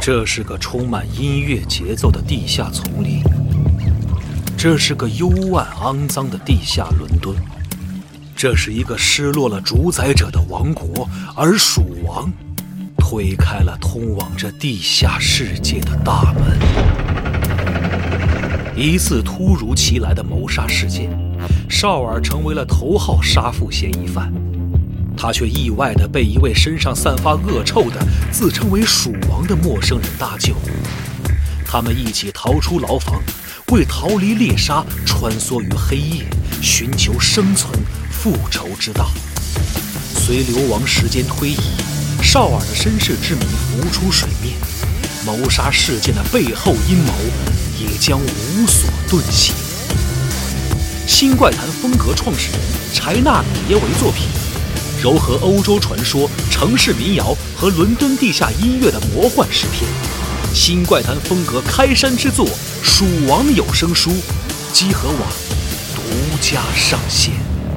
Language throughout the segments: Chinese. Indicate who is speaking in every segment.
Speaker 1: 这是个充满音乐节奏的地下丛林，这是个幽暗肮脏的地下伦敦，这是一个失落了主宰者的王国，而蜀王推开了通往这地下世界的大门。一次突如其来的谋杀事件，绍尔成为了头号杀父嫌疑犯，他却意外地被一位身上散发恶臭的自称为蜀王的陌生人搭救。他们一起逃出牢房，为逃离猎杀穿梭于黑夜，寻求生存复仇之道。随流亡时间推移，绍尔的身世之谜浮出水面，谋杀事件的背后阴谋也将无所遁形。新怪谈风格创始人柴纳米耶为作品，糅合欧洲传说、城市民谣和伦敦地下音乐的魔幻诗篇。新怪谈风格开山之作《蜀王有声书》，积禾网独家上线。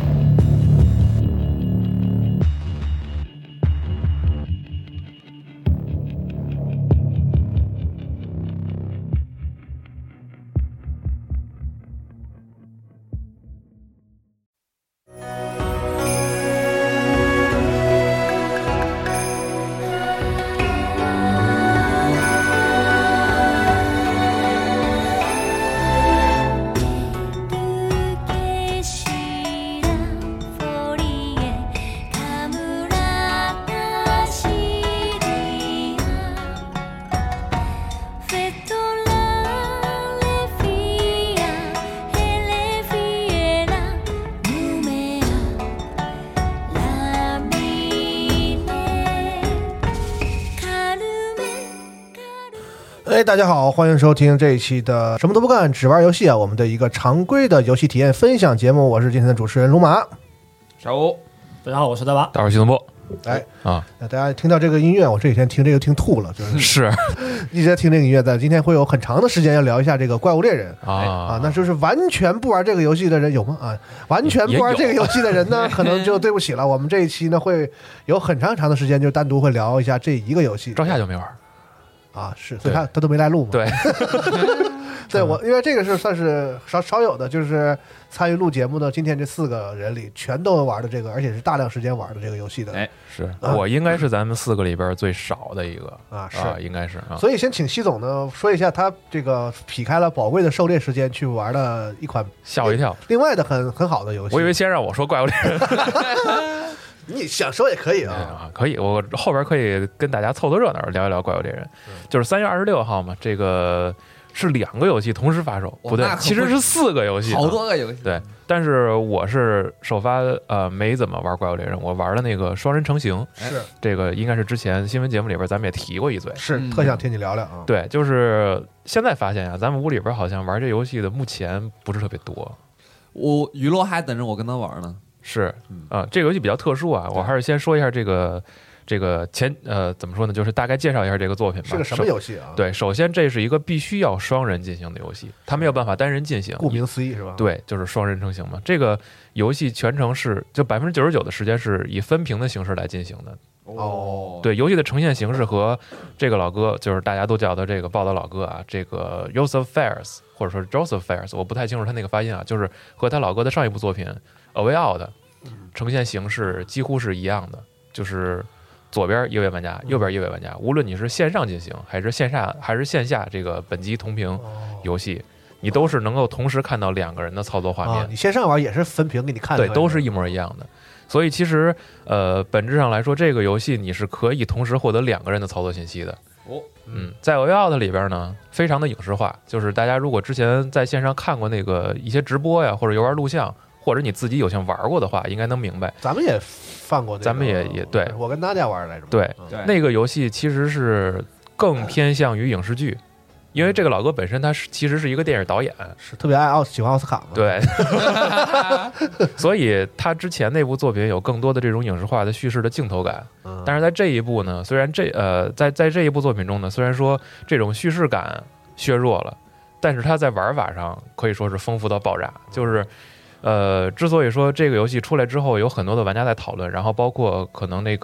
Speaker 2: 大家好，欢迎收听这一期的什么都不干只玩游戏啊，我们的一个常规的游戏体验分享节目。我是今天的主持人龙马。
Speaker 3: 小吴，大家好，我是大巴。
Speaker 4: 大伙儿系统部。
Speaker 2: 哎啊，那大家听到这个音乐，我这几天听这个听吐了，就是一直在听这个音乐。但今天会有很长的时间要聊一下这个怪物猎人啊，那就是完全不玩这个游戏的人有吗？啊，完全不玩这个游戏的人呢，可能就对不起了。我们这一期呢会有很长的时间，就单独会聊一下这一个游戏。
Speaker 4: 赵夏就没玩。
Speaker 2: 啊，是，所以他都没来录嘛。
Speaker 4: 对，
Speaker 2: 对我，因为这个是算是少有的，就是参与录节目的今天这4个人里，全都玩的这个，而且是大量时间玩的这个游戏的。
Speaker 4: 哎，是我应该是咱们4个里边最少的一个
Speaker 2: 啊，是
Speaker 4: 应该是啊。
Speaker 2: 所以先请西总呢说一下，他这个劈开了宝贵的狩猎时间去玩了一款
Speaker 4: 吓我一跳，
Speaker 2: 另外的很好的游戏。
Speaker 4: 我以为先让我说怪物猎人。
Speaker 2: 你想说也可以啊，
Speaker 4: 可以，我后边可以跟大家凑凑热闹，聊一聊怪物猎人。就是3月26号嘛，这个是2个游戏同时发售，不对，其实是4个游戏，
Speaker 3: 好多个游戏。
Speaker 4: 对，但是我是首发没怎么玩怪物猎人，我玩了那个双人成行，
Speaker 2: 是
Speaker 4: 这个应该是之前新闻节目里边咱们也提过一嘴，
Speaker 2: 是特想听你聊聊啊。
Speaker 4: 对，就是现在发现呀，咱们屋里边好像玩这游戏的目前不是特别多，
Speaker 3: 我娱乐还等着我跟他玩呢。
Speaker 4: 是这个游戏比较特殊啊，我还是先说一下这个怎么说呢，就是大概介绍一下这个作品吧。
Speaker 2: 是个什么游戏啊？
Speaker 4: 对，首先这是一个必须要双人进行的游戏，它没有办法单人进行，
Speaker 2: 顾名思义是吧？
Speaker 4: 对，就是双人成行嘛。这个游戏全程是就99%的时间是以分屏的形式来进行的。
Speaker 2: 哦，
Speaker 4: 对，游戏的呈现形式和这个老哥，就是大家都叫的这个报道老哥啊，这个 Joseph Fares 或者说 Joseph Fares， 我不太清楚他那个发音啊，就是和他老哥的上一部作品 A Way Out 的呈现形式几乎是一样的，就是左边一位玩家，右边一位玩家，无论你是线上进行还是线下这个本机同屏游戏，你都是能够同时看到2个人的操作画面。
Speaker 2: 你线上玩也是分屏给你看的，
Speaker 4: 对，都是一模一样的。所以其实本质上来说，这个游戏你是可以同时获得2个人的操作信息的。在 A Way Out 里边呢，非常的影视化，就是大家如果之前在线上看过那个一些直播呀，或者游玩录像，或者你自己有幸玩过的话，应该能明白。
Speaker 2: 咱们也放过，
Speaker 4: 咱们也对，
Speaker 2: 我跟大家玩来着。
Speaker 4: 对，那个游戏其实是更偏向于影视剧。因为这个老哥本身他其实是一个电影导演，
Speaker 2: 是特别喜欢奥斯卡嘛。
Speaker 4: 对，所以他之前那部作品有更多的这种影视化的叙事的镜头感。但是在这一部呢，虽然在这一部作品中呢，虽然说这种叙事感削弱了，但是它在玩法上可以说是丰富到爆炸。就是之所以说这个游戏出来之后有很多的玩家在讨论，然后包括可能那个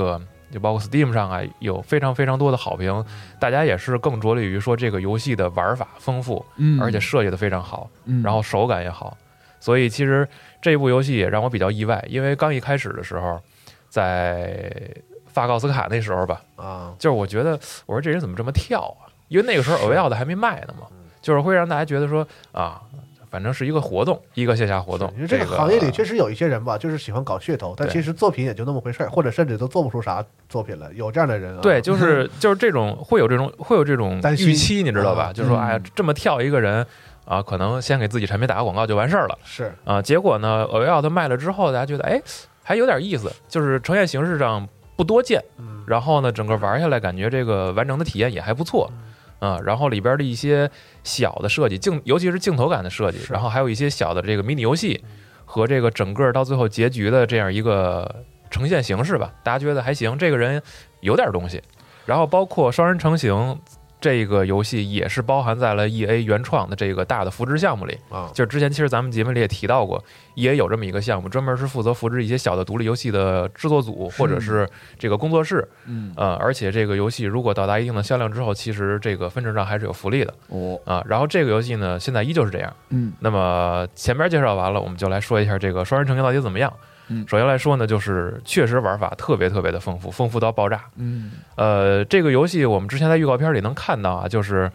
Speaker 4: 就包括 Steam 上啊，有非常非常多的好评，大家也是更着力于说这个游戏的玩法丰富，而且设计的非常好，然后手感也好，所以其实这部游戏也让我比较意外，因为刚一开始的时候，在发奥斯卡那时候吧，就是我觉得我说这人怎么这么跳啊？因为那个时候 Away 的还没卖呢嘛，就是会让大家觉得说啊。反正是一个活动，一个线下活动。
Speaker 2: 因为这个行业里确实有一些人吧，就是喜欢搞噱头，但其实作品也就那么回事儿，或者甚至都做不出啥作品来。有这样的人啊，
Speaker 4: 对，就是这种会有这种预期，你知道吧？就是说，哎呀，这么跳一个人啊，可能先给自己产品打个广告就完事儿了。
Speaker 2: 是
Speaker 4: 啊，结果呢，Away 的卖了之后，大家觉得哎还有点意思，就是呈现形式上不多见，然后呢，整个玩下来感觉这个完整的体验也还不错。然后里边的一些小的设计，尤其是镜头感的设计，然后还有一些小的这个迷你游戏和这个整个到最后结局的这样一个呈现形式吧，大家觉得还行，这个人有点东西。然后包括双人成行这个游戏也是包含在了 EA 原创的这个大的扶植项目里就是之前其实咱们节目里也提到过 EA 有这么一个项目，专门是负责扶植一些小的独立游戏的制作组或者是这个工作室而且这个游戏如果到达一定的销量之后，其实这个分成上还是有福利的然后这个游戏呢现在依旧是这样那么前面介绍完了，我们就来说一下这个双人成行到底怎么样。首先来说呢，就是确实玩法特别特别的丰富到爆炸。这个游戏我们之前在预告片里能看到啊，就是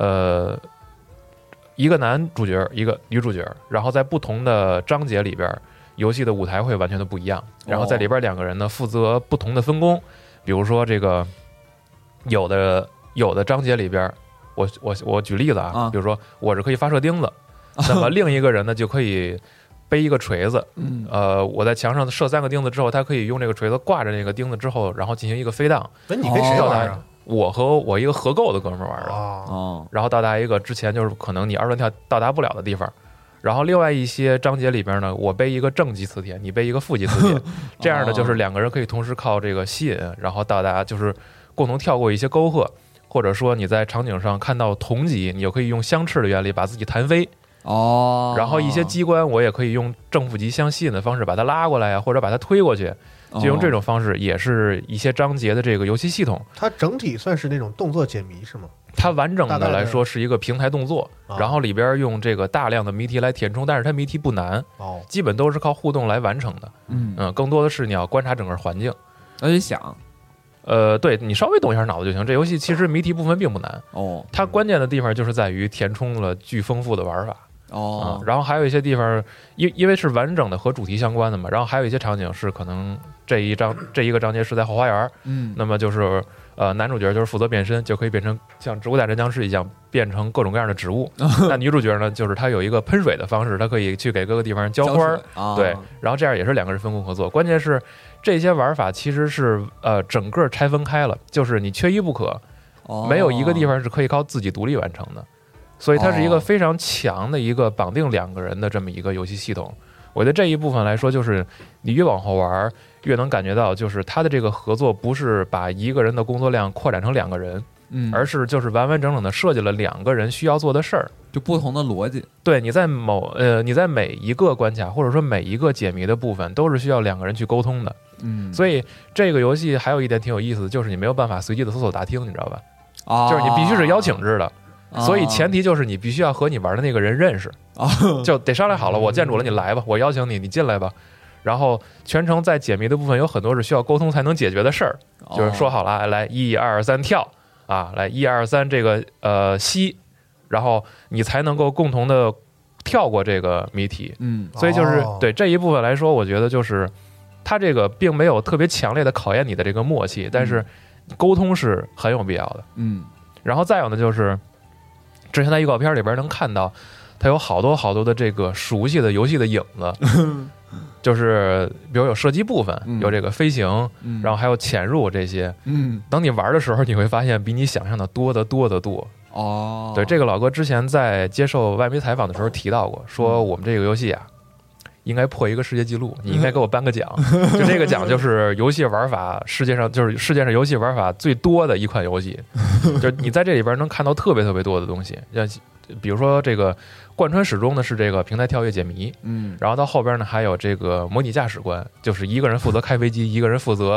Speaker 4: 一个男主角，一个女主角，然后在不同的章节里边，游戏的舞台会完全的不一样。然后在里边两个人呢负责不同的分工，比如说这个有的章节里边，我举例子啊，比如说我是可以发射钉子，那么另一个人呢就可以背一个锤子，我在墙上射3个钉子之后，他可以用这个锤子挂着那个钉子之后，然后进行一个飞荡。
Speaker 2: 那你跟谁玩啊？
Speaker 4: 我和我一个合购的哥们儿玩的然后到达一个之前就是可能你二段跳到达不了的地方。然后另外一些章节里边呢，我背一个正极磁铁，你背一个负极磁铁，这样的就是两个人可以同时靠这个吸引，然后到达就是共同跳过一些沟壑，或者说你在场景上看到同级，你就可以用相斥的原理把自己弹飞。然后一些机关我也可以用正负极相吸引的方式把它拉过来呀，或者把它推过去，就用这种方式，也是一些章节的这个游戏系统。
Speaker 2: 它整体算是那种动作解谜是吗？
Speaker 4: 它完整的来说是一个平台动作，然后里边用这个大量的谜题来填充，但是它谜题不难，基本都是靠互动来完成的。更多的是你要观察整个环境，
Speaker 3: 而且想。
Speaker 4: 对你稍微动一下脑子就行。这游戏其实谜题部分并不难它关键的地方就是在于填充了巨丰富的玩法。然后还有一些地方，因为是完整的和主题相关的嘛，然后还有一些场景是可能这一个章节是在后花园，那么就是男主角就是负责变身，就可以变成像植物大战僵尸一样变成各种各样的植物。那女主角呢，就是她有一个喷水的方式，她可以去给各个地方浇花对，然后这样也是两个人分工合作。关键是这些玩法其实是整个拆分开了，就是你缺一不可，没有一个地方是可以靠自己独立完成的。所以它是一个非常强的一个绑定两个人的这么一个游戏系统。我觉得这一部分来说，就是你越往后玩，越能感觉到，就是它的这个合作不是把一个人的工作量扩展成两个人，而是就是完完整整的设计了两个人需要做的事儿，
Speaker 3: 就不同的逻辑。
Speaker 4: 对，你在每一个关卡或者说每一个解谜的部分，都是需要两个人去沟通的。所以这个游戏还有一点挺有意思的，就是你没有办法随机的搜索答听，你知道吧？就是你必须是邀请制的。所以前提就是你必须要和你玩的那个人认识就得商量好了，我建主了你来吧，我邀请你，你进来吧。然后全程在解谜的部分有很多是需要沟通才能解决的事儿，就是说好了，来1、2、3跳来1、2、3这个吸，然后你才能够共同的跳过这个谜题。所以就是对这一部分来说，我觉得就是它这个并没有特别强烈的考验你的这个默契，但是沟通是很有必要的。然后再有呢就是之前在预告片里边能看到，它有好多好多的这个熟悉的游戏的影子，就是比如有射击部分，有这个飞行，然后还有潜入这些。等你玩的时候，你会发现比你想象的多得多得多。对，这个老哥之前在接受外媒采访的时候提到过，说我们这个游戏啊，应该破一个世界纪录，你应该给我颁个奖。就这个奖就是游戏玩法世界上游戏玩法最多的一款游戏，就是你在这里边能看到特别特别多的东西，像比如说这个贯穿始终的是这个平台跳跃解谜，然后到后边呢还有这个模拟驾驶关，就是一个人负责开飞机，一个人负责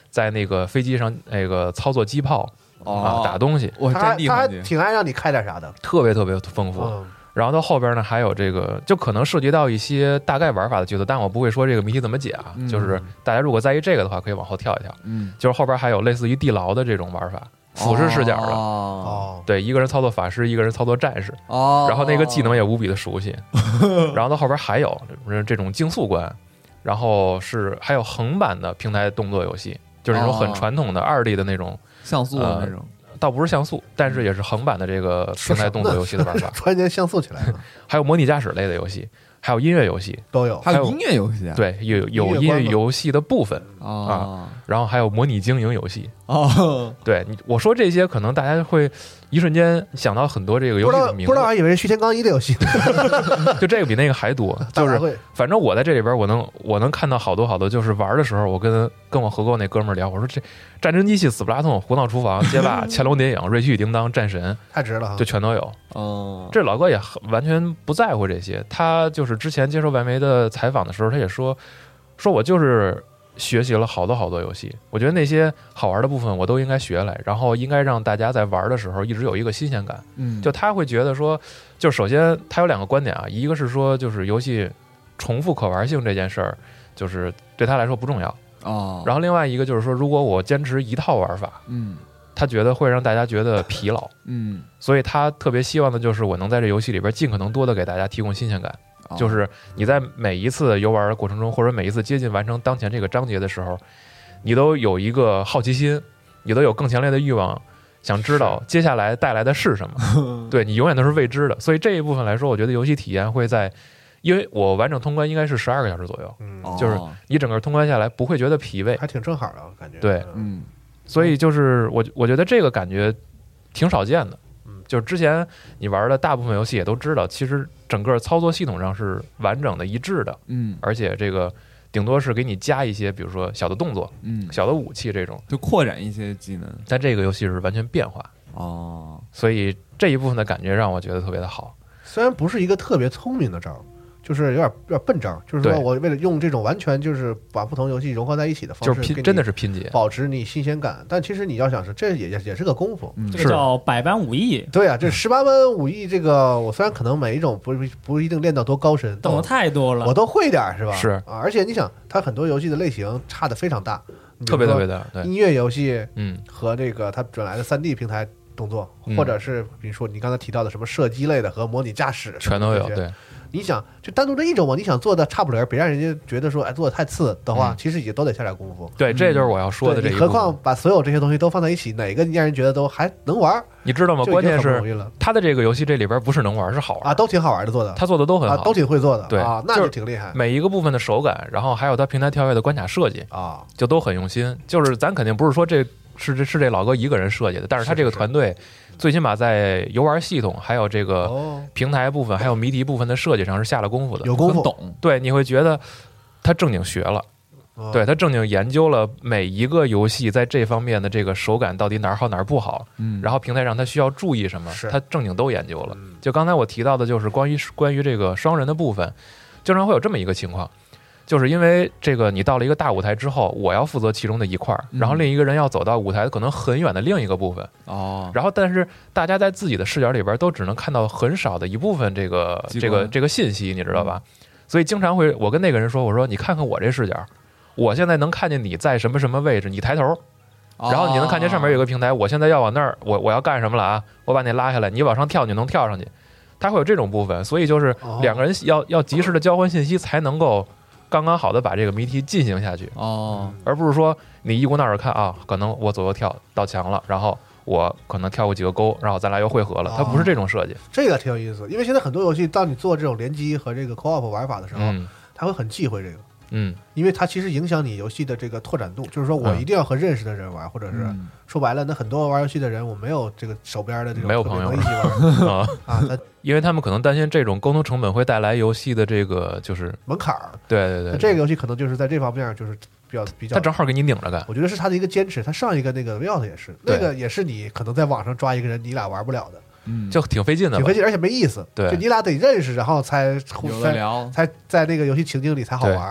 Speaker 4: 在那个飞机上那个操作机炮打东西，
Speaker 2: 他还挺爱让你开点啥的，
Speaker 4: 特别特别丰富。然后到后边呢，还有这个就可能涉及到一些大概玩法的角色，但我不会说这个谜题怎么解啊。就是大家如果在意这个的话，可以往后跳一跳。就是后边还有类似于地牢的这种玩法，俯视视角的。对，一个人操作法师，一个人操作战士。然后那个技能也无比的熟悉。然后到后边还有这种竞速关，然后还有横版的平台动作游戏，就是那种很传统的2D 的那种
Speaker 3: 像素的那种。
Speaker 4: 倒不是像素，但是也是横版的这个平台动作游戏的玩法。
Speaker 2: 突然间像素起来了。
Speaker 4: 还有模拟驾驶类的游戏，还有音乐游戏
Speaker 2: 都有，
Speaker 3: 还有音乐游戏。
Speaker 4: 对，有音乐游戏的部分然后还有模拟经营游戏。对，我说这些，可能大家会一瞬间想到很多这个游戏的名字，
Speaker 2: 不知道还以为是旭天刚一的游戏。
Speaker 4: 就这个比那个还多。就是反正我在这里边，我能看到好多，就是玩的时候，我跟我合购那哥们儿聊，我说这战争机器、死不拉痛、胡闹厨房、街霸、乾隆谍影、瑞奇与叮当、战神，
Speaker 2: 太值了，
Speaker 4: 就全都有。这老哥也完全不在乎这些，他就是之前接受外媒的采访的时候，他也说我就是学习了好多游戏，我觉得那些好玩的部分我都应该学来，然后应该让大家在玩的时候一直有一个新鲜感。就他会觉得说，就首先他有2个观点啊，一个是说就是游戏重复可玩性这件事儿，就是对他来说不重要然后另外一个就是说，如果我坚持一套玩法，他觉得会让大家觉得疲劳，所以他特别希望的就是我能在这游戏里边尽可能多的给大家提供新鲜感。就是你在每一次游玩的过程中，或者每一次接近完成当前这个章节的时候，你都有一个好奇心，你都有更强烈的欲望，想知道接下来带来的是什么。对，你永远都是未知的。所以这一部分来说，我觉得游戏体验会在，因为我完整通关应该是12个小时左右，就是你整个通关下来不会觉得疲惫，
Speaker 2: 还挺正好的感觉。
Speaker 4: 对，所以就是我觉得这个感觉挺少见的。就是之前你玩的大部分游戏也都知道，其实整个操作系统上是完整的一致的，而且这个顶多是给你加一些，比如说小的动作，小的武器这种，
Speaker 3: 就扩展一些技能。
Speaker 4: 但这个游戏是完全变化所以这一部分的感觉让我觉得特别的好。
Speaker 2: 虽然不是一个特别聪明的招，就是有点笨招，就是说我为了用这种完全就是把不同游戏融合在一起的方式，
Speaker 4: 就是真的是拼接，
Speaker 2: 保持你新鲜感。但其实你要想是，这也是个功夫，
Speaker 5: 这个叫百般武艺。
Speaker 2: 对啊，这18般武艺，这个我虽然可能每一种不一定练到多高深，
Speaker 5: 懂得太多了，
Speaker 2: 我都会点是吧？
Speaker 4: 是
Speaker 2: 啊，而且你想，它很多游戏的类型差的非常大，
Speaker 4: 特别大。对，
Speaker 2: 音乐游戏，和这个它转来的3D 平台动作，或者是比如说你刚才提到的什么射击类的和模拟驾驶，
Speaker 4: 全都有。对。
Speaker 2: 你想就单独这一种嘛？你想做的差不离，别让人家觉得说做的太次的话，其实也都得下点功夫。
Speaker 4: 对，这就是我要说的这一部分。
Speaker 2: 何况把所有这些东西都放在一起，哪个让人觉得都还能玩？
Speaker 4: 你知道吗？关键是他的这个游戏这里边不是能玩，是好玩
Speaker 2: 都挺好玩的做的。
Speaker 4: 他做的都很好，
Speaker 2: 都挺会做的。
Speaker 4: 对
Speaker 2: 那就挺厉害。
Speaker 4: 每一个部分的手感，然后还有他平台跳跃的关卡设计就都很用心。就是咱肯定不是说这是这老哥一个人设计的，但是他这个团队。最起码在游玩系统还有这个平台部分还有谜题部分的设计上是下了功夫的，
Speaker 2: 有功夫
Speaker 3: 懂。
Speaker 4: 对，你会觉得他正经学了，对，他正经研究了每一个游戏在这方面的这个手感到底哪儿好哪儿不好，然后平台上他需要注意什么，他正经都研究了。就刚才我提到的就是关于这个双人的部分，经常会有这么一个情况。就是因为这个，你到了一个大舞台之后，我要负责其中的一块儿，然后另一个人要走到舞台可能很远的另一个部分然后但是大家在自己的视角里边都只能看到很少的一部分这个信息，你知道吧？所以经常会我跟那个人说，我说你看看我这视角，我现在能看见你在什么什么位置，你抬头，然后你能看见上面有个平台，我现在要往那儿，我要干什么了啊？我把你拉下来，你往上跳，你能跳上去，它会有这种部分，所以就是两个人要及时的交换信息，才能够。刚刚好的把这个谜题进行下去而不是说你一股脑儿看可能我左右跳到墙了，然后我可能跳过几个沟，然后咱俩又汇合了，它不是这种设计。
Speaker 2: 这个挺有意思，因为现在很多游戏当你做这种联机和这个 co-op 玩法的时候，它会很忌讳这个。因为它其实影响你游戏的这个拓展度，就是说我一定要和认识的人玩，或者是说白了，那很多玩游戏的人，我没有这个手边的这种
Speaker 4: 没有朋友
Speaker 2: 一起玩
Speaker 4: 因为他们可能担心这种沟通成本会带来游戏的这个就是
Speaker 2: 门槛。
Speaker 4: 对，
Speaker 2: 这个游戏可能就是在这方面就是比较，
Speaker 4: 他正好给你拧着干。
Speaker 2: 我觉得是他的一个坚持。他上一个那个 Riot 也是，那个也是你可能在网上抓一个人，你俩玩不了的。
Speaker 4: 就挺费劲的，
Speaker 2: 挺费劲，而且没意思。
Speaker 4: 对，
Speaker 2: 就你俩得认识，然后才
Speaker 3: 有的聊，
Speaker 2: 才在那个游戏情境里才好玩。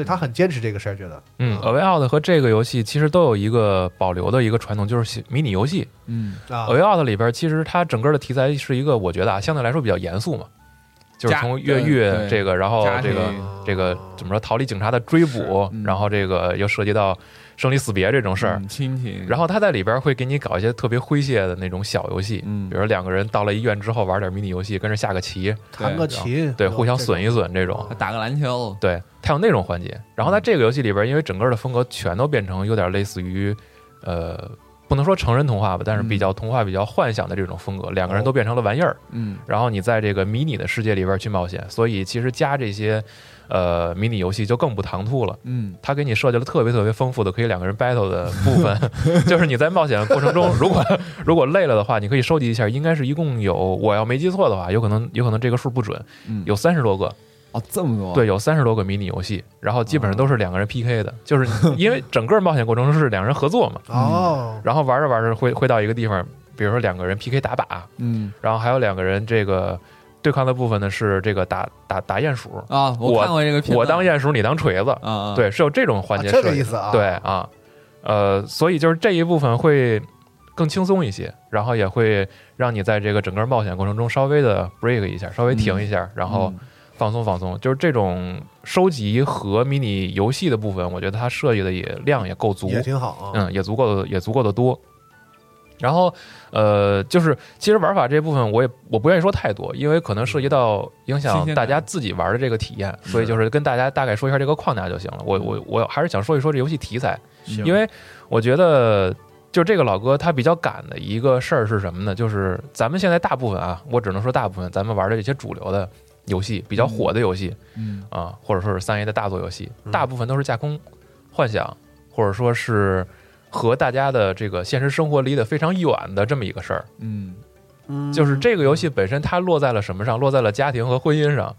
Speaker 2: 所以他很坚持这个事儿，觉得
Speaker 4: A Way Out 和这个游戏其实都有一个保留的一个传统，就是迷你游戏。A Way Out 里边其实它整个的题材是一个我觉得相对来说比较严肃嘛，就是从越狱这个，然后这个怎么说逃离警察的追捕，然后这个又涉及到生离死别这种事儿，
Speaker 3: 亲情。
Speaker 4: 然后他在里边会给你搞一些特别诙谐的那种小游戏，比如两个人到了医院之后玩点迷你游戏，跟着下个棋，
Speaker 2: 弹个棋，
Speaker 4: 对，互相损一损这种，
Speaker 3: 打个篮球，
Speaker 4: 对，他有那种环节。然后在这个游戏里边，因为整个的风格全都变成有点类似于不能说成人童话吧，但是比较童话、比较幻想的这种风格，两个人都变成了玩意儿，然后你在这个迷你的世界里边去冒险，所以其实加这些迷你游戏就更不唐突了，他给你设计了特别特别丰富的可以两个人 battle 的部分，就是你在冒险的过程中，如果累了的话，你可以收集一下，应该是一共有，我要没记错的话，有可能这个数不准，有30多个。
Speaker 3: 这么多？
Speaker 4: 对，有30多个迷你游戏，然后基本上都是两个人 PK 的，就是因为整个冒险过程中是两人合作嘛。然后玩着玩着会到一个地方，比如说两个人 PK 打靶，然后还有两个人这个对抗的部分呢是这个打鼹鼠
Speaker 3: 啊。我看过这个片段，
Speaker 4: 我当鼹鼠，你当锤子对，是有这种环节，
Speaker 2: 这个意思啊。
Speaker 4: 对啊，所以就是这一部分会更轻松一些，然后也会让你在这个整个冒险过程中稍微的 break 一下，稍微停一下，然后放松，就是这种收集和迷你游戏的部分，我觉得它设计的量也够足，
Speaker 2: 也挺好
Speaker 4: 也足够的多。然后就是其实玩法这部分我不愿意说太多，因为可能涉及到影响大家自己玩的这个体验，所以就是跟大家大概说一下这个框架就行了。我还是想说一说这游戏题材，因为我觉得就这个老哥他比较赶的一个事儿是什么呢？就是咱们现在大部分我只能说大部分咱们玩的这些主流的游戏，比较火的游戏，或者说是3A 的大作游戏，大部分都是架空幻想，或者说是和大家的这个现实生活离得非常远的这么一个事儿。就是这个游戏本身它落在了什么上？落在了家庭和婚姻上。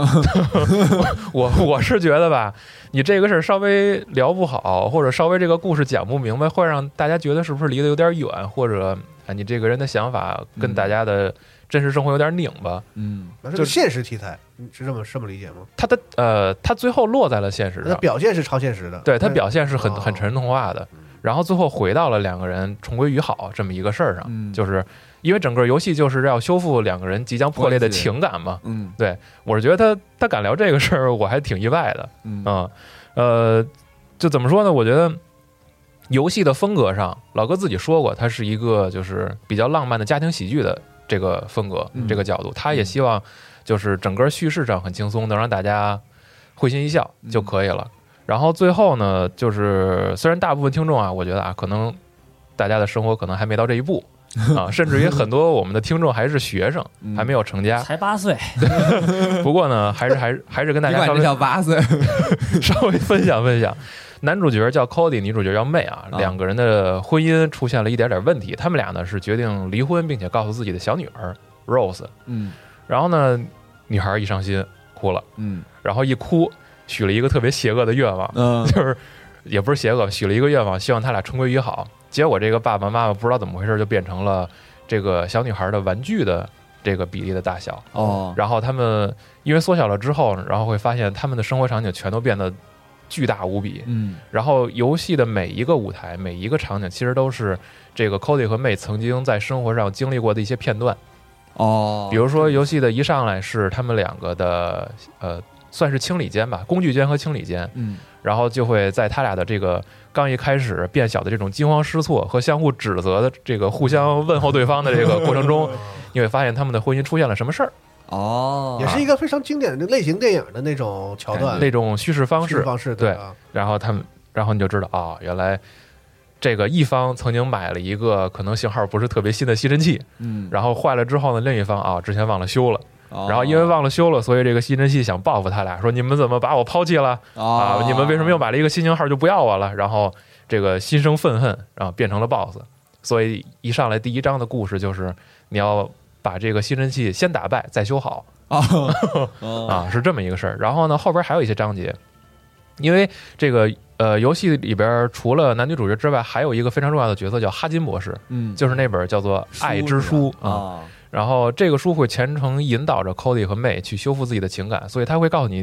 Speaker 4: 我是觉得吧，你这个事儿稍微聊不好，或者稍微这个故事讲不明白，会让大家觉得是不是离得有点远，或者你这个人的想法跟大家的真实生活有点拧巴。
Speaker 2: 就是现实题材，是这么理解吗？
Speaker 4: 他最后落在了现实上，
Speaker 2: 他表现是超现实的，
Speaker 4: 对，他表现是很成人童话的，然后最后回到了两个人重归于好这么一个事儿上，就是因为整个游戏就是要修复两个人即将破裂的情感嘛。对，我是觉得他敢聊这个事儿，我还挺意外的。就怎么说呢？我觉得游戏的风格上，老哥自己说过，他是一个就是比较浪漫的家庭喜剧的这个风格，这个角度，他也希望就是整个叙事上很轻松，能让大家会心一笑就可以了。然后最后呢，就是虽然大部分听众我觉得可能大家的生活可能还没到这一步。甚至于很多我们的听众还是学生，还没有成家，
Speaker 5: 才8岁。
Speaker 4: 不过呢，还是跟大家
Speaker 3: 稍微8岁，
Speaker 4: 稍微分享。男主角叫 Cody， 女主角叫 May 两个人的婚姻出现了一点问题，他们俩呢是决定离婚，并且告诉自己的小女儿 Rose。然后呢，女孩一伤心哭了，然后一哭许了一个特别邪恶的愿望，就是也不是邪恶，许了一个愿望，希望他俩重归于好。结果这个爸爸妈妈不知道怎么回事，就变成了这个小女孩的玩具的这个比例的大小。然后他们因为缩小了之后，然后会发现他们的生活场景全都变得巨大无比。然后游戏的每一个舞台、每一个场景，其实都是这个 Cody 和 May 曾经在生活上经历过的一些片段。比如说游戏的一上来是他们两个的算是清理间吧，工具间和清理间。然后就会在他俩的这个刚一开始变小的这种惊慌失措和相互指责的这个互相问候对方的这个过程中，你会发现他们的婚姻出现了什么事儿。
Speaker 2: 也是一个非常经典的类型电影的那种桥段，
Speaker 4: 那种叙事方式。对，然后你就知道原来这个一方曾经买了一个可能型号不是特别新的吸尘器，然后坏了之后呢，另一方之前忘了修了。然后因为忘了修了，所以这个吸尘器想报复他俩，说你们怎么把我抛弃了你们为什么又买了一个新型号就不要我了？然后这个心生愤恨，然后变成了 BOSS。所以一上来第一章的故事就是你要把这个吸尘器先打败再修好是这么一个事儿。然后呢，后边还有一些章节，因为这个游戏里边除了男女主角之外，还有一个非常重要的角色叫哈金博士，就是那本叫做《爱之书》然后这个书会全程引导着 Cody 和 May 去修复自己的情感，所以他会告诉你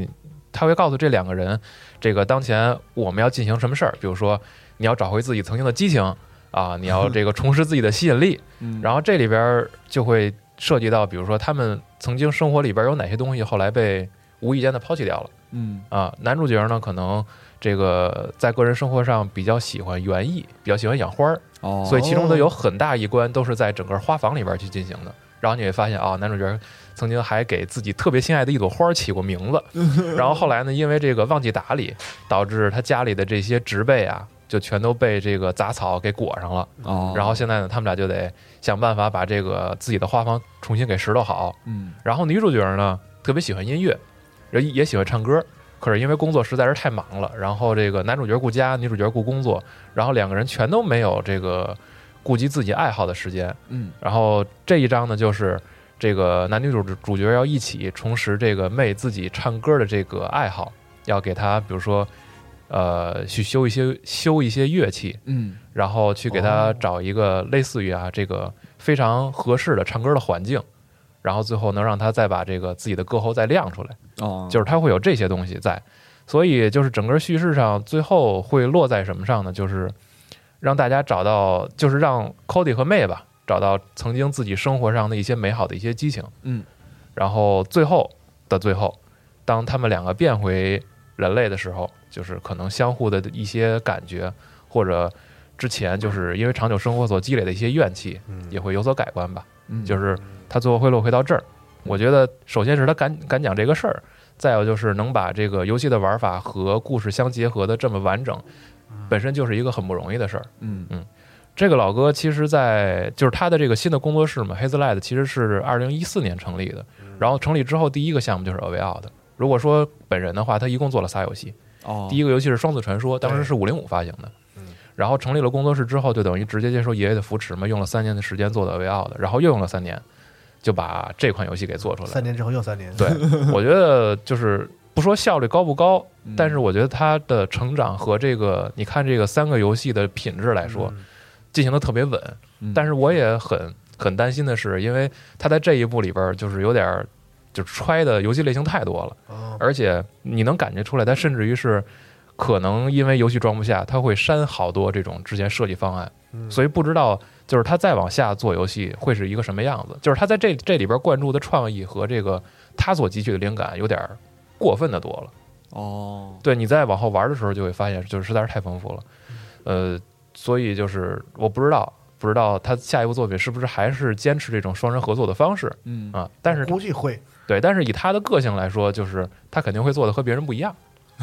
Speaker 4: 他会告诉这2个人，这个当前我们要进行什么事儿，比如说你要找回自己曾经的激情啊，你要这个重拾自己的吸引力，然后这里边就会涉及到，比如说他们曾经生活里边有哪些东西后来被无意间的抛弃掉了，男主角呢可能这个在个人生活上比较喜欢园艺，比较喜欢养花儿，所以其中的有很大一关都是在整个花房里边去进行的。然后你会发现男主角曾经还给自己特别心爱的一朵花起过名字，然后后来呢，因为这个忘记打理，导致他家里的这些植被啊，就全都被这个杂草给裹上了。然后现在呢，他们俩就得想办法把这个自己的花房重新给拾掇好。然后女主角呢，特别喜欢音乐，也喜欢唱歌。可是因为工作实在是太忙了，然后这个男主角顾家，女主角顾工作，然后2个人全都没有这个顾及自己爱好的时间。然后这一章呢，就是这个男女主角要一起重拾这个妹自己唱歌的这个爱好，要给他比如说去修一些乐器，然后去给他找一个类似于这个非常合适的唱歌的环境，然后最后能让他再把这个自己的歌喉再亮出来。就是他会有这些东西在，所以就是整个叙事上最后会落在什么上呢？就是让大家找到，就是让 Cody 和妹吧找到曾经自己生活上的一些美好的一些激情。然后最后，当他们2个变回人类的时候，就是可能相互的一些感觉，或者之前就是因为长久生活所积累的一些怨气，也会有所改观吧。就是他最后会落回到这儿。我觉得首先是他敢讲这个事儿，再有就是能把这个游戏的玩法和故事相结合的这么完整，本身就是一个很不容易的事儿。这个老哥其实就是他的这个新的工作室嘛 Hazelight 其实是2014年成立的，然后成立之后第一个项目就是 A Way Out 的。如果说本人的话，他一共做了3游戏。第一个游戏是双子传说，当时是505发行的。然后成立了工作室之后，就等于直接接受爷爷的扶持嘛，用了3年的时间做的 A Way Out 的，然后又用了3年就把这款游戏给做出来。
Speaker 2: 3年之后又3年。
Speaker 4: 对，我觉得就是不说效率高不高，但是我觉得他的成长和这个你看这个3个游戏的品质来说，进行的特别稳。但是我也很担心的是，因为他在这一步里边就是有点就揣的游戏类型太多了，而且你能感觉出来，他甚至于是可能因为游戏装不下，他会删好多这种之前设计方案，所以不知道就是他再往下做游戏会是一个什么样子。就是他在这里边灌注的创意和这个他所汲取的灵感有点过分的多了。对，你再往后玩的时候就会发现，就是实在是太丰富了。所以就是我不知道他下一部作品是不是还是坚持这种双人合作的方式。但是
Speaker 2: 估计会。
Speaker 4: 对，但是以他的个性来说，就是他肯定会做的和别人不一样。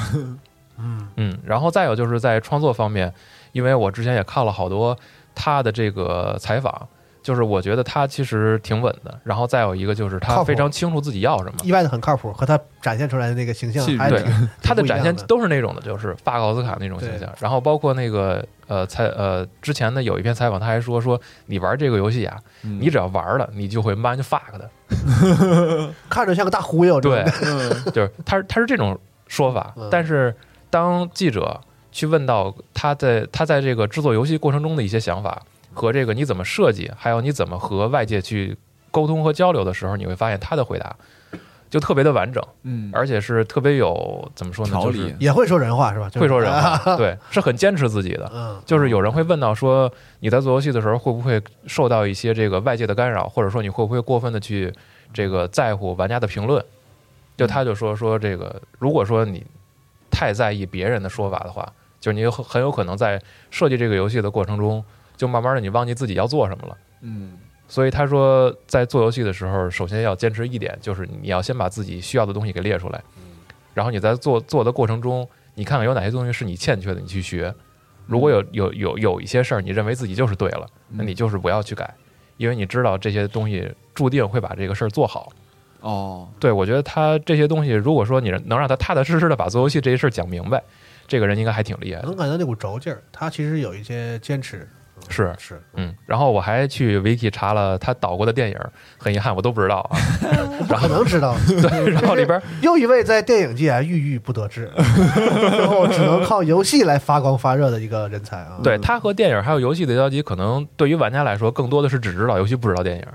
Speaker 4: 然后再有就是在创作方面，因为我之前也看了好多他的这个采访，就是我觉得他其实挺稳的。然后再有一个就是他非常清楚自己要什么，
Speaker 2: 意外的很靠谱，和他展现出来的那个形象还
Speaker 4: 对他的展现都是那种的，就是发个奥斯卡那种形象。然后包括那个之前的有一篇采访，他还说你玩这个游戏啊，你只要玩了，你就会 mind fuck 的，
Speaker 2: 看着像个大忽悠。
Speaker 4: 对，就是他是这种说法。但是当记者去问到他在这个制作游戏过程中的一些想法和这个你怎么设计，还有你怎么和外界去沟通和交流的时候，你会发现他的回答就特别的完整，而且是特别有怎么说呢，就是
Speaker 2: 也会说人话是吧？
Speaker 4: 会说人话，对，是很坚持自己的。就是有人会问到说，你在做游戏的时候会不会受到一些这个外界的干扰，或者说你会不会过分的去这个在乎玩家的评论？就他就说这个，如果说你太在意别人的说法的话，就是你很有可能在设计这个游戏的过程中，就慢慢的你忘记自己要做什么了。所以他说，在做游戏的时候，首先要坚持一点，就是你要先把自己需要的东西给列出来，然后你在做的过程中，你看看有哪些东西是你欠缺的，你去学。如果有一些事儿，你认为自己就是对了，那你就是不要去改，因为你知道这些东西注定会把这个事儿做好。对，我觉得他这些东西，如果说你能让他踏踏实实的把做游戏这些事儿讲明白，这个人应该还挺厉害的，
Speaker 2: 能感到那股轴劲儿。他其实有一些坚持。
Speaker 4: 是，然后我还去 Wiki 查了他导过的电影，很遗憾我都不知道啊。
Speaker 2: 然后能知道，
Speaker 4: 对，然后里边
Speaker 2: 又一位在电影界郁郁不得志，最后只能靠游戏来发光发热的一个人才啊。
Speaker 4: 对，他和电影还有游戏的交集，可能对于玩家来说，更多的是只知道游戏不知道电影。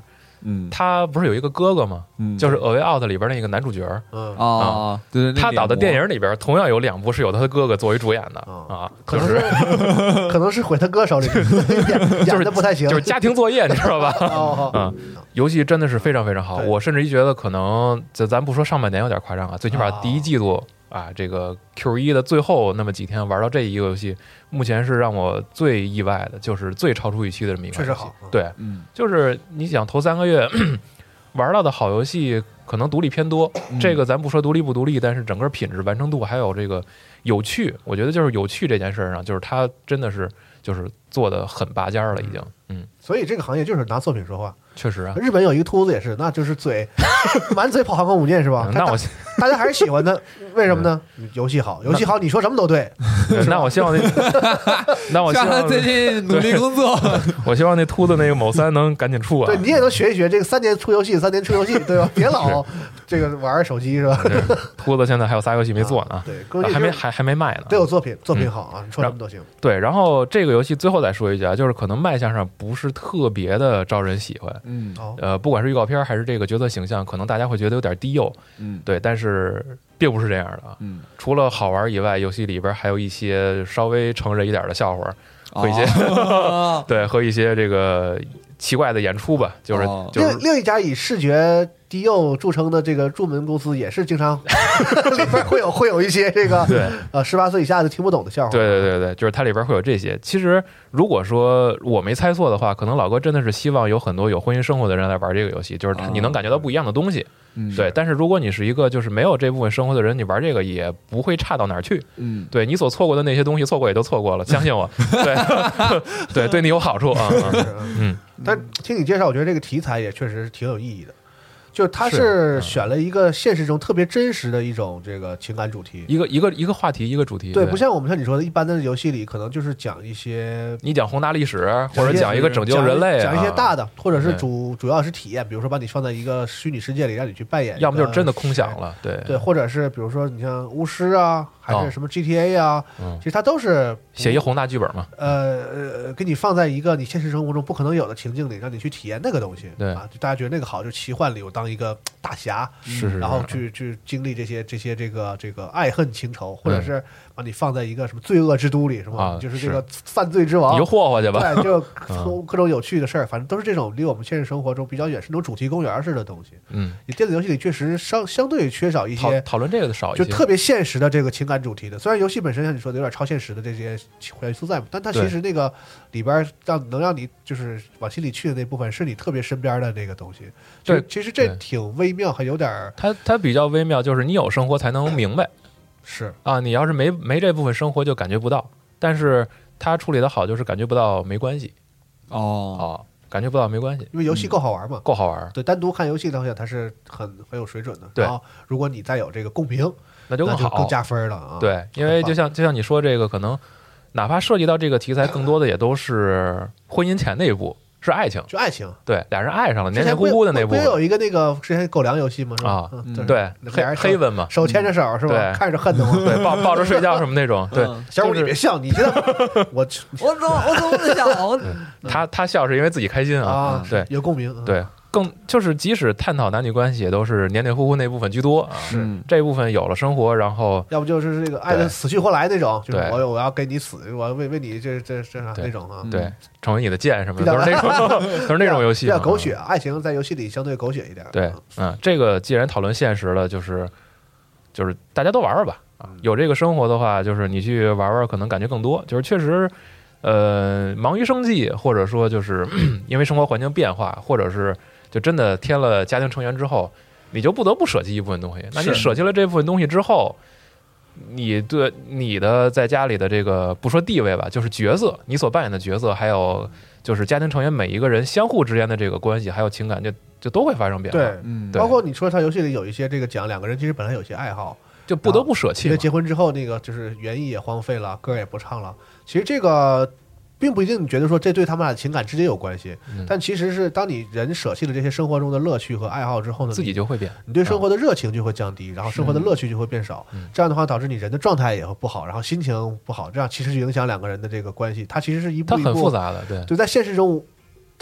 Speaker 4: 他不是有一个哥哥吗？就是 A Way Out 里边那个男主角。
Speaker 3: 对，
Speaker 4: 他导的电影里边同样有2部是由他的哥哥作为主演的
Speaker 2: 可能是毁他哥手里演的不太行，
Speaker 4: 就是家庭作业，你知道吧？游戏真的是非常非常好，我甚至于觉得可能咱不说上半年有点夸张啊，最起码第一季度这个 Q1 的最后那么几天玩到这一个游戏，目前是让我最意外的，就是最超出预期的这么一款游戏。确实好，对，就是你想头3个月玩到的好游戏，可能独立偏多。这个咱不说独立不独立，但是整个品质、完成度还有这个有趣，我觉得就是有趣这件事上，就是它真的是就是做的很拔尖了，已经。
Speaker 2: 所以这个行业就是拿作品说话。
Speaker 4: 确实啊，
Speaker 2: 日本有一个秃子也是，那就是嘴满嘴跑航空母舰是吧？
Speaker 4: 那我
Speaker 2: 大家还是喜欢他，为什么呢？游戏好，游戏好，你说什么都对。
Speaker 4: 那我希望那我希望
Speaker 3: 最近努力工作，
Speaker 4: 我希望那秃子那个某3能赶紧出啊。
Speaker 2: 对你也能学一学，这个3年出游戏，3年出游戏，对吧？别老这个玩手机是吧？
Speaker 4: 秃子现在还有仨游戏没做呢，
Speaker 2: 对，
Speaker 4: 还没卖呢。
Speaker 2: 得有作品好啊，你说什么都行。
Speaker 4: 对，然后这个游戏最后再说一句啊，就是可能卖相上不是特别的招人喜欢，不管是预告片还是这个角色形象，可能大家会觉得有点低幼，对，但是并不是这样的啊。除了好玩以外，游戏里边还有一些稍微成人一点的笑话，和一些对，和一些这个奇怪的演出吧，就是
Speaker 2: 另一家以视觉低幼著称的这个入门公司，也是经常里边会有一些这个18岁以下的听不懂的笑话。
Speaker 4: 对，就是它里边会有这些。其实如果说我没猜错的话，可能老哥真的是希望有很多有婚姻生活的人来玩这个游戏，就是你能感觉到不一样的东西。对，但是如果你是一个就是没有这部分生活的人，你玩这个也不会差到哪儿去。对，你所错过的那些东西，错过也都错过了，相信我。对，对你有好处啊。
Speaker 2: 但听你介绍，我觉得这个题材也确实挺有意义的。就他是选了一个现实中特别真实的一种这个情感主题，一
Speaker 4: 个话题，一个主题。
Speaker 2: 对，不像我们像你说的，一般的游戏里可能就是讲一些，
Speaker 4: 你讲宏大历史，或者讲一个拯救人类，
Speaker 2: 讲一些大的，或者是主要是体验，比如说把你放在一个虚拟世界里，让你去扮演，
Speaker 4: 要么就是真的空想了，对，
Speaker 2: 或者是比如说你像巫师啊，还是什么 GTA 啊，其实它都是
Speaker 4: 写一宏大剧本嘛，
Speaker 2: 给你放在一个你现实生活中不可能有的情境里，让你去体验那个东西，
Speaker 4: 对
Speaker 2: 啊，就大家觉得那个好，就奇幻里我当一个大侠，
Speaker 4: 是，
Speaker 2: 然后去经历这些这个爱恨情仇，或者是把你放在一个什么罪恶之都里，是吧？就是这个犯罪之王，
Speaker 4: 你就霍霍去吧，
Speaker 2: 对，就各种有趣的事儿，反正都是这种离我们现实生活中比较远，是那种主题公园式的东西。你电子游戏里确实相对缺少一些
Speaker 4: 讨论这个的少一些，
Speaker 2: 就特别现实的这个情感主题的。虽然游戏本身像你说的有点超现实的这些元素在，但它其实那个里边能让你就是往心里去的那部分，是你特别身边的那个东西。
Speaker 4: 对，
Speaker 2: 其实这挺微妙，还有点
Speaker 4: 它比较微妙，就是你有生活才能明白。
Speaker 2: 是
Speaker 4: 啊，你要是没这部分生活就感觉不到，但是它处理的好，就是感觉不到没关系。感觉不到没关系，
Speaker 2: 因为游戏够好玩嘛，
Speaker 4: 够好玩。
Speaker 2: 对，单独看游戏的话，它是很有水准的。
Speaker 4: 对，
Speaker 2: 然后如果你再有这个共鸣，
Speaker 4: 那就
Speaker 2: 更加分了啊。
Speaker 4: 对，因为就像你说这个，可能哪怕涉及到这个题材，更多的也都是婚姻前那一步。是爱情，
Speaker 2: 就爱情，
Speaker 4: 对，俩人爱上了，黏黏糊糊的那部。
Speaker 2: 不也有一个那个之前狗粮游戏吗？
Speaker 4: 啊，对，黑文嘛，
Speaker 2: 手牵着手是吧？看着恨的慌，
Speaker 4: 对，抱着睡觉什么那种。对，
Speaker 2: 小五你别笑，你觉得我怎
Speaker 3: 么笑？
Speaker 4: 他笑是因为自己开心啊，对，
Speaker 2: 有共鸣，
Speaker 4: 对。更就是即使探讨男女关系，也都是黏黏糊糊那部分居多啊。
Speaker 2: 是
Speaker 4: 这部分有了生活，然后
Speaker 2: 要不就是这个爱的死去活来那种，就是我要跟你死，我要为你这那种啊。
Speaker 4: 对，成为你的剑什么的，都是那种都是那种游戏，
Speaker 2: 比较狗血。爱情在游戏里相对狗血一点。
Speaker 4: 对，这个既然讨论现实了，就是大家都玩玩吧。有这个生活的话，就是你去玩玩，可能感觉更多。就是确实。忙于生计，或者说就是因为生活环境变化，或者是就真的添了家庭成员之后，你就不得不舍弃一部分东西。那你舍弃了这部分东西之后，你对你的在家里的这个不说地位吧，就是角色，你所扮演的角色，还有就是家庭成员每一个人相互之间的这个关系，还有情感，就都会发生变化。
Speaker 2: 对，包括你说他游戏里有一些这个讲两个人其实本来有些爱好，
Speaker 4: 就不得不舍弃。
Speaker 2: 因为结婚之后，那个就是园艺也荒废了，歌也不唱了。其实这个并不一定你觉得说这对他们俩的情感直接有关系，但其实是当你人舍弃了这些生活中的乐趣和爱好之后呢，
Speaker 4: 自己就会变，
Speaker 2: 你对生活的热情就会降低，然后生活的乐趣就会变少，这样的话导致你人的状态也会不好，然后心情不好，这样其实就影响两个人的这个关系。它其实是一步一步，
Speaker 4: 它很复杂的，对，
Speaker 2: 在现实中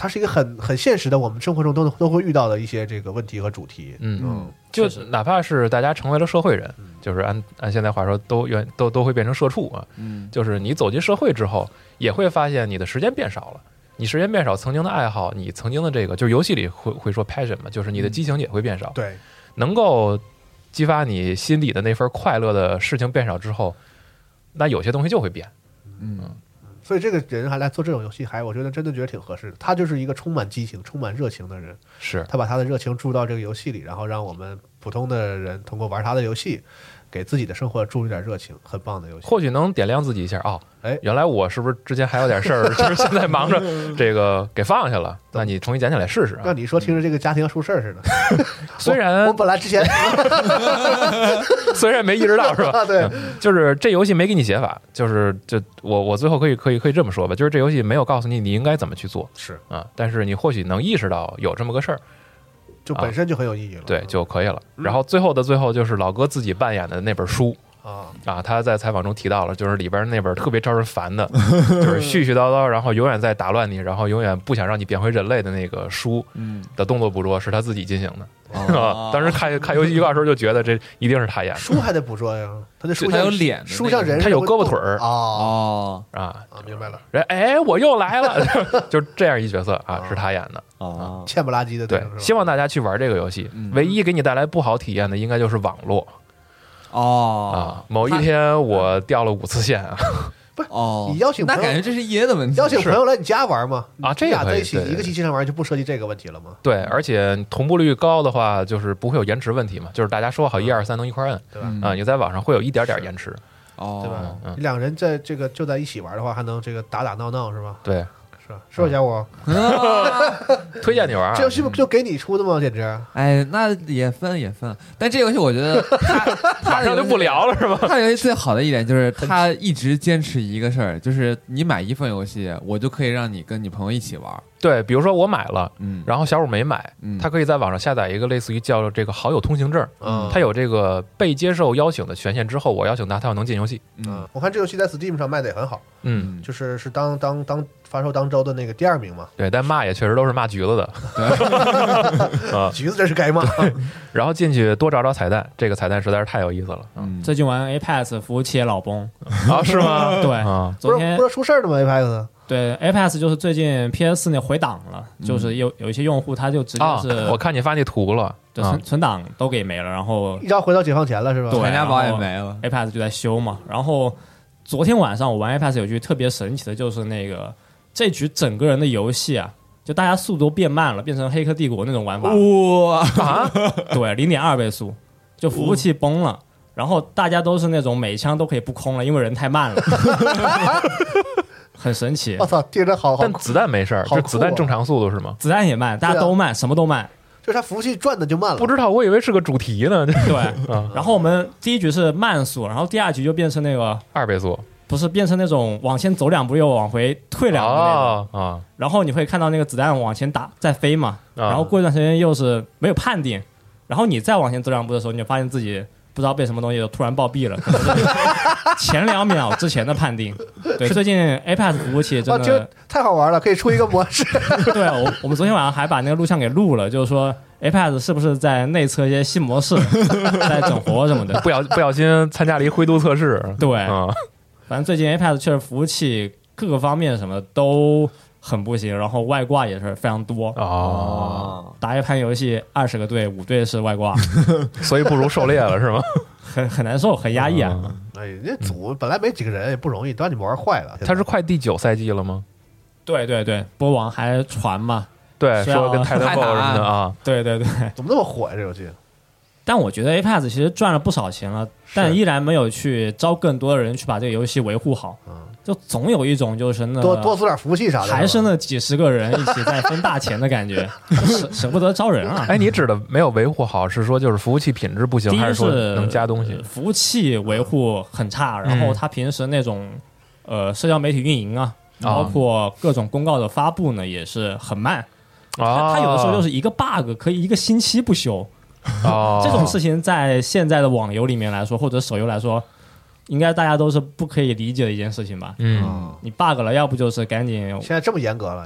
Speaker 2: 它是一个很现实的，我们生活中都会遇到的一些这个问题和主题。
Speaker 4: 就哪怕是大家成为了社会人，就是按现在话说，都会变成社畜啊。就是你走进社会之后，也会发现你的时间变少了。你时间变少，曾经的爱好，你曾经的这个，就是游戏里会说 passion 嘛，就是你的激情也会变少。
Speaker 2: 对，
Speaker 4: 能够激发你心底的那份快乐的事情变少之后，那有些东西就会变。
Speaker 2: 所以这个人还来做这种游戏，我觉得真的觉得挺合适的。他就是一个充满激情、充满热情的人，
Speaker 4: 是他
Speaker 2: 把他的热情注入到这个游戏里，然后让我们普通的人通过玩他的游戏，给自己的生活注入点热情，很棒的游戏。
Speaker 4: 或许能点亮自己一下原来我是不是之前还有点事儿，就是现在忙着这个给放下了，那你重新捡起来试试。
Speaker 2: 让你说听着这个家庭要出事儿似的。
Speaker 4: 虽然
Speaker 2: 我本来之前
Speaker 4: 虽然没意识到是吧？
Speaker 2: 对，
Speaker 4: 就是这游戏没给你写法，就我最后可以这么说吧，就是这游戏没有告诉你应该怎么去做，
Speaker 2: 是
Speaker 4: 但是你或许能意识到有这么个事儿，
Speaker 2: 就本身就很有意义了，
Speaker 4: 对就可以了。然后最后的最后，就是老哥自己扮演的那本书。他在采访中提到了，就是里边那本特别招人烦的，就是絮絮叨叨，然后永远在打乱你，然后永远不想让你变回人类的那个书的动作捕捉是他自己进行的。当时看游戏预告的时候就觉得这一定是他演的。
Speaker 2: 书还得捕捉呀，他的书
Speaker 3: 他有脸，
Speaker 2: 书像人，
Speaker 4: 他有胳膊腿儿
Speaker 2: 明白了。
Speaker 4: 我又来了，就这样一角色是他演的
Speaker 2: 欠不拉几的。
Speaker 4: 对，希望大家去玩这个游戏，唯一给你带来不好体验的应该就是网络。某一天我掉了5次线
Speaker 2: 不是你邀请朋友，
Speaker 3: 那感觉这是EA的问题。
Speaker 2: 邀请朋友来你家玩嘛？
Speaker 4: 这
Speaker 2: 俩在一起一个机器上玩就不涉及这个问题了吗？
Speaker 4: 对，而且同步率高的话，就是不会有延迟问题嘛，就是大家说好1、2、3能一块摁，
Speaker 2: 对吧？
Speaker 4: 你在网上会有一点延迟，
Speaker 2: 对吧？两人在这个就在一起玩的话，还能这个打闹闹是吧？
Speaker 4: 对。
Speaker 2: 是吧，小五？
Speaker 4: 推荐你玩
Speaker 2: 这游戏不就给你出的吗？简直！
Speaker 3: 哎，那也分，但这游戏我觉得
Speaker 4: 马上就不聊了，是吧？
Speaker 3: 它游戏最好的一点就是它一直坚持一个事儿，就是你买一份游戏，我就可以让你跟你朋友一起玩。
Speaker 4: 对，比如说我买了，然后小五没买，他可以在网上下载一个类似于叫这个好友通行证，他有这个被接受邀请的权限之后，我邀请他就能进游戏。
Speaker 2: 我看这游戏在 Steam 上卖的也很好，就是当发售当周的那个第2名嘛。
Speaker 4: 对，但骂也确实都是骂橘子的，
Speaker 2: 橘子真是该骂。
Speaker 4: 然后进去多找找彩蛋，这个彩蛋实在是太有意思了。
Speaker 5: 最近玩 Apex 服务器也老崩
Speaker 4: 是吗？
Speaker 5: 对，昨天
Speaker 2: 不是出事儿了吗 ？Apex
Speaker 5: 对 Apex 就是最近 PS4 那回档了，就是有一些用户他就直接是
Speaker 4: 我看你发那图了，
Speaker 5: 对，存档都给没了，然后
Speaker 2: 一朝回到解放前了是吧？
Speaker 5: 对，
Speaker 3: 全家宝也没了。
Speaker 5: Apex 就在修嘛，然后昨天晚上我玩 Apex 有句特别神奇的，就是那个这局整个人的游戏啊，就大家速度都变慢了，变成黑客帝国那种玩法。对，0.2倍速，就服务器崩了，然后大家都是那种每枪都可以不空了，因为人太慢了。很神奇，
Speaker 2: 我操，听着好。
Speaker 4: 但子弹没事儿，就子弹正常速度是吗？
Speaker 5: 子弹也慢，大家都慢，什么都慢，
Speaker 2: 就是它服务器转的就慢了。
Speaker 4: 不知道，我以为是个主题呢。
Speaker 5: 对，然后我们第一局是慢速，然后第2局就变成那个
Speaker 4: 2倍速，
Speaker 5: 不是变成那种往前走2步又往回退2步那种然后你会看到那个子弹往前打在飞嘛，然后过一段时间又是没有判定，然后你再往前走2步的时候，你就发现自己不知道被什么东西突然暴毙了，前2秒之前的判定。对，最近 Apex 服务器真的
Speaker 2: 太好玩了，可以出一个模式。
Speaker 5: 对，我们昨天晚上还把那个录像给录了，就是说 Apex 是不是在内测一些新模式，在整活什么的，
Speaker 4: 不小心参加了一灰度测试。
Speaker 5: 对，反正最近 Apex 确实服务器各个方面什么都很不行，然后外挂也是非常多打一盘游戏20个队5队是外挂，
Speaker 4: 所以不如狩猎了是吗？
Speaker 5: 很难受，很压抑啊。
Speaker 2: 那组本来没几个人也不容易，都让你们玩坏了。
Speaker 4: 他是快第9赛季了吗？
Speaker 5: 对，波王还传嘛？
Speaker 4: 对，说跟泰坦什么的啊。
Speaker 5: 对，
Speaker 2: 怎么那么火呀这游戏？
Speaker 5: 但我觉得 Apex 其实赚了不少钱了，但依然没有去招更多的人去把这个游戏维护好。就总有一种就是那
Speaker 2: 多租点服务器啥的，
Speaker 5: 还是那几10个人一起在分大钱的感觉，舍不得招人啊。
Speaker 4: 哎，你指的没有维护好，是说就是服务器品质不行，还是说能加东西？
Speaker 5: 服务器维护很差，然后他平时那种社交媒体运营啊，包括各种公告的发布呢，也是很慢。他有的时候就是一个 bug 可以1个星期不修。这种事情在现在的网游里面来说，或者手游来说，应该大家都是不可以理解的一件事情吧？
Speaker 2: 嗯，
Speaker 5: 你 bug 了，要不就是赶紧。
Speaker 2: 现在这么严格了？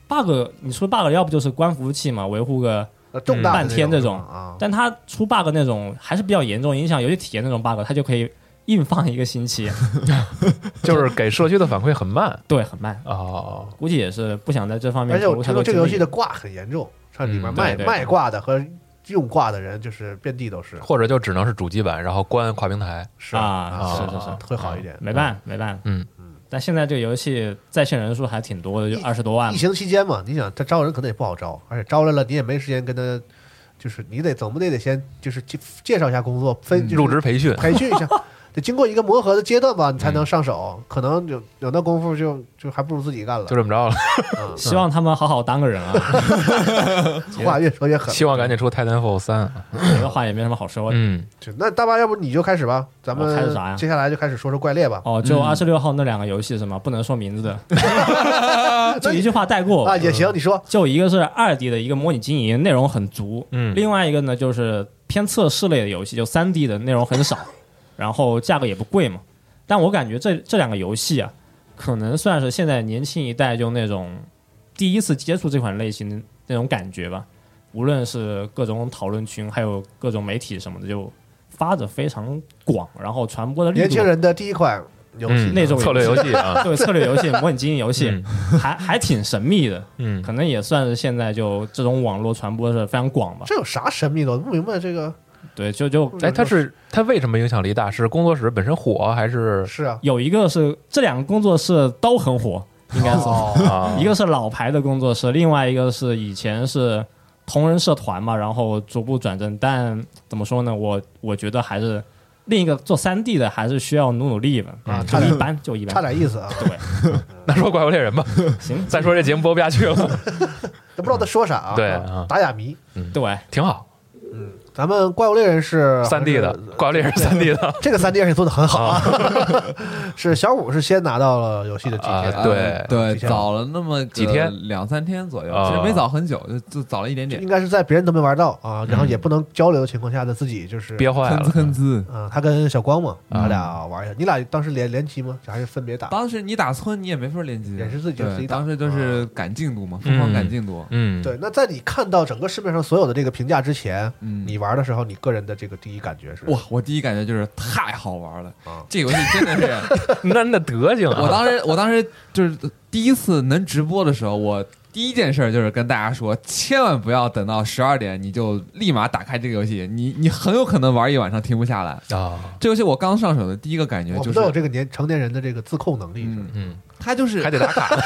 Speaker 5: bug， 你出 bug 要不就是关服务器嘛，维护个半天这种，但它出 bug 那种还是比较严重，影响游戏体验那种 bug， 它就可以硬放1个星期，
Speaker 4: 就是给社区的反馈很慢，
Speaker 5: 对，很慢
Speaker 4: 哦，
Speaker 5: 估计也是不想在这方面。
Speaker 2: 而且我听说这个游戏的挂很严重，像里面卖挂的和用挂的人就是遍地都是，
Speaker 4: 或者就只能是主机版，然后关跨平台，
Speaker 2: 是会好一点，
Speaker 5: 没办法，但现在这个游戏在线人数还挺多的，就20多万。
Speaker 2: 疫情期间嘛，你想他招人可能也不好招，而且招来了你也没时间跟他，就是你怎么得先就是介绍一下工作，
Speaker 4: 入职培训
Speaker 2: 一下。得经过一个磨合的阶段吧，你才能上手。可能有那功夫就还不如自己干了，
Speaker 4: 就这么着了。
Speaker 5: 希望他们好好当个人啊！
Speaker 2: 话越说越狠。
Speaker 4: 希望赶紧出《Titanfall 3》。
Speaker 5: 这个话也没什么好说的。
Speaker 2: 那大巴，要不你就开始吧，咱们
Speaker 5: 开始啥呀？
Speaker 2: 接下来就开始说怪猎吧。
Speaker 5: 哦，就26号那2个游戏是吗？不能说名字的，就一句话带过
Speaker 2: 啊也行。你说，
Speaker 5: 就一个是2D 的一个模拟经营，内容很足。另外一个呢就是偏测试类的游戏，就3D 的内容很少。然后价格也不贵嘛，但我感觉这2个游戏啊，可能算是现在年轻一代就那种第一次接触这款类型的那种感觉吧。无论是各种讨论群，还有各种媒体什么的，就发着非常广，然后传播的力度。
Speaker 2: 年轻人的第一款游戏，
Speaker 5: 那种
Speaker 4: 策略游戏啊，
Speaker 5: 对，策略游戏、模拟经营游戏，还挺神秘的。可能也算是现在就这种网络传播是非常广吧。
Speaker 2: 这有啥神秘的？我不明白这个。
Speaker 5: 对，
Speaker 4: 它为什么影响力大？是工作室本身火，还是
Speaker 2: 啊？
Speaker 5: 有一个是这2个工作室都很火，应该是一个是老牌的工作室，另外一个是以前是同人社团嘛，然后逐步转正。但怎么说呢？我觉得还是另一个做3D 的还是需要努力吧。就一般，
Speaker 2: 差点意思啊。
Speaker 5: 对，
Speaker 4: 那说怪物猎人吧。
Speaker 5: 行，
Speaker 4: 再说这节目播不下去了，
Speaker 2: 都不知道他说啥啊。
Speaker 4: 对，
Speaker 2: 打哑谜。
Speaker 5: 对，
Speaker 4: 挺好。
Speaker 2: 咱们怪物猎人是
Speaker 4: 3D 的，怪物猎人3D 的，
Speaker 2: 这个3D 而且做的很好啊。是小五是先拿到了游戏的几天，
Speaker 3: 对，早了那么
Speaker 4: 几天
Speaker 3: 2-3天左右，其实没早很久，就早了一点点。
Speaker 2: 应该是在别人都没玩到啊，然后也不能交流的情况下的自己就是
Speaker 4: 憋坏了，
Speaker 3: 吭哧。
Speaker 2: 他跟小光嘛，他俩玩一下。你俩当时联机吗？还是分别打？
Speaker 3: 当时你打村你也没法联机，
Speaker 2: 也是自己打。
Speaker 3: 当时就是赶进度嘛，疯狂赶进度。
Speaker 2: 对。那在你看到整个市面上所有的这个评价之前，你玩的时候，你个人的这个第一感觉是？
Speaker 3: 哇，我第一感觉就是太好玩了，这游戏真的是
Speaker 4: 那德行。
Speaker 3: 我当时就是第一次能直播的时候，我第一件事就是跟大家说，千万不要等到12点你就立马打开这个游戏，你很有可能玩一晚上停不下来啊。这游戏我刚上手的第一个感觉就是，
Speaker 2: 都有这个成年人的这个自控能力，
Speaker 3: 他就是
Speaker 4: 还得打卡，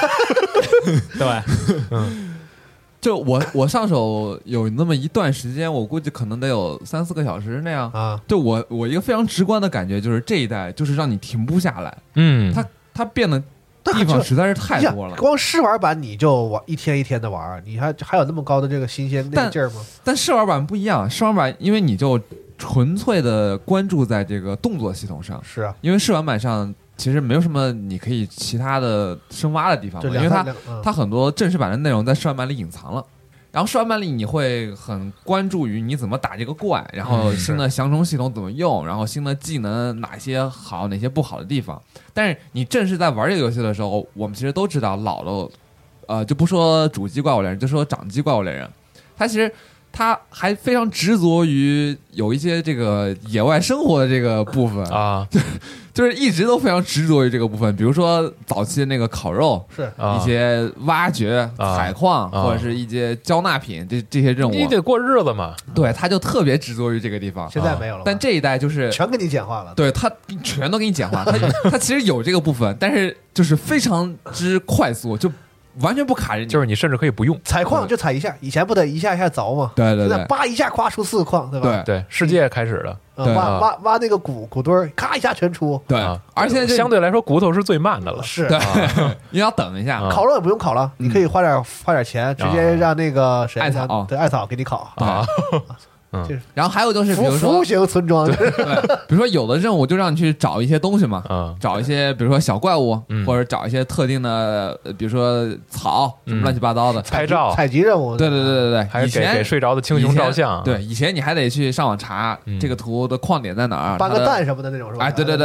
Speaker 5: 对，
Speaker 3: 就我上手有那么一段时间，我估计可能得有3-4个小时那样啊。就我一个非常直观的感觉就是这一代就是让你停不下来，它变得地方实在是太多了。
Speaker 2: 光试玩版你就一天一天的玩，你还有那么高的这个新鲜那个劲儿吗？
Speaker 3: 但试玩版不一样，试玩版因为你就纯粹的关注在这个动作系统上，
Speaker 2: 是啊，
Speaker 3: 因为试玩版上其实没有什么你可以其他的深挖的地方嘛，因为它很多正式版的内容在试玩版里隐藏了。然后试玩版里你会很关注于你怎么打这个怪，然后新的降虫系统怎么用，然后新的技能哪些好哪些不好的地方。但是你正式在玩这个游戏的时候，我们其实都知道老的就不说主机怪物猎人，就说掌机怪物猎人，他还非常执着于有一些这个野外生活的这个部分啊，就是一直都非常执着于这个部分。比如说早期的那个烤肉，
Speaker 2: 是
Speaker 3: 一些挖掘、采矿或者是一些交纳品这些任务，
Speaker 4: 你得过日子嘛。
Speaker 3: 对，他就特别执着于这个地方。
Speaker 2: 现在没有了，
Speaker 3: 但这一代就是
Speaker 2: 全给你简化了。
Speaker 3: 对，他全都给你简化。他其实有这个部分，但是就是非常之快速，就完全不卡人，
Speaker 4: 就是你甚至可以不用
Speaker 2: 采矿就采一下，以前不得一下一下凿吗？
Speaker 3: 对对对，
Speaker 2: 现在叭一下夸出4矿，对吧？
Speaker 4: 对，世界开始了，
Speaker 2: 挖那个骨堆儿，咔一下全出。
Speaker 3: 对，而且
Speaker 4: 相对来说骨头是最慢的了，
Speaker 2: 是，
Speaker 3: 你要等一下，
Speaker 2: 烤肉也不用烤了，你可以花点钱，直接让那个谁
Speaker 3: 艾草
Speaker 2: 给你烤
Speaker 3: 啊。然后还有就是比如说
Speaker 2: 服务型村庄，
Speaker 3: 对，比如说有的任务就让你去找一些东西嘛，找一些比如说小怪物，或者找一些特定的，比如说草什么乱七八糟的，
Speaker 4: 拍照
Speaker 2: 采集任务，
Speaker 3: 对，
Speaker 4: 还是给睡着的青熊照相，
Speaker 3: 对，以前你还得去上网查这个图的矿点在哪儿，
Speaker 2: 搬个蛋什么的那种是吧？
Speaker 3: 哎，对，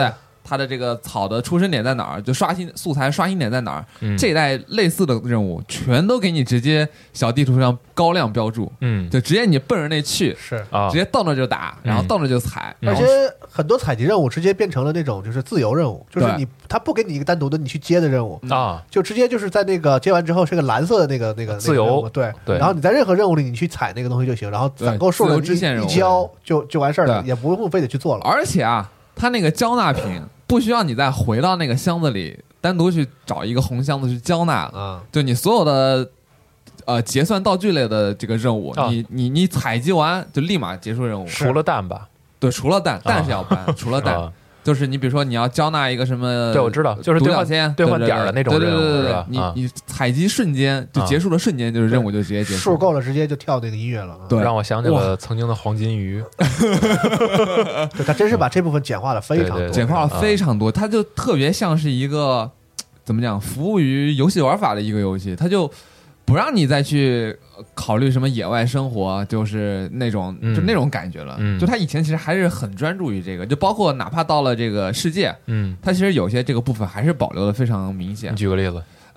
Speaker 3: 它的这个草的出生点在哪儿，就素材刷新点在哪儿，这一代类似的任务全都给你直接小地图上高亮标注，就直接你奔着那去，
Speaker 2: 是
Speaker 3: 直接到那就打，然后到那就踩，
Speaker 2: 而且很多采集任务直接变成了那种就是自由任务，就是他不给你一个单独的你去接的任务
Speaker 4: 啊，
Speaker 2: 就直接就是在那个接完之后是个蓝色的那个
Speaker 4: 自由，
Speaker 2: 对，然后你在任何任务里你去采那个东西就行，然后攒够数了一交就完事儿了，也不用非得去做了。
Speaker 3: 而且啊，它那个交纳品不需要你再回到那个箱子里单独去找一个红箱子去交纳就你所有的结算道具类的这个任务，你采集完就立马结束任务，
Speaker 4: 除了蛋吧？
Speaker 3: 对，除了蛋是要搬，除了蛋。就是你比如说你要交纳一个什么，
Speaker 4: 对我知道，就是兑换点的那种任务，
Speaker 3: 对，你采集瞬间就结束了，瞬间就是任务就直接结束，
Speaker 2: 数够了直接就跳那个音乐了。
Speaker 3: 对，
Speaker 4: 让我想起了曾经的黄金鱼。
Speaker 2: 对，他真是把这部分简化了非常多，
Speaker 3: 简化了非常多，它就特别像是一个怎么讲，服务于游戏玩法的一个游戏，它就不让你再去考虑什么野外生活，就是那种就那种感觉了。就他以前其实还是很专注于这个，就包括哪怕到了这个世界，他其实有些这个部分还是保留的非常明显。
Speaker 4: 你举个例子。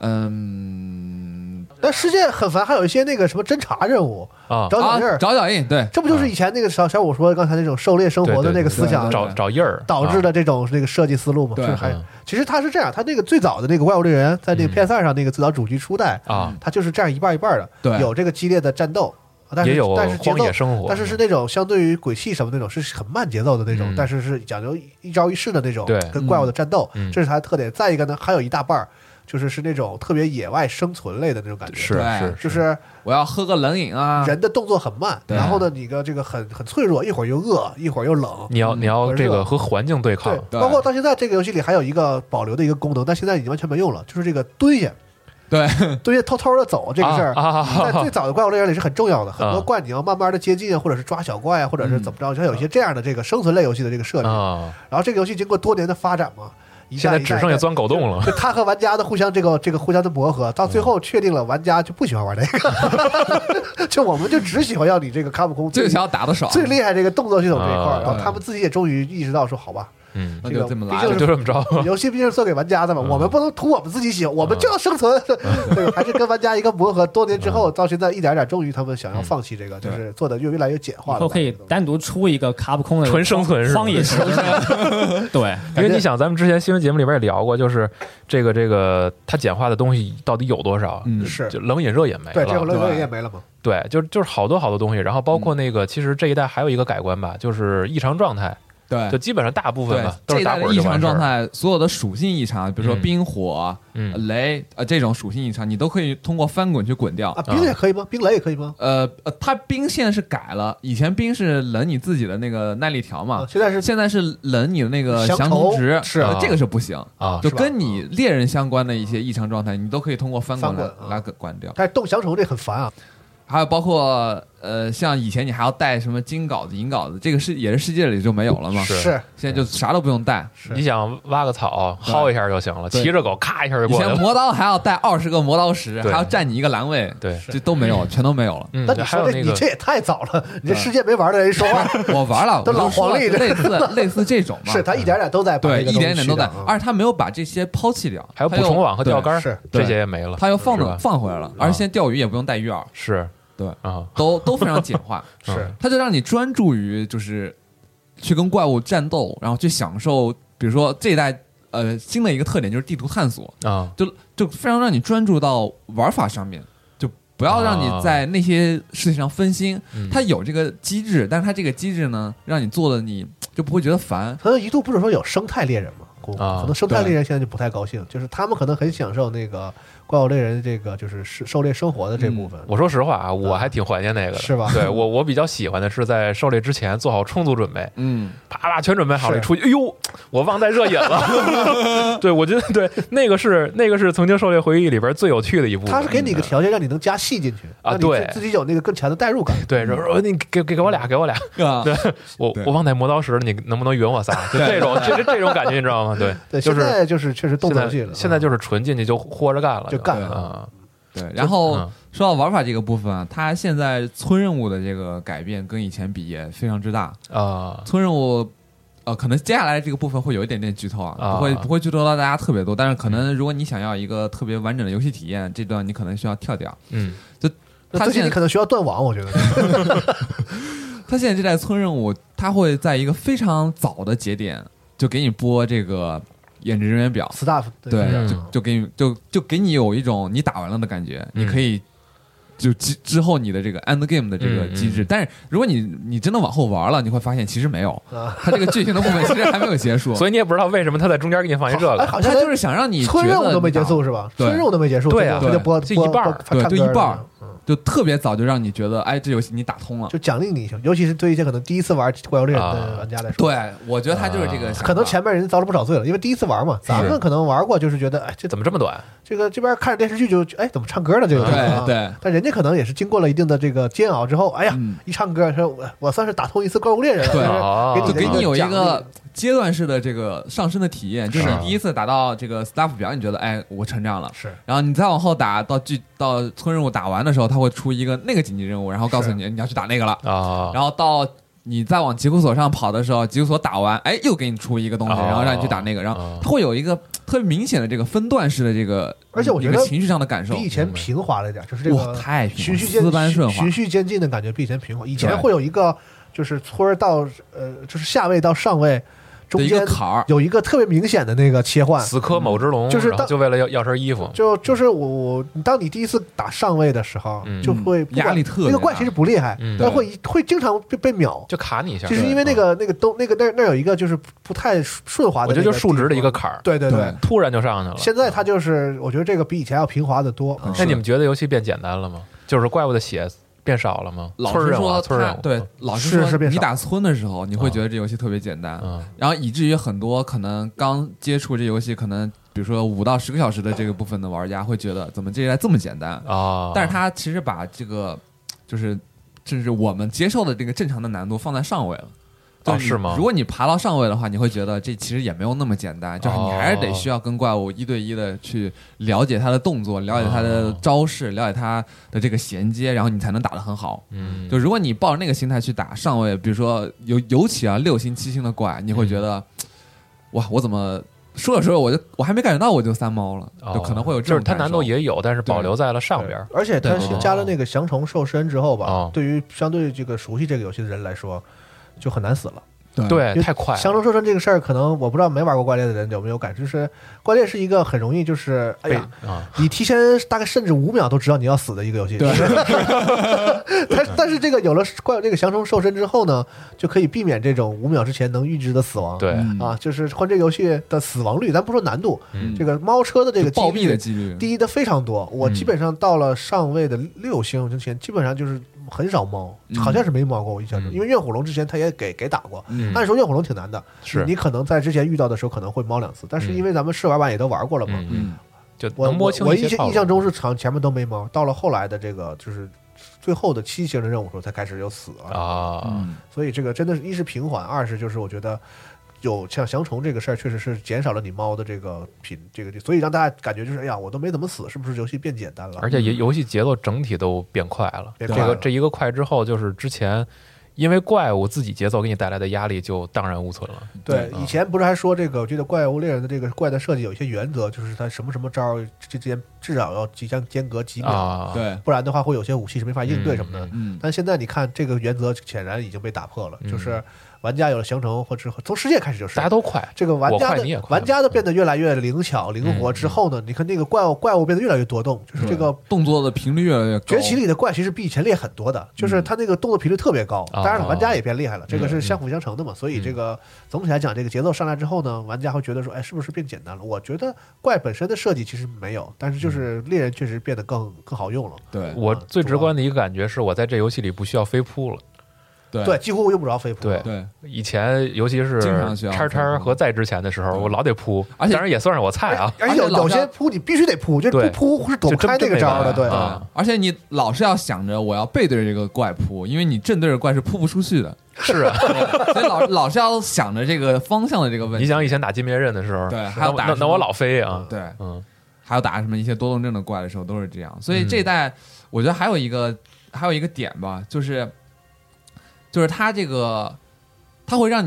Speaker 2: 但世界很烦，还有一些那个什么侦查任务
Speaker 4: 啊，
Speaker 3: 找脚印，对，
Speaker 2: 这不就是以前那个小五说刚才那种狩猎生活的那个思想
Speaker 4: 找印儿
Speaker 2: 导致的这种那个设计思路吗？
Speaker 3: 对，
Speaker 2: 其实它是这样，它那个最早的那个怪物猎人在那个 PS2 上那个最早主机初代它就是这样一半一半的，
Speaker 3: 对，
Speaker 2: 有这个激烈的战斗，
Speaker 4: 也有
Speaker 2: 荒
Speaker 4: 野生活，
Speaker 2: 但是那种相对于鬼泣什么那种是很慢节奏的那种，但是是讲究一招一式的那种跟怪物的战斗，这是它的特点。再一个呢，还有一大半就是那种特别野外生存类的那种感觉，
Speaker 4: 是
Speaker 2: 就是
Speaker 3: 我要喝个冷饮啊，
Speaker 2: 人的动作很慢，然后呢，你的这个很脆弱，一会儿又饿，一会儿又冷，
Speaker 4: 你要这个和环境对抗。
Speaker 2: 对，包括到现在这个游戏里还有一个保留的一个功能，但现在已经完全没用了，就是这个蹲下。
Speaker 3: 对，
Speaker 2: 蹲下偷偷的走这个事儿，在最早的怪物猎人里是很重要的。很多怪你要慢慢的接近，或者是抓小怪啊，或者是怎么着，像有一些这样的这个生存类游戏的这个设计。然后这个游戏经过多年的发展嘛。
Speaker 4: 现在只剩下钻狗洞了，
Speaker 2: 就他和玩家的互相这个互相的磨合，到最后确定了玩家就不喜欢玩这个，就我们就只喜欢要你这个卡普空
Speaker 3: 最想要打的少，
Speaker 2: 最厉害这个动作系统这一块，然后他们自己也终于意识到说好吧。
Speaker 3: 那就这么来，
Speaker 4: 就这么着。
Speaker 2: 游戏毕竟是做给玩家的嘛，我们不能图我们自己喜欢，我们就要生存。对，还是跟玩家一个磨合，多年之后到现在一点点，终于他们想要放弃这个，就是做的越来越简化了。
Speaker 5: 以后可以单独出一个卡普空的
Speaker 4: 纯生存
Speaker 5: 荒野生存。对，
Speaker 4: 因为你想，咱们之前新闻节目里边也聊过，就是这个它简化的东西到底有多少？
Speaker 2: 是
Speaker 4: 就冷饮热也没了，
Speaker 2: 对，这个冷饮热也没了嘛。
Speaker 4: 对，就是好多东西，然后包括那个，其实这一代还有一个改观吧，就是异常状态。
Speaker 3: 对，
Speaker 4: 就基本上大部分吧，都是打滚
Speaker 3: 的异常状态，所有的属性异常，比如说冰火、雷这种属性异常，你都可以通过翻滚去滚掉。
Speaker 2: 冰也可以吗？冰雷也可以吗？
Speaker 3: 它冰现在是改了，以前冰是冷你自己的那个耐力条嘛，现在是冷你的那个降头值，
Speaker 2: 是
Speaker 3: 这个是不行
Speaker 4: 啊，
Speaker 3: 就跟你猎人相关的一些异常状态，你都可以通过翻滚来关掉。
Speaker 2: 但是动降虫这很烦啊。
Speaker 3: 还有包括像以前你还要带什么金镐子、银镐子，这个也是世界里就没有了嘛。
Speaker 2: 是，
Speaker 3: 现在就啥都不用带。
Speaker 4: 你想挖个草薅一下就行了，骑着狗咔一下就过来了。
Speaker 3: 以前磨刀还要带20个磨刀石，还要占你一个栏位，
Speaker 4: 对，
Speaker 3: 这都没有，全都没有了。
Speaker 2: 那你说你这也太早了，你这世界没玩的人说话，
Speaker 3: 我玩了，
Speaker 2: 都老黄历
Speaker 3: 类似这种嘛。
Speaker 2: 是他一点点都在，
Speaker 3: 对，一点点都在，而且他没有把这些抛弃掉，
Speaker 4: 还有捕虫网和钓竿，
Speaker 2: 是
Speaker 4: 这些也没了，
Speaker 3: 他又放回来了，而且现在钓鱼也不用带鱼饵，
Speaker 4: 是。
Speaker 3: 对啊，都非常简化，
Speaker 2: 是，
Speaker 3: 它就让你专注于就是去跟怪物战斗，然后去享受，比如说这一代新的一个特点就是地图探索
Speaker 4: 啊，
Speaker 3: 就非常让你专注到玩法上面，就不要让你在那些事情上分心。它有这个机制，但是它这个机制呢，让你做的你就不会觉得烦。
Speaker 2: 可能一度不是说有生态猎人吗？可能生态猎人现在就不太高兴，就是他们可能很享受那个怪物猎人这个就是狩猎生活的这部分。
Speaker 4: 我说实话啊，我还挺怀念那个的，
Speaker 2: 是吧？
Speaker 4: 对我比较喜欢的是在狩猎之前做好充足准备，啪全准备好了，出去，哎呦，我忘带热饮了。对，我觉得对，那个是曾经狩猎回忆里边最有趣的一部分。
Speaker 2: 他是给你一个条件，让你能加戏进去
Speaker 4: 啊，对，
Speaker 2: 自己有那个更强的代入感。
Speaker 4: 对，说你给我俩，对，我忘带磨刀石了，你能不能匀我仨？就这种感觉，你知道吗？
Speaker 2: 对，现在就是确实动作戏了，
Speaker 4: 现在就是纯进去就豁着干了，
Speaker 2: 就干
Speaker 3: 了。对，然后说到玩法这个部分啊，它现在村任务的这个改变跟以前比也非常之大啊。村任务可能接下来这个部分会有一点点剧透啊，不会剧透到大家特别多，但是可能如果你想要一个特别完整的游戏体验，这段你可能需要跳掉。就
Speaker 2: 他现在你可能需要断网，我觉得。
Speaker 3: 他现在这代村任务，他会在一个非常早的节点就给你播这个演职人员表
Speaker 2: staff，
Speaker 3: 对，就给你就给你有一种你打完了的感觉，你可以。就之后你的这个 end game 的这个机制，但是如果你真的往后玩了，你会发现其实没有，它这个剧情的部分其实还没有结束，
Speaker 4: 所以你也不知道为什么他在中间给你放一这个，
Speaker 2: 好像
Speaker 3: 他就是想让你
Speaker 2: 村任务都没结束是吧？村任务都没结束，
Speaker 4: 对啊，
Speaker 2: 就播
Speaker 4: 就一半，
Speaker 3: 对，就一半。就特别早就让你觉得，哎，这游戏你打通了，
Speaker 2: 就奖励你一下，尤其是对一些可能第一次玩怪物猎人的玩家来说，
Speaker 3: 对，我觉得他就是这个，
Speaker 2: 可能前面人遭了不少罪了，因为第一次玩嘛，咱们可能玩过，就是觉得，哎，这
Speaker 4: 怎么这么短？
Speaker 2: 这边看着电视剧就，哎，怎么唱歌呢？这个
Speaker 3: 对，
Speaker 2: 但人家可能也是经过了一定的这个煎熬之后，哎呀，一唱歌说，我算是打通一次怪物猎人了，
Speaker 3: 对，就给你有一个阶段式的这个上升的体验，就是你第一次打到这个 staff 表，你觉得，哎，我成长了，
Speaker 2: 是，
Speaker 3: 然后你再往后打到村任务打完的时候，他会出一个那个紧急任务，然后告诉你要去打那个了啊，然后到你再往极苦所上跑的时候，极苦所打完，哎，又给你出一个东西，然后让你去打那个，然后它会有一个特别明显的这个分段式的这个，
Speaker 2: 而且我觉得
Speaker 3: 情绪上的感受
Speaker 2: 比以前平滑了一点，就是这个
Speaker 3: 太
Speaker 2: 循序渐进的感觉比以前平滑。以前会有一个就是村到就是下位到上位。中间有一个特别明显的那个切换，
Speaker 4: 死磕某只龙，
Speaker 2: 就是
Speaker 4: 就为了要身衣服，
Speaker 2: 就是我，当你第一次打上位的时候，就会
Speaker 3: 压力特别大，
Speaker 2: 那个怪其实不厉害，但会经常被秒，
Speaker 4: 就卡你一下，
Speaker 2: 就是因为那有一个就是不太顺滑的，
Speaker 4: 我觉得就是数值的一个坎儿，
Speaker 2: 对，
Speaker 4: 突然就上去了。
Speaker 2: 现在它就是我觉得这个比以前要平滑的多。
Speaker 4: 那你们觉得游戏变简单了吗？就是怪物的血变少了吗？
Speaker 3: 老实说，对，老实说，
Speaker 2: 是
Speaker 3: 你打村的时候，你会觉得这游戏特别简单，然后以至于很多可能刚接触这游戏，可能比如说5到10个小时的这个部分的玩家会觉得，怎么这一代这么简单啊？但是他其实把这个就是我们接受的这个正常的难度放在上位了。
Speaker 4: 是吗？
Speaker 3: 如果你爬到上位的话，你会觉得这其实也没有那么简单，就是你还是得需要跟怪物1对1的去了解他的动作，了解他的招式，了解他的这个衔接，然后你才能打得很好。就如果你抱着那个心态去打上位，比如说尤其6星7星的怪，你会觉得，哇，我怎么说着说着我还没感觉到我就3猫了，就可能会有这种
Speaker 4: 就是它难度也有，但是保留在了上边，
Speaker 2: 而且它加了那个降虫兽身之后吧，对于相对这个熟悉这个游戏的人来说。就很难死了，
Speaker 4: 对，太快了。
Speaker 2: 降虫兽身这个事儿，可能我不知道没玩过怪猎的人有没有感觉，就是怪猎是一个很容易就是哎呀，你提前大概甚至5秒都知道你要死的一个游戏。
Speaker 3: 对，
Speaker 2: 但是这个有了这个降虫兽身之后呢，就可以避免这种5秒之前能预知的死亡。
Speaker 4: 对
Speaker 2: 啊，就是换这个游戏的死亡率，咱不说难度，这个猫车的这个
Speaker 3: 暴毙的几率
Speaker 2: 低的非常多。我基本上到了上位的6星之前，基本上就是很少猫，好像是没猫过。我印象中，因为怨虎龙之前他也给打过，按说怨虎龙挺难的，
Speaker 4: 是
Speaker 2: 你可能在之前遇到的时候可能会猫2次，但是因为咱们试玩版也都玩过了嘛，
Speaker 4: 就能摸清一些。
Speaker 2: 我印象中是前面都没猫，到了后来的这个就是最后的7星的任务时候才开始有死啊，所以这个真的是一是平缓，二是就是我觉得。有像降虫这个事儿，确实是减少了你猫的这个所以让大家感觉就是哎呀，我都没怎么死，是不是游戏变简单了？
Speaker 4: 而且游戏节奏整体都变快了。这一个快之后，就是之前因为怪物自己节奏给你带来的压力就荡然无存了。
Speaker 2: 对，以前不是还说这个，我记得怪物猎人的这个怪的设计有一些原则，就是它什么招之间至少要即将间隔几秒，
Speaker 3: 对，
Speaker 2: 不然的话会有些武器是没法应对什么的。但现在你看这个原则显然已经被打破了，就是玩家有了降虫，或者从世界开始就是
Speaker 4: 大家都快，
Speaker 2: 这个玩家的变得越来越灵巧灵活之后呢，你看那个怪物变得越来越多动，就是这个
Speaker 3: 动作的频率越来越高。
Speaker 2: 崛起里的怪其实比以前厉害很多的，就是它那个动作频率特别高。当然了，玩家也变厉害了，这个是相辅相成的嘛。所以这个总体来讲，这个节奏上来之后呢，玩家会觉得说，哎，是不是变简单了？我觉得怪本身的设计其实没有，但是就是猎人确实变得更好用了。
Speaker 3: 对，
Speaker 4: 我最直观的一个感觉是，我在这游戏里不需要飞扑了。
Speaker 2: 对，几乎用不着飞扑。
Speaker 4: 对，以前尤其是叉和在之前的时候，我老得扑，
Speaker 3: 而且
Speaker 4: 当然也算是我菜啊。
Speaker 2: 而且有些扑你必须得扑，就是不扑是躲不开那个招的。对，
Speaker 3: 而且你老是要想着我要背对着这个怪扑，因为你正对着怪是扑不出去的。
Speaker 4: 是啊，
Speaker 3: 所以老是要想着这个方向的这个问题。
Speaker 4: 你想以前打金别刃的时候，
Speaker 3: 对，还要打
Speaker 4: 那我老飞啊。
Speaker 3: 对，还有打什么一些多动症的怪的时候都是这样。所以这一代我觉得还有一个点吧，就是它这个，它会让你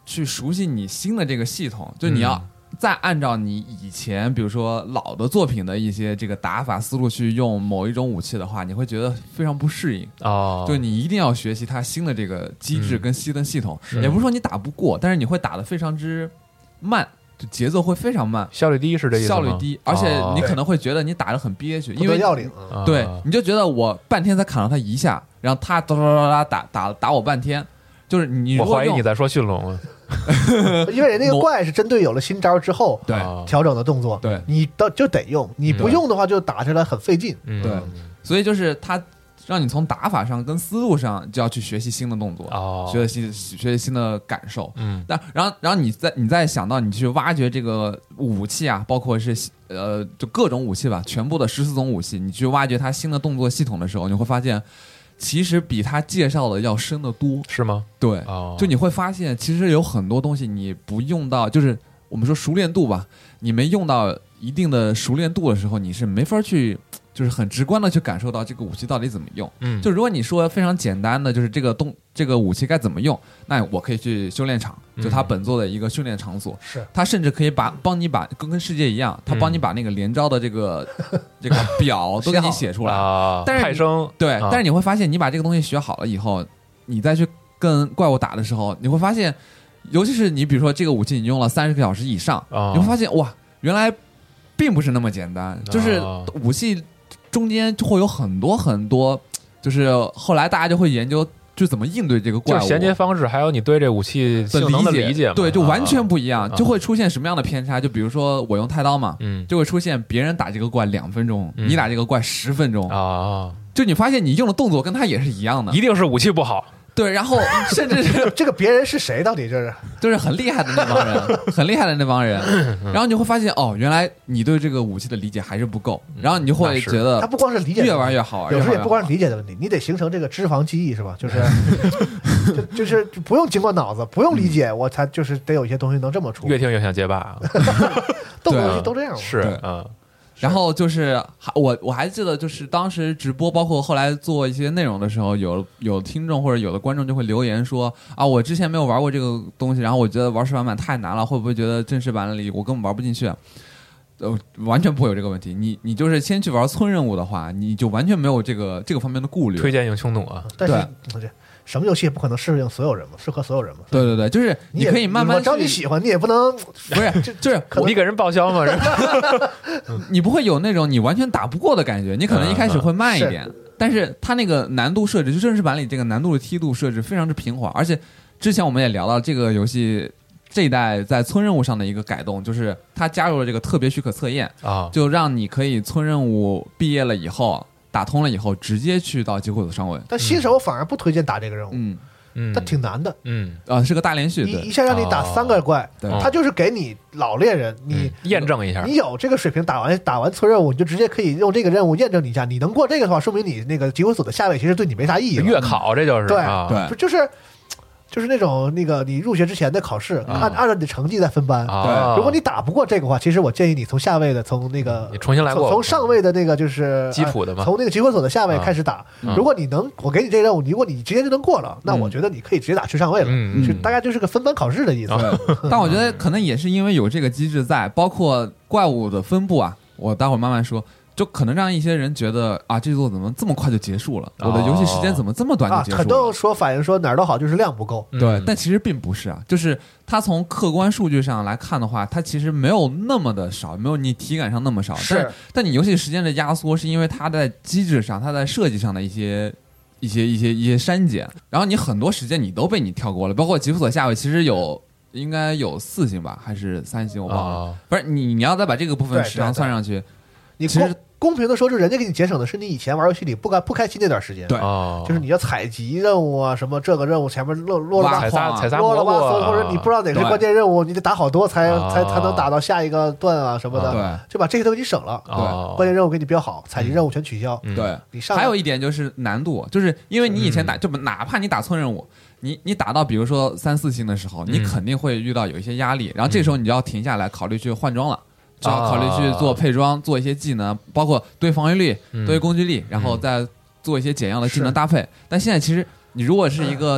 Speaker 3: 去熟悉你新的这个系统，就你要再按照你以前比如说老的作品的一些这个打法思路去用某一种武器的话，你会觉得非常不适应就你一定要学习它新的这个机制跟新的系统，也不是说你打不过，但是你会打得非常之慢，就节奏会非常慢，
Speaker 4: 效率低是这意思吗？
Speaker 3: 效率低，而且你可能会觉得你打得很憋屈，因为
Speaker 2: 要领，
Speaker 3: 对，你就觉得我半天才砍到他一下，然后他哒哒哒打我半天，就是你。
Speaker 4: 我怀疑你在说驯龙，
Speaker 2: 因为那个怪是针对有了新招之后
Speaker 3: 对
Speaker 2: 调整的动作，
Speaker 3: 对，
Speaker 2: 你就得用，你不用的话就打起来很费劲，
Speaker 3: 对，所以就是他。让你从打法上跟思路上就要去学习新的动作，学习新的感受。然后你再想到你去挖掘这个武器啊，包括是就各种武器吧，全部的14种武器，你去挖掘它新的动作系统的时候，你会发现，其实比他介绍的要深得多，
Speaker 4: 是吗？
Speaker 3: 对，就你会发现，其实有很多东西你不用到，就是我们说熟练度吧，你没用到一定的熟练度的时候，你是没法去。就是很直观的去感受到这个武器到底怎么用。就如果你说非常简单的，就是这个武器该怎么用，那我可以去修炼场，就它本作的一个训练场所。
Speaker 2: 是，
Speaker 3: 它甚至可以帮你把跟世界一样，它帮你把那个连招的这个表都给你写出来。但是
Speaker 4: 派生
Speaker 3: 对，但是你会发现，你把这个东西学好了以后，你再去跟怪物打的时候，你会发现，尤其是你比如说这个武器你用了30个小时以上，你会发现哇，原来并不是那么简单，就是武器。中间会有很多很多，就是后来大家就会研究，就怎么应对这个怪物，
Speaker 4: 就衔接方式，还有你对这武器性能的理解，
Speaker 3: 对，就完全不一样，就会出现什么样的偏差？就比如说我用太刀嘛，就会出现别人打这个怪2分钟，你打这个怪10分钟就你发现你用的动作跟他也是一样的，
Speaker 4: 一定是武器不好。
Speaker 3: 对，然后甚至是
Speaker 2: 这个别人是谁？到底
Speaker 3: 就是很厉害的那帮人，很厉害的那帮人。然后你会发现，哦，原来你对这个武器的理解还是不够。然后你就会觉得，
Speaker 2: 他不光是理解，
Speaker 3: 越玩越好玩。
Speaker 2: 有时候也不光是理解的问题，你得形成这个脂肪记忆，是吧？就是不用经过脑子，不用理解，我才就是得有一些东西能这么出。
Speaker 4: 越听越像街霸，
Speaker 2: 动作游戏都这样嘛。
Speaker 4: 是
Speaker 3: 然后就是我还记得，就是当时直播，包括后来做一些内容的时候，有听众或者有的观众就会留言说啊，我之前没有玩过这个东西，然后我觉得玩试玩版太难了，会不会觉得正式版里我根本玩不进去？完全不会有这个问题。你就是先去玩村任务的话，你就完全没有这个方面的顾虑。
Speaker 4: 推荐用匈奴啊，
Speaker 2: 但是什么游戏也不可能适应所有人嘛，适合所有人嘛。
Speaker 3: 对对对，就是你可以慢慢。
Speaker 2: 我知道你喜欢，你也不能
Speaker 3: 不是就是
Speaker 4: 你给人报销吗？
Speaker 3: 你不会有那种你完全打不过的感觉，你可能一开始会慢一点，但是它那个难度设置，就正式版里这个难度的梯度设置非常之平滑，而且之前我们也聊到这个游戏这一代在村任务上的一个改动，就是它加入了这个特别许可测验就让你可以村任务毕业了以后。打通了以后，直接去到机会组上位。
Speaker 2: 但新手反而不推荐打这个任务，它挺难的，
Speaker 3: 是个大连续，
Speaker 2: 一下让你打3个怪，它就是给你老猎人，你
Speaker 4: 验证一下，
Speaker 2: 你有这个水平，打完村任务，你就直接可以用这个任务验证你一下，你能过这个的话，说明你那个集会所的下位其实对你没啥意义了。
Speaker 4: 月考这就是
Speaker 2: 对，就是那种你入学之前的考试，按照你的成绩再分班。如果你打不过这个的话，其实我建议你从下位的，从那个
Speaker 4: 你重新来过，
Speaker 2: 从上位的那个就是
Speaker 4: 基础的嘛，
Speaker 2: 从那个集会所的下位开始打。如果你能，我给你这个任务，如果你直接就能过了，那我觉得你可以直接打去上位了。就大概就是个分班考试的意思。
Speaker 3: 但我觉得可能也是因为有这个机制在，包括怪物的分布啊，我待会儿慢慢说。就可能让一些人觉得啊，这座怎么这么快就结束了？我的游戏时间怎么这么短就结束了？
Speaker 2: 很多反映说哪儿都好，就是量不够。
Speaker 3: 对，但其实并不是啊，就是它从客观数据上来看的话，它其实没有那么的少，没有你体感上那么少。但你游戏时间的压缩是因为它在机制上、它在设计上的一些删减，然后你很多时间你都被你跳过了，包括吉普索下位其实应该有4星吧，还是3星我忘了。不是你要再把这个部分时长算上去，
Speaker 2: 你其实。公平的说，是人家给你节省的是你以前玩游戏里不开心那段时间。
Speaker 3: 对，
Speaker 2: 就是你要采集任务啊，什么这个任务前面啰了吧嗦，或者你不知道哪个是关键任务，你得打好多才能打到下一个段啊什么的。
Speaker 3: 对，
Speaker 2: 就把这些都给你省了。
Speaker 3: 对，
Speaker 2: 关键任务给你标好，采集任务全取消。
Speaker 3: 对，
Speaker 2: 你上
Speaker 3: 还有一点就是难度，就是因为你以前打，就哪怕你打村任务，你打到比如说3、4星的时候，你肯定会遇到有一些压力，然后这时候你就要停下来考虑去换装了。就要考虑去做配装，做一些技能，包括对防御力、对攻击力，然后再做一些简要的技能搭配。但现在其实你如果是一个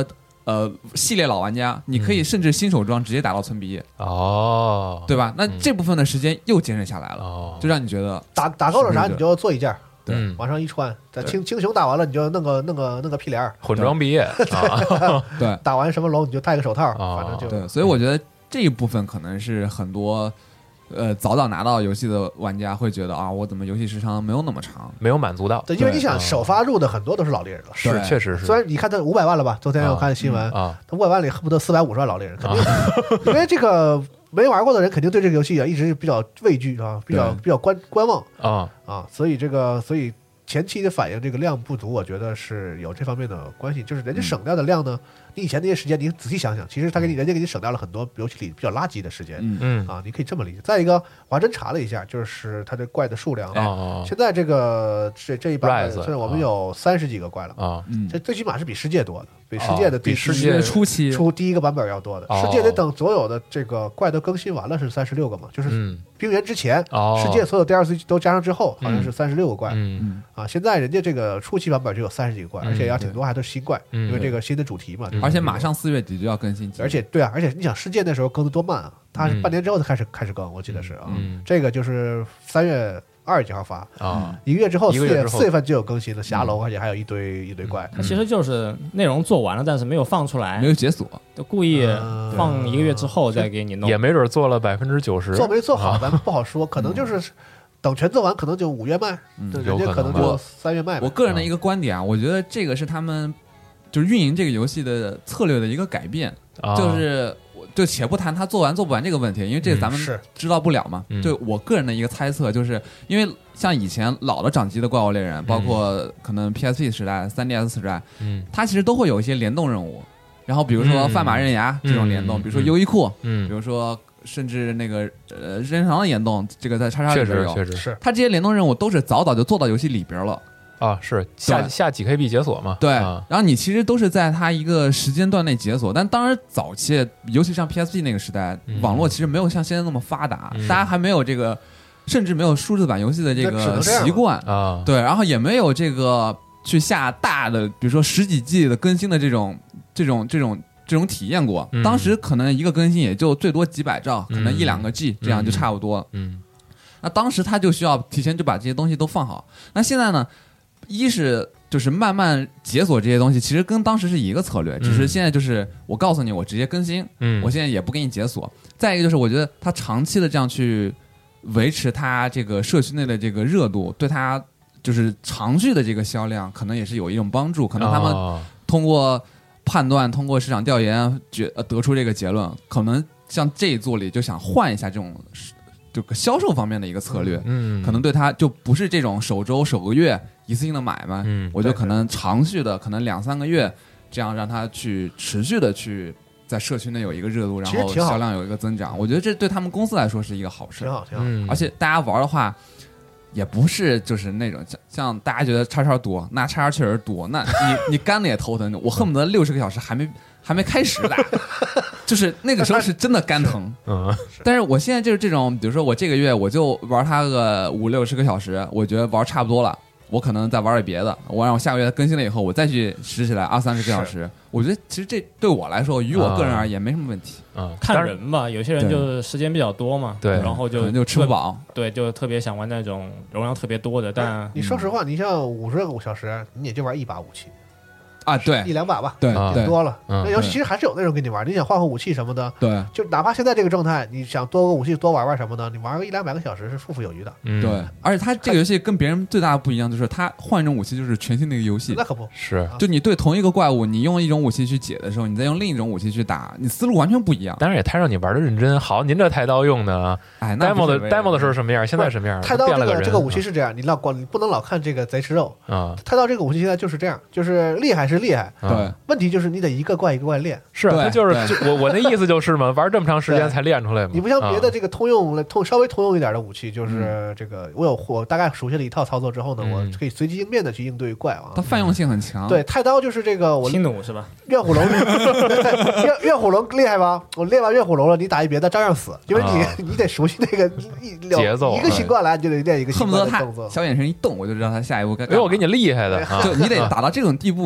Speaker 3: 系列老玩家，你可以甚至新手装直接打到村鼻
Speaker 4: 哦，
Speaker 3: 对吧？那这部分的时间又节省下来了，就让你觉得
Speaker 2: 打够了啥你就做一件，
Speaker 3: 对，
Speaker 2: 往上一穿。在青熊打完了，你就弄个屁帘
Speaker 4: 混装毕业
Speaker 3: 对，
Speaker 2: 打完什么龙你就戴个手套，反正就
Speaker 3: 对。所以我觉得这一部分可能是很多。早拿到游戏的玩家会觉得啊，我怎么游戏时长没有那么长，
Speaker 4: 没有满足到。
Speaker 2: 对，因为你想首发入的很多都是老猎人了，
Speaker 4: 是确实是。
Speaker 2: 虽然你看他500万了吧，昨天我看新闻
Speaker 4: 啊，
Speaker 2: 他500万里恨不得450万老猎人，肯定，因为这个没玩过的人肯定对这个游戏啊一直比较畏惧啊，比较观望啊，所以前期的反应这个量不足，我觉得是有这方面的关系。就是人家省掉的量呢，你以前那些时间，你仔细想想，其实人家给你省掉了很多游戏里比较垃圾的时间。你可以这么理解。再一个，我还真查了一下，就是它的怪的数量。现在这一版本，现在我们有30几个怪了啊。这最起码是比世界多的，比世界
Speaker 3: 初期
Speaker 2: 第一个版本要多的。世界得等所有的这个怪都更新完了是36个嘛，就是冰原之前，世界所有 DLC 都加上之后，好像是36个怪。现在人家这个初期版本就有30几个怪，而且要挺多还都是新怪，因为这个新的主题嘛。
Speaker 3: 而且马上4月底就要更新，
Speaker 2: 而且你想世界那时候更的多慢啊，它是半年之后才开始更，我记得是啊。这个就是3月20几号发啊，1个月之后4月份就有更新了霞龙，而且还有一堆怪。
Speaker 5: 它其实就是内容做完了，但是没有放出来，
Speaker 3: 没有解锁，
Speaker 5: 就故意放1个月之后再给你弄，
Speaker 4: 也没准做了90%，
Speaker 2: 做没做好咱们不好说，可能就是等全做完，可能就5月卖，人家可能就3月卖。
Speaker 3: 我个人的一个观点啊，我觉得这个是他们就是运营这个游戏的策略的一个改变，就且不谈他做完做不完这个问题，因为这个咱们知道不了嘛。就我个人的一个猜测，就是因为像以前老的掌机的怪物猎人，包括可能 PSP 时代、3DS 时代，它其实都会有一些联动任务，然后比如说范马刃牙这种联动，比如说优衣库，比如说甚至那个任天堂的联动，这个在叉里边有，
Speaker 4: 确实是
Speaker 3: 它这些联动任务都是早就做到游戏里边了。
Speaker 4: 是下几 KB 解锁嘛？
Speaker 3: 对，然后你其实都是在它一个时间段内解锁，但当然早期，尤其像 PSP 那个时代，网络其实没有像现在那么发达，大家还没有这个，甚至没有数字版游戏的这个习惯啊。对，然后也没有这个去下大的，比如说10几 G 的更新的这种体验过。当时可能一个更新也就最多几百兆，可能1-2个 G 这样就差不多。那当时他就需要提前就把这些东西都放好。那现在呢？一是就是慢慢解锁这些东西，其实跟当时是一个策略，只是现在就是我告诉你，我直接更新，我现在也不给你解锁。再一个就是我觉得它长期的这样去维持它这个社区内的这个热度，对它就是长续的这个销量可能也是有一种帮助。可能他们通过判断，通过市场调研得出这个结论，可能像这一座里就想换一下这种这个销售方面的一个策略，可能对它就不是这种首周首个月一次性的买卖，我就可能长续的，可能2-3个月，这样让它去持续的去在社区内有一个热度，然后销量有一个增长。我觉得这对他们公司来说是一个好事，
Speaker 2: 挺好。
Speaker 3: 而且大家玩的话，也不是就是那种像大家觉得叉多，那叉确实多，那你干的也头疼，我恨不得60个小时还没开始打，就是那个时候是真的肝疼。但是我现在就是这种，比如说我这个月我就玩它个50-60个小时，我觉得玩差不多了，我可能再玩点别的，让我下个月更新了以后，我再去拾起来20-30个小时。我觉得其实这对我来说，于我个人而言没什么问题。
Speaker 5: 看人吧，有些人就是时间比较多嘛，对，然后
Speaker 3: 就吃不饱，
Speaker 5: 对，就特别想玩那种容量特别多的。但
Speaker 2: 你说实话，你像50个小时，你也就玩一把武器。
Speaker 3: 对
Speaker 2: ，1-2把吧，
Speaker 3: 对，
Speaker 2: 挺多了。那游戏其实还是有那种跟你玩，你想换武器什么的，
Speaker 3: 对，
Speaker 2: 就哪怕现在这个状态，你想多个武器多玩什么的，你玩个100-200个小时是富有余的。
Speaker 3: 对，而且它这个游戏跟别人最大的不一样就是它换一种武器就是全新的一个游戏。
Speaker 2: 那可不
Speaker 4: 是，
Speaker 3: 就你对同一个怪物，你用一种武器去解的时候，你再用另一种武器去打，你思路完全不一样。
Speaker 4: 当然也太让你玩的认真。好，您这太刀用的，demo 的时候什么样，现在什么样？
Speaker 2: 太刀这个武器是这样，你不能老看这个贼吃肉啊。太刀这个武器现在就是这样，就是厉害是厉害，
Speaker 3: 对。
Speaker 2: 问题就是你得一个怪一个怪练，
Speaker 4: 是，他就是我那意思就是嘛，玩这么长时间才练出来嘛。
Speaker 2: 你不像别的这个稍微通用一点的武器，就是这个我大概熟悉了一套操作之后呢，我可以随机应变的去应对怪啊。
Speaker 3: 它泛用性很强。
Speaker 2: 对，太刀就是这个
Speaker 5: 轻弩是吧？
Speaker 2: 怨虎龙，怨虎龙厉害吧？我练完怨虎龙了，你打一别的照样死，因为你得熟悉那个
Speaker 4: 节奏，
Speaker 2: 一个新怪来你就得练一个新怪的动作。
Speaker 3: 小眼神一动，我就知道他下一步该。
Speaker 4: 因为我给你厉害的，
Speaker 3: 就你得打到这种地步，你才觉得。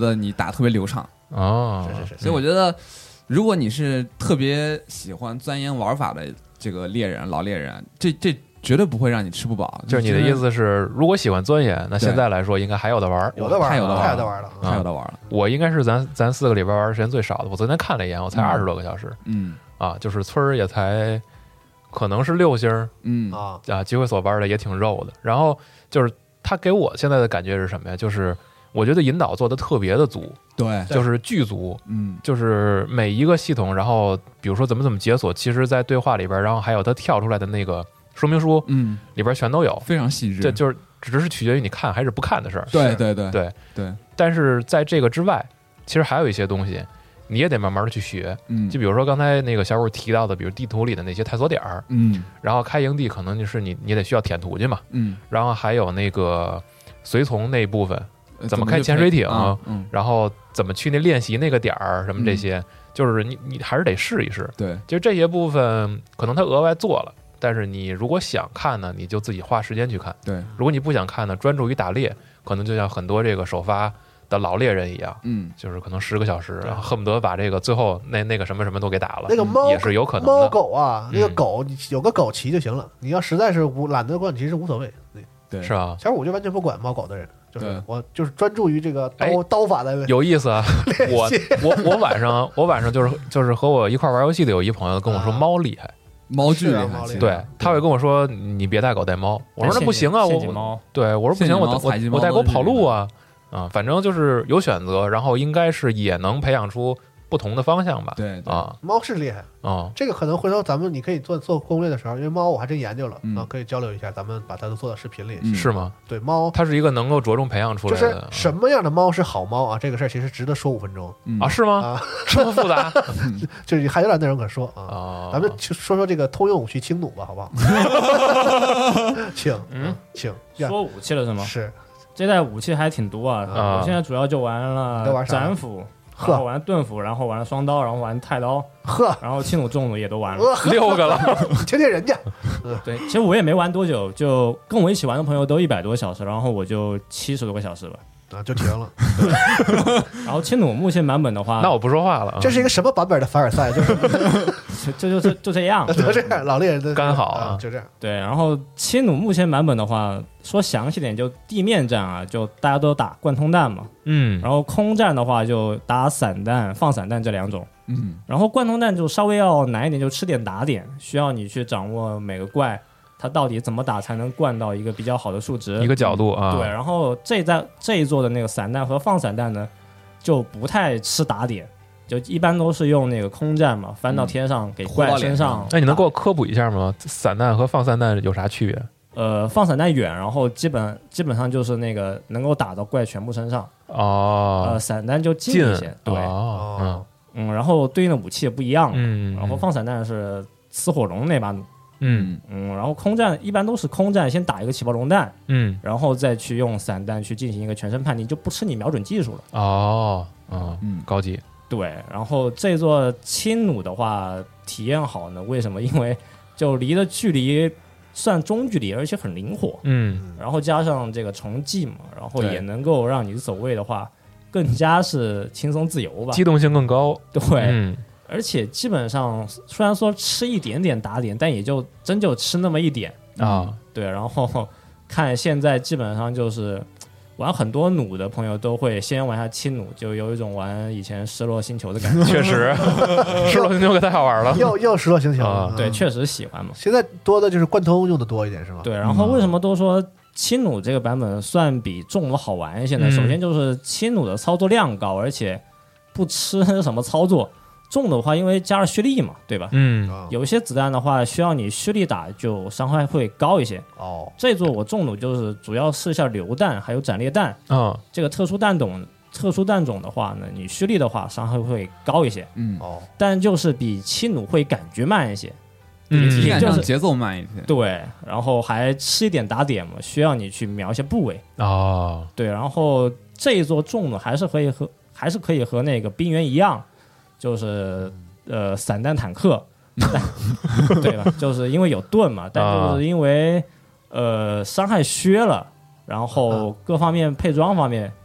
Speaker 3: 得你打特别流畅
Speaker 4: 哦。
Speaker 2: 是，
Speaker 3: 所以我觉得，如果你是特别喜欢钻研玩法的这个猎人老猎人，这绝对不会让你吃不饱。
Speaker 4: 就是你的意思是，如果喜欢钻研，那现在来说应该还有的玩，
Speaker 2: 有的玩，
Speaker 3: 太有的玩
Speaker 2: 了，
Speaker 3: 太有的玩了。
Speaker 4: 我应该是咱4个里边玩的时间最少的。我昨天看了一眼，我才20多个小时。就是村儿也才可能是6星。集会所玩的也挺肉的。然后就是他给我现在的感觉是什么呀？就是我觉得引导做的特别的足。
Speaker 3: 对，
Speaker 4: 就是巨足。就是每一个系统，然后比如说怎么解锁，其实在对话里边，然后还有他跳出来的那个说明书，里边全都有，
Speaker 3: 非常细致。
Speaker 4: 这就是只是取决于你看还是不看的事儿。
Speaker 3: 对。
Speaker 4: 但是在这个之外，其实还有一些东西，你也得慢慢的去学。就比如说刚才那个小五提到的，比如地图里的那些探索点儿。然后开营地可能就是你得需要舔图去嘛。然后还有那个随从那部分，怎么开潜水艇，然后怎么去那练习那个点儿什么这些，就是你还是得试一试。
Speaker 3: 对，
Speaker 4: 就这些部分可能他额外做了。但是你如果想看呢，你就自己花时间去看。
Speaker 3: 对，
Speaker 4: 如果你不想看呢，专注于打猎，可能就像很多这个首发的老猎人一样，就是可能10个小时，然后恨不得把这个最后那个什么什么都给打了。
Speaker 2: 那个猫
Speaker 4: 也是有可能的。
Speaker 2: 猫狗啊，那个狗有个狗骑就行了。你要实在是懒得管，其实无所谓。
Speaker 3: 对，
Speaker 4: 是吧？
Speaker 2: 小五就完全不管猫狗的人，就是我就是专注于这个刀法的。
Speaker 4: 有意思啊！我晚上就是和我一块玩游戏的有一朋友跟我说猫厉害。
Speaker 3: 猫巨厉害，
Speaker 4: 对，他会跟我说你别带狗带猫，我说那不行啊，我说不行，我带狗跑路啊，反正就是有选择，然后应该是也能培养出不同的方向吧。
Speaker 3: 对
Speaker 2: 猫是厉害这个可能回头你可以做攻略的时候，因为猫我还真研究了可以交流一下，咱们把它都做到视频里。
Speaker 4: 是吗？
Speaker 2: 对，猫
Speaker 4: 它是一个能够着重培养出来的。
Speaker 2: 就是什么样的猫是好猫啊？这个事儿其实值得说5分钟
Speaker 4: 是吗？这么复杂？
Speaker 2: 就是还有点内容可说咱们说说这个通用武器轻弩吧，好不好？轻
Speaker 5: 说武器了是吗？
Speaker 2: 是，
Speaker 5: 这代武器还挺多我现在主要就玩了斩斧。然后玩盾斧，然后玩双刀，然后玩太刀，然后轻弩重弩也都玩了
Speaker 4: ，6个了，
Speaker 2: 听听人家。
Speaker 5: 对，其实我也没玩多久，就跟我一起玩的朋友都100多小时，然后我就70多个小时吧。
Speaker 2: 就停了。
Speaker 5: 然后轻弩目前版本的话，
Speaker 4: 那我不说话了。
Speaker 2: 这是一个什么版本的凡尔赛？就
Speaker 5: 这样，
Speaker 2: 就这样，老猎人的
Speaker 4: 刚好
Speaker 2: 就这样。
Speaker 5: 对，然后轻弩目前版本的话，说详细点，就地面战就大家都打贯通弹嘛。然后空战的话就打散弹、放散弹这2种。然后贯通弹就稍微要难一点，就吃点打点，需要你去掌握每个怪。它到底怎么打才能灌到一个比较好的数值？
Speaker 4: 一个角度
Speaker 5: 对，然后这一座的那个散弹和放散弹呢，就不太吃打点，就一般都是用那个空战嘛，翻到天上给怪身上。
Speaker 4: 那你能给我科普一下吗？散弹和放散弹有啥区别？
Speaker 5: 放散弹远，然后基本上就是那个能够打到怪全部身上。散弹就近一些。对。然后对应的武器也不一样。然后放散弹是雌火龙那把弩。然后空战一般都是空战先打一个起爆龙弹，然后再去用散弹去进行一个全身判定，就不吃你瞄准技术了。
Speaker 4: 高级。
Speaker 5: 对，然后这座轻弩的话体验好呢，为什么？因为就离的距离算中距离，而且很灵活。然后加上这个重技嘛，然后也能够让你走位的话更加是轻松自由吧，
Speaker 4: 机动性更高。
Speaker 5: 对。而且基本上虽然说吃一点点打点，但也就吃那么一点对，然后看现在基本上就是玩很多弩的朋友都会先玩下轻弩，就有一种玩以前失落星球的感觉。
Speaker 4: 确实，失落星球可太好玩了。
Speaker 2: 又失落星球
Speaker 5: 对，确实喜欢嘛。
Speaker 2: 现在多的就是贯通用的多一点是吗？
Speaker 5: 对，然后为什么都说轻弩这个版本算比重弩好玩一些呢？首先就是轻弩的操作量高，而且不吃什么操作。重的话因为加了蓄力嘛，对吧？有一些子弹的话需要你蓄力打，就伤害会高一些。这座我重弩就是主要试一下榴弹还有斩裂弹。这个特殊弹种的话呢，你蓄力的话伤害会高一些。但就是比轻弩会感觉慢一些。
Speaker 3: 体感上节奏慢一些。
Speaker 5: 对，然后还吃一点打点嘛，需要你去瞄一些部位。对，然后这一座重弩还是可以和那个冰原一样。就是散弹坦克，对吧？就是因为有盾嘛，但就是因为伤害削了，然后各方面配装方面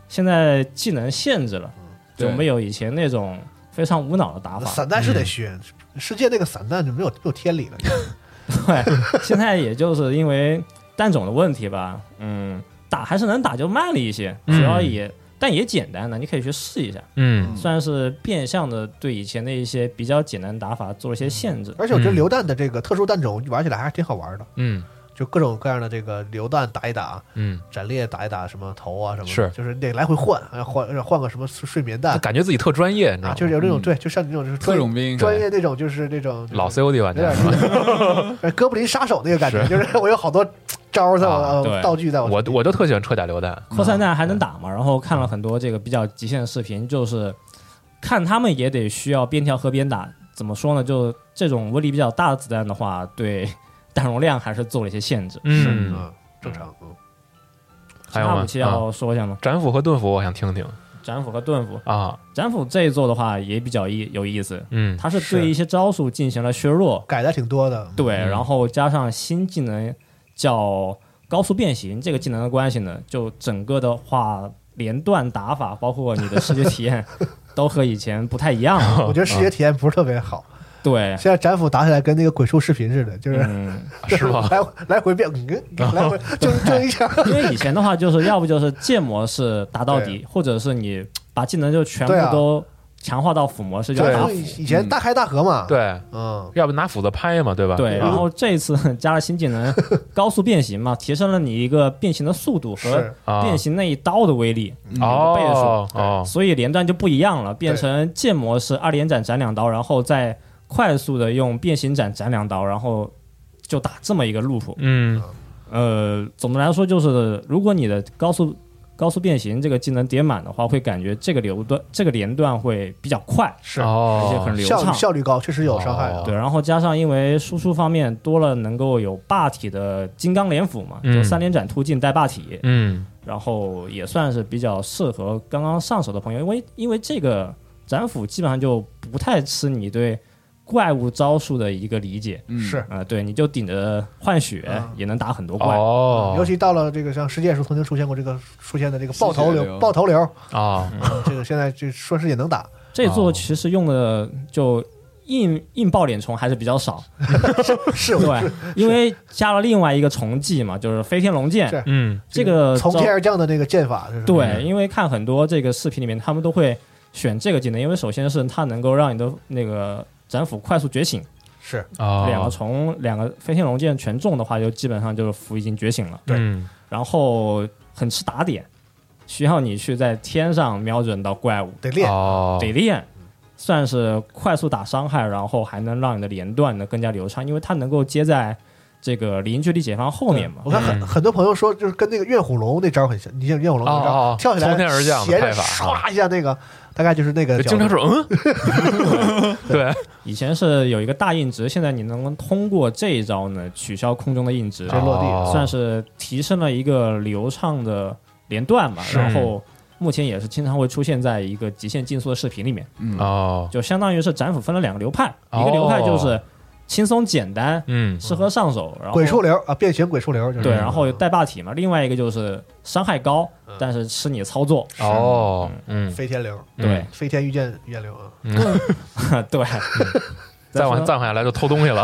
Speaker 5: 现在技能限制了，就没有以前那种非常无脑的打法。
Speaker 2: 散弹是得学，世界那个散弹就没有天理了。
Speaker 5: 对，现在也就是因为弹种的问题吧，打还是能打，就慢了一些，主要但也简单的，你可以去试一下。算是变相的对以前的一些比较简单的打法做了一些限制。
Speaker 2: 而且我觉得榴弹的这个特殊弹种玩起来还是挺好玩的。就各种各样的这个榴弹打一打，斩裂打一打，什么头啊什么的，
Speaker 4: 是
Speaker 2: 就是得来回换个什么睡眠弹，
Speaker 4: 感觉自己特专业，你知道吗？
Speaker 2: 就是有这种对，就像这种就是
Speaker 3: 特种兵
Speaker 2: 专业那种，就是那种
Speaker 4: 老 COD 玩家，
Speaker 2: 哥布林杀手那个感觉，就是我有好多招在我道具在
Speaker 4: 我就特喜欢车甲榴弹，
Speaker 5: 扩散弹还能打嘛？然后看了很多这个比较极限的视频，就是看他们也得需要边跳河边打。怎么说呢？就这种威力比较大的子弹的话，对弹容量还是做了一些限制。
Speaker 2: 正常。
Speaker 4: 还有吗？
Speaker 5: 武器要说一下吗？
Speaker 4: 斩斧和盾斧，我想听听。
Speaker 5: 斩斧和盾斧
Speaker 4: 啊，
Speaker 5: 斩斧这一做的话也比较有意思。它是对一些招数进行了削弱，
Speaker 2: 改的挺多的。
Speaker 5: 对，然后加上新技能叫高速变形这个技能的关系呢，就整个的话连段打法，包括你的视觉体验都和以前不太一样了。
Speaker 2: 我觉得视觉体验不是特别好。
Speaker 5: 对，
Speaker 2: 现在斩斧打起来跟那个鬼畜视频似的，就是
Speaker 4: 是吗？
Speaker 2: 来回变，来回就一下。
Speaker 5: 因为以前的话，就是要不就是剑模式打到底，或者是你把技能就全部都强化到辅模式，就打辅。
Speaker 2: 以前大开大合嘛，
Speaker 4: 对，要不拿斧子拍嘛，对吧？
Speaker 5: 对，然后这一次加了新技能高速变形嘛，提升了你一个变形的速度和变形那一刀的威力倍数，所以连段就不一样了，变成剑模式2连斩斩2刀，然后再快速的用变形斩斩2刀，然后就打这么一个路谱。总的来说就是，如果你的高速变形这个技能叠满的话，会感觉这个连段会比较快，而且很流畅，
Speaker 2: 效率高，确实有伤害。
Speaker 5: 对，然后加上因为输出方面多了能够有霸体的金刚连斧嘛，就3连斩突进带霸体，然后也算是比较适合刚刚上手的朋友，因为这个斩斧基本上就不太吃你对怪物招数的一个理解，对，你就顶着换血也能打很多怪。
Speaker 2: 尤其到了这个像世界时曾经出现的这个爆头流啊，这个现在这说是也能打。
Speaker 5: 这座其实用的就硬爆脸虫还是比较少，
Speaker 2: 是
Speaker 5: 对，因为加了另外一个虫技嘛，就是飞天龙剑。这个
Speaker 2: 从天而降的那个剑法，
Speaker 5: 对，因为看很多这个视频里面，他们都会选这个技能，因为首先是它能够让你的那个斩斧快速觉醒，
Speaker 2: 是
Speaker 5: 两个飞天龙剑全中的话，就基本上就是斧已经觉醒了。
Speaker 2: 对，
Speaker 5: 然后很吃打点，需要你去在天上瞄准到怪物，
Speaker 2: 得练，
Speaker 5: 算是快速打伤害，然后还能让你的连段呢更加流畅，因为它能够接在这个零距离解放后面嘛。
Speaker 2: 我看很多朋友说，就是跟那个怨虎龙那招很像，你像怨虎龙那招跳起来
Speaker 4: 从天而降的拍法，
Speaker 2: 唰一下那个。大概就是那个
Speaker 4: 经常说对，
Speaker 5: 以前是有一个大硬直，现在你能通过这一招呢取消空中的硬直
Speaker 2: 落地，
Speaker 5: 算是提升了一个流畅的连段吧。然后目前也是经常会出现在一个极限竞速的视频里面。就相当于是斩斧分了2个流派，一个流派就是轻松简单，适合上手，然后
Speaker 2: 鬼畜流啊，变形鬼畜流，
Speaker 5: 对，然后带霸体嘛。另外一个就是伤害高，但是吃你操作。
Speaker 2: 飞天流，
Speaker 5: 对，
Speaker 2: 飞天御剑流啊，
Speaker 5: 对，
Speaker 4: 再往葬下来就偷东西了。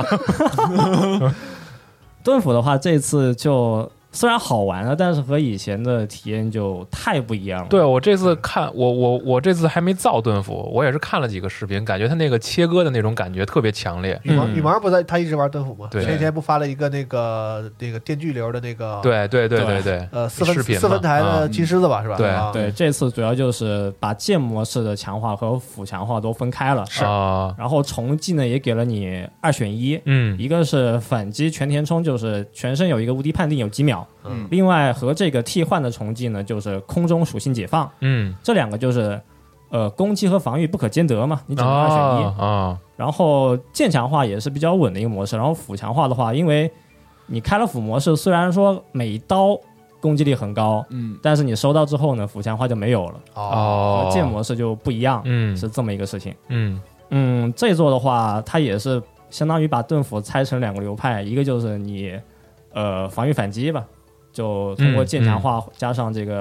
Speaker 5: 盾斧的话，这次就虽然好玩了，但是和以前的体验就太不一样了。
Speaker 4: 对，我这次看我这次还没造盾斧，我也是看了几个视频，感觉他那个切割的那种感觉特别强烈。
Speaker 2: 羽毛不在，他一直玩盾斧吗？
Speaker 4: 对，
Speaker 2: 前几天不发了一个那个电锯流的那个，
Speaker 4: 对，
Speaker 2: 四分台的金狮子吧，是吧？
Speaker 5: 对，这次主要就是把剑模式的强化和辅强化都分开了，然后重技呢也给了你2选1，一个是反击全填充，就是全身有一个无敌判定有几秒。另外和这个替换的重技呢，就是空中属性解放。这2个就是攻击和防御不可兼得嘛，你只能2选1。然后剑强化也是比较稳的一个模式，然后辅强化的话，因为你开了辅模式，虽然说每一刀攻击力很高，但是你收到之后呢，辅强化就没有了。和剑模式就不一样，是这么一个事情。这座的话，它也是相当于把盾斧拆成2个流派，一个就是你防御反击吧。就通过剑强化加上这个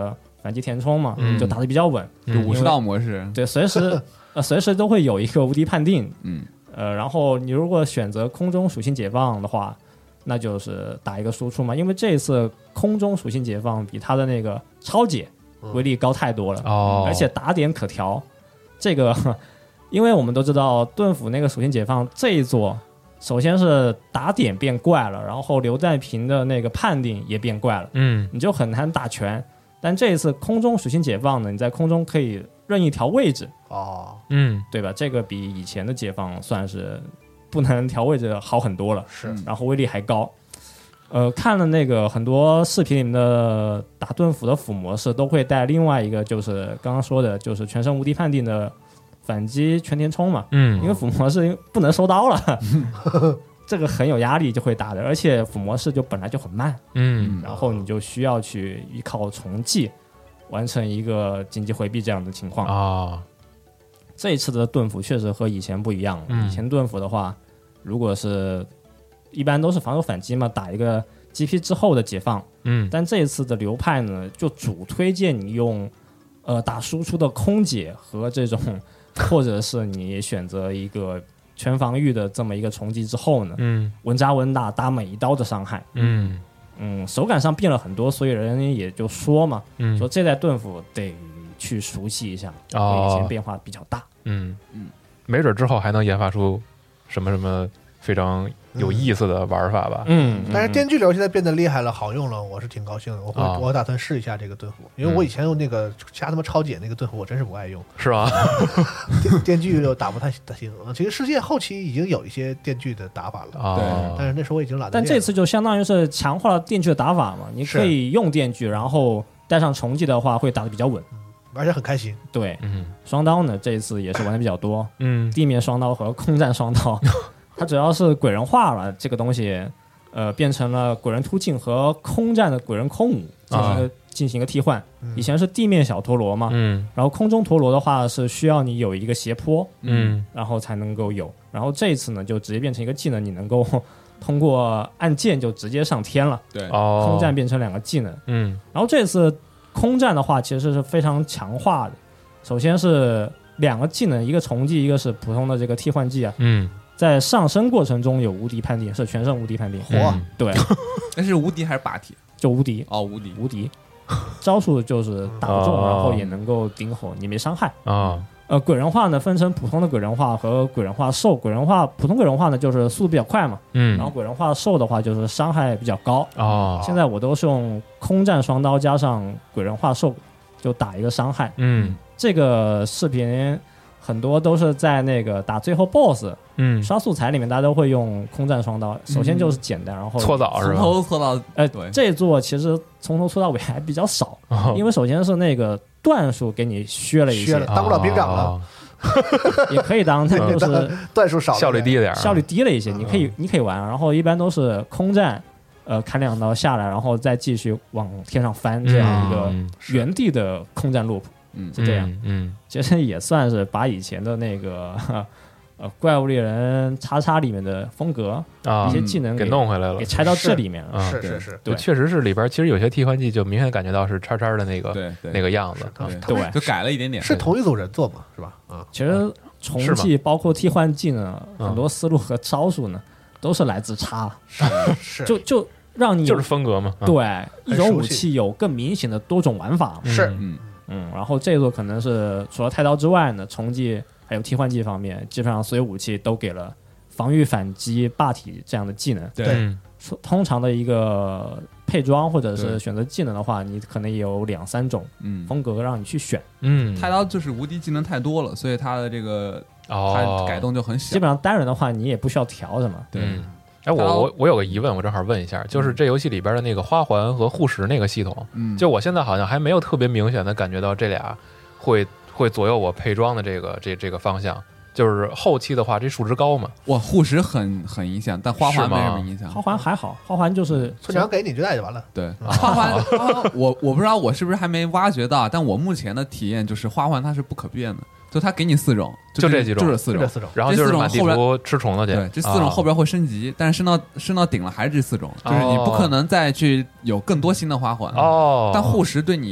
Speaker 5: 反击填充嘛，就打得比较稳
Speaker 3: ，50道模式，
Speaker 5: 对，随时都会有一个无敌判定，然后你如果选择空中属性解放的话，那就是打一个输出嘛，因为这一次空中属性解放比它的那个超解威力高太多了，而且打点可调，这个因为我们都知道盾斧那个属性解放这一座。首先是打点变怪了，然后刘在平的那个判定也变怪了，你就很难打全。但这一次空中属性解放呢，你在空中可以任意调位置，对吧？这个比以前的解放算是不能调位置好很多了，
Speaker 2: 是，
Speaker 5: 然后威力还高。看了那个很多视频里面的打盾斧的斧模式，都会带另外一个，就是刚刚说的，就是全身无敌判定的。反击全填充嘛，因为辅模式不能收刀了，这个很有压力就会打的，而且辅模式就本来就很慢，然后你就需要去依靠重技完成一个紧急回避这样的情况啊。这一次的盾斧确实和以前不一样了，以前盾斧的话，如果是一般都是防守反击嘛，打一个 GP 之后的解放，但这一次的流派呢，就主推荐你用打输出的空解和这种。或者是你选择一个全防御的这么一个重击之后呢，稳扎稳打打每一刀的伤害，手感上变了很多，所以人也就说嘛，说这代盾斧得去熟悉一下，以前变化比较大，
Speaker 4: 没准之后还能研发出什么非常有意思的玩法吧。
Speaker 2: 但是电锯流现在变得厉害了，好用了，我是挺高兴的。我打算试一下这个盾斧，因为我以前用那个瞎他妈超解那个盾斧，我真是不爱用。
Speaker 4: 是吧？
Speaker 2: 电锯流打不太行。其实世界后期已经有一些电锯的打法了，对，但是那时候我已经懒得。
Speaker 5: 但这次就相当于是强化了电锯的打法嘛，你可以用电锯，然后带上重击的话，会打得比较稳。
Speaker 2: 而且很开心，
Speaker 5: 对，双刀呢，这一次也是玩的比较多，地面双刀和空战双刀，它主要是鬼人化了这个东西，变成了鬼人突进和空战的鬼人空舞进行一个替换。以前是地面小陀螺嘛，然后空中陀螺的话是需要你有一个斜坡，然后才能够有。然后这一次呢，就直接变成一个技能，你能够通过按键就直接上天了。
Speaker 3: 对，
Speaker 5: 空战变成2个技能，然后这次。空战的话其实是非常强化的，首先是2个技能，一个重技，一个是普通的这个替换技啊。在上升过程中有无敌判定，是全胜无敌判定。对，
Speaker 3: 那是无敌还是靶体？
Speaker 5: 就无敌
Speaker 3: 哦，无敌。
Speaker 5: 招数就是打不中，然后也能够顶火，你没伤害啊。鬼人化呢分成普通的鬼人化和鬼人化兽。鬼人化普通鬼人化呢就是速度比较快嘛，然后鬼人化兽的话就是伤害比较高啊。现在我都是用空战双刀加上鬼人化兽就打一个伤害。这个视频很多都是在那个打最后 BOSS，刷素材里面大家都会用空战双刀。首先就是简单，然后
Speaker 4: 搓澡是吧？
Speaker 3: 从头搓到
Speaker 5: 对，这座其实从头搓到尾还比较少，因为首先是那个段数给你削了一些，
Speaker 2: 当不了兵长了。
Speaker 5: 也可以当，但就是
Speaker 2: 段数少，
Speaker 4: 效率低了点，
Speaker 5: 效率低了一些。你可以玩，然后一般都是空战，砍2刀下来，然后再继续往天上翻，这样一个原地的空战loop。是这样，其实也算是把以前的那个怪物猎人XXX里面的风格一些技能
Speaker 4: 给弄回来了，
Speaker 5: 给拆到这里面了。
Speaker 2: 是，
Speaker 5: 对，
Speaker 4: 确实是里边其实有些替换技就明显感觉到是XXX的那个样子，
Speaker 5: 对，
Speaker 3: 就改了一点点。
Speaker 2: 是同一组人做嘛，是吧？
Speaker 5: 其实重技包括替换技呢，很多思路和招数呢都是来自XXX，
Speaker 2: 是，
Speaker 5: 就让你
Speaker 4: 就是风格嘛，
Speaker 5: 对，一种武器有更明显的多种玩法，
Speaker 2: 是，
Speaker 5: 然后这一座可能是除了太刀之外呢，重技还有替换技方面，基本上所有武器都给了防御、反击、霸体这样的技能。
Speaker 2: 对，
Speaker 5: 通常的一个配装或者是选择技能的话，你可能也有2-3种风格让你去选。
Speaker 3: 太刀就是无敌技能太多了，所以它的这个它改动就很小。
Speaker 5: 基本上单人的话，你也不需要调什么。
Speaker 3: 对。
Speaker 4: 哎，我有个疑问，我正好问一下，就是这游戏里边的那个花环和护石那个系统，就我现在好像还没有特别明显的感觉到这俩会左右我配装的这个方向。就是后期的话，这数值高嘛？
Speaker 3: 哇，护石很影响，但花环没什么影响。
Speaker 5: 花环还好，花环就是
Speaker 2: 村长给你就带就完了。
Speaker 3: 对，花环我不知道我是不是还没挖掘到，但我目前的体验就是花环它是不可变的。就它给你4种，
Speaker 4: 就这几种，
Speaker 3: 就是4种，
Speaker 4: 然后就是满地图吃虫子去。
Speaker 3: 对，这4种后边会升级，但是升到顶了还是这4种，就是你不可能再去有更多新的花环。但护石对你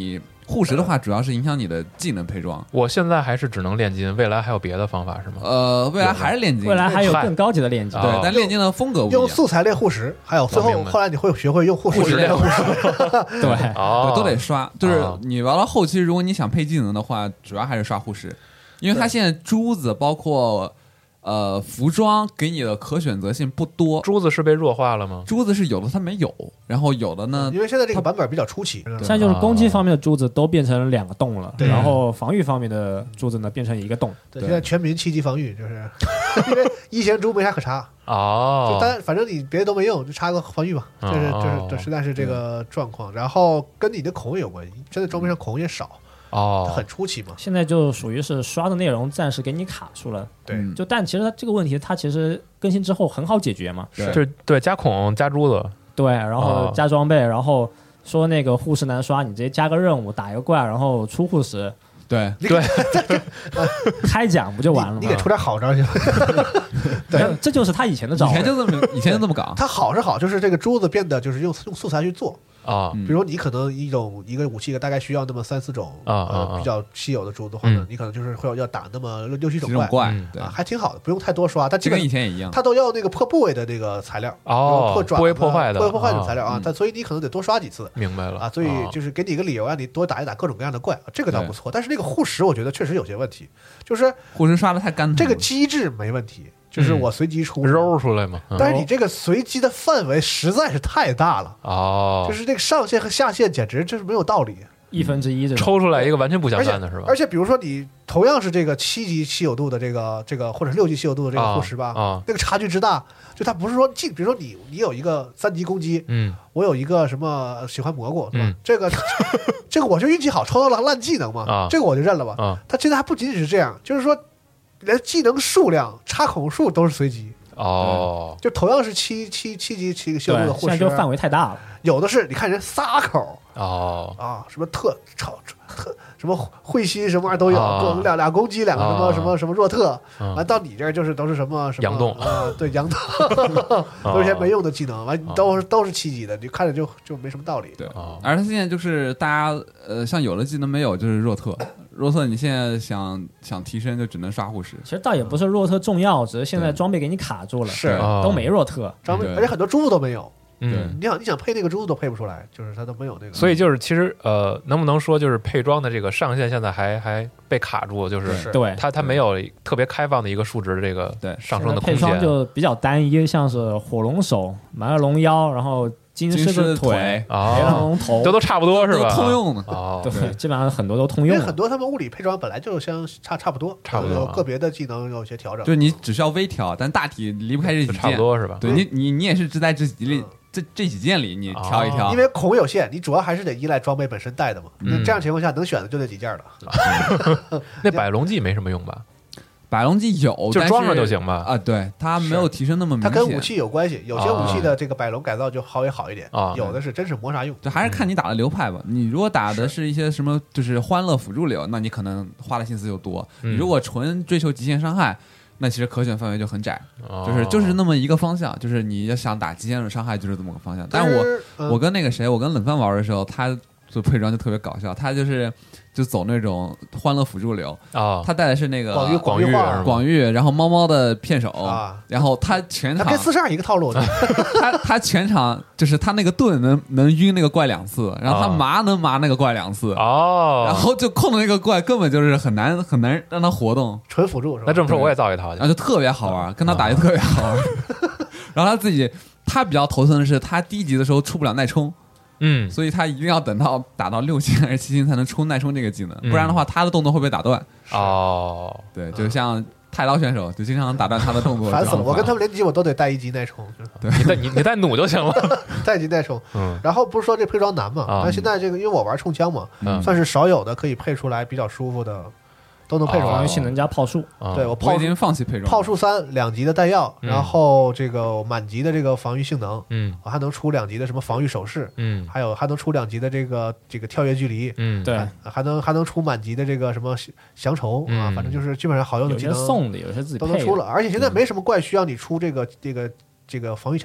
Speaker 3: 护石的话，主要是影响你的技能配装。
Speaker 4: 我现在还是只能炼金，未来还有别的方法是吗？
Speaker 3: 未来还是炼金，
Speaker 5: 未来还有更高级的炼金。
Speaker 3: 对，但炼金的风格不一样。
Speaker 2: 用素材炼护石，还有最后来你会学会用护石炼护石。
Speaker 5: 对，
Speaker 3: 都得刷。就是你玩到后期，如果你想配技能的话，主要还是刷护石，因为它现在珠子包括。服装给你的可选择性不多。
Speaker 4: 珠子是被弱化了吗？
Speaker 3: 珠子是有的它没有，然后有的呢，
Speaker 2: 因为现在这个版本比较初期，
Speaker 5: 现在就是攻击方面的珠子都变成2个洞了，然后防御方面的珠子呢变成1个洞。
Speaker 2: 对，现在全民7级防御，就是因为一贤珠没啥可插
Speaker 4: 哦，
Speaker 2: 就反正你别的都没用，就插个防御吧，这实在是这个状况。然后跟你的孔也有关系，现在装备上孔也少。很初期嘛，
Speaker 5: 现在就属于是刷的内容暂时给你卡住了，
Speaker 2: 对，
Speaker 5: 但其实它这个问题它其实更新之后很好解决嘛，
Speaker 4: 对，加孔加珠子，
Speaker 5: 对，然后加装备，然后说那个护石难刷，你直接加个任务打一个怪，然后出护石，
Speaker 3: 对，
Speaker 5: 开奖不就完了吗？
Speaker 2: 你给出点好招行。对，
Speaker 5: 这就是他以前的招，
Speaker 3: 以前就这么搞。
Speaker 2: 他好是好，就是这个珠子变得就是用素材去做。
Speaker 4: 比
Speaker 2: 如你可能一个武器大概需要那么3-4种比较稀有的珠子的话呢，你可能就是会要打那么6-7种怪，还挺好的，不用太多刷。但
Speaker 3: 这跟以前也一样，
Speaker 2: 它都要那个破部位的那个材料，破爪、
Speaker 4: 部位破坏的
Speaker 2: 材料啊。但所以你可能得多刷几次。
Speaker 4: 明白了啊，
Speaker 2: 所以就是给你一个理由让你多打一打各种各样的怪，这个倒不错。但是那个护石我觉得确实有些问题，就是
Speaker 3: 护石刷的太干脆。
Speaker 2: 这个机制没问题。就是我随机出
Speaker 4: 揉出来嘛，
Speaker 2: 但是你这个随机的范围实在是太大了就是这个上限和下限简直就是没有道理
Speaker 5: 1/1这
Speaker 4: 抽出来一个完全不相干的是吧？
Speaker 2: 而且比如说你同样是这个7级稀有度的这个或者是6级稀有度的这个护石吧，那个差距之大，就它不是说比如说你有一个3级攻击，我有一个什么喜欢蘑菇，这个我就运气好抽到了烂技能嘛，这个我就认了吧。它现在还不仅仅是这样，就是说。连技能数量、插孔数都是随机就同样是7级稀有度的护石，
Speaker 5: 现在就范围太大了。
Speaker 2: 有的是你看人撒口什么特什么会心什么玩意儿都有，俩攻击，2个什么弱特，完到你这儿就是都是什么
Speaker 4: 阳洞
Speaker 2: 对阳洞都是些没用的技能，完都是7级的，你看着就没什么道理。
Speaker 3: 对而他现在就是大家像有的技能没有就是弱特，你现在想提升就只能刷护石。
Speaker 5: 其实倒也不是弱特重要，只是现在装备给你卡住了，
Speaker 2: 是
Speaker 5: 都没弱特
Speaker 2: 装备，而且很多珠子都没有。你想配那个珠子都配不出来，就是它都没有那个。
Speaker 4: 所以就是其实能不能说就是配装的这个上限现在还被卡住，就是
Speaker 5: 对
Speaker 4: 它没有特别开放的一个数值这个上升的空间。
Speaker 5: 配装就比较单一，像是火龙手、蛮二龙腰，然后金狮的腿、黑狼龙头，
Speaker 4: 都差不多是吧？
Speaker 3: 都通用的
Speaker 5: 对，基本上很多都通用。
Speaker 2: 因为很多他们物理配装本来就差不多，有个别的技能有些调整。
Speaker 3: 就是你只需要微调，但大体离不开这几件，
Speaker 4: 差不多是吧？
Speaker 3: 对你也是只在这几件里你挑一挑，
Speaker 2: 因为孔有限，你主要还是得依赖装备本身带的嘛。那这样情况下能选的就这几件了。
Speaker 4: 那百龙技没什么用吧？
Speaker 3: 百龙技有，
Speaker 4: 就装上就行吧？
Speaker 3: 啊，对，它没有提升那么明显。
Speaker 2: 它跟武器有关系，有些武器的这个百龙改造就稍微好一点，有的是真是磨砂用。
Speaker 3: 就还是看你打的流派吧。你如果打的是一些什么就是欢乐辅助流，那你可能花的心思就多。你如果纯追求极限伤害，那其实可选范围就很窄，就是那么一个方向，就是你要想打极限的伤害，就是这么个方向。但我跟那个谁，我跟冷饭玩的时候，他做配装就特别搞笑，他就走那种欢乐辅助流他带的是那个广域，然后猫的片手然后他全场
Speaker 2: 跟42一个套路，
Speaker 3: 他全场就是他那个盾能晕那个怪2次，然后他能麻那个怪2次然后就控的那个怪根本就是很难让他活动，
Speaker 2: 纯辅助是吧？
Speaker 4: 那这么说我也造一套去，
Speaker 3: 然后就特别好玩，跟他打就特别好玩。然后他比较头疼的是他低级的时候出不了耐冲。所以他一定要等到打到6星还是7星才能出耐冲这个技能，不然的话他的动作会被打断。对，就像太刀选手就经常能打断他的动作，
Speaker 2: 烦死了！我跟他们联机我都得带1级耐冲，
Speaker 3: 对，
Speaker 4: 你带弩就行了，
Speaker 2: 带1级耐冲。然后不是说这配装难嘛？那现在这个因为我玩冲枪嘛，算是少有的可以配出来比较舒服的。都能配出来，
Speaker 5: 性能加炮术。
Speaker 2: 对我
Speaker 3: 已经放弃配装，
Speaker 2: 炮术3 2级的弹药，然后这个满级的这个防御性能，我还能出2级的什么防御手势，还有还能出2级的这个跳跃距离，
Speaker 5: 对，
Speaker 2: 还能出满级的这个什么降筹啊，反正就是基本上好用的技能
Speaker 5: 送的，有些自己
Speaker 2: 都能出了，而且现在没什么怪需要你出这个防御强化。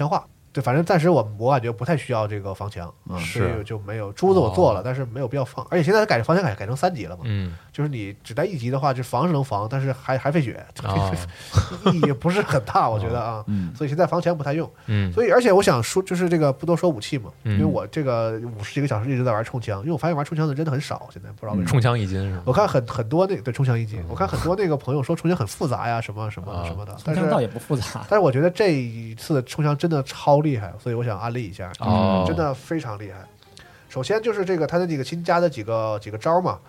Speaker 2: 对，反正暂时我感觉不太需要这个防墙啊，所以就没有珠子我做了，但是没有必要放。而且现在防墙改成3级了嘛，就是你只带1级的话，就防是能防，但是还费血，意义不是很大，我觉得啊，所以现在防墙不太用。所以而且我想说，就是这个不多说武器嘛，因为我这个50几个小时一直在玩冲枪，因为我发现玩冲枪的真的很少，现在不知道为什么。
Speaker 4: 冲枪1斤是吗？
Speaker 2: 我看很多对冲枪1斤，我看很多那个朋友说冲枪很复杂呀，什么的，
Speaker 5: 冲枪倒也不复杂。
Speaker 2: 但是我觉得这一次的冲枪真的超厉害，所以我想安利一下，真的非常厉害。首先就是这个它的这个新加的几个招嘛，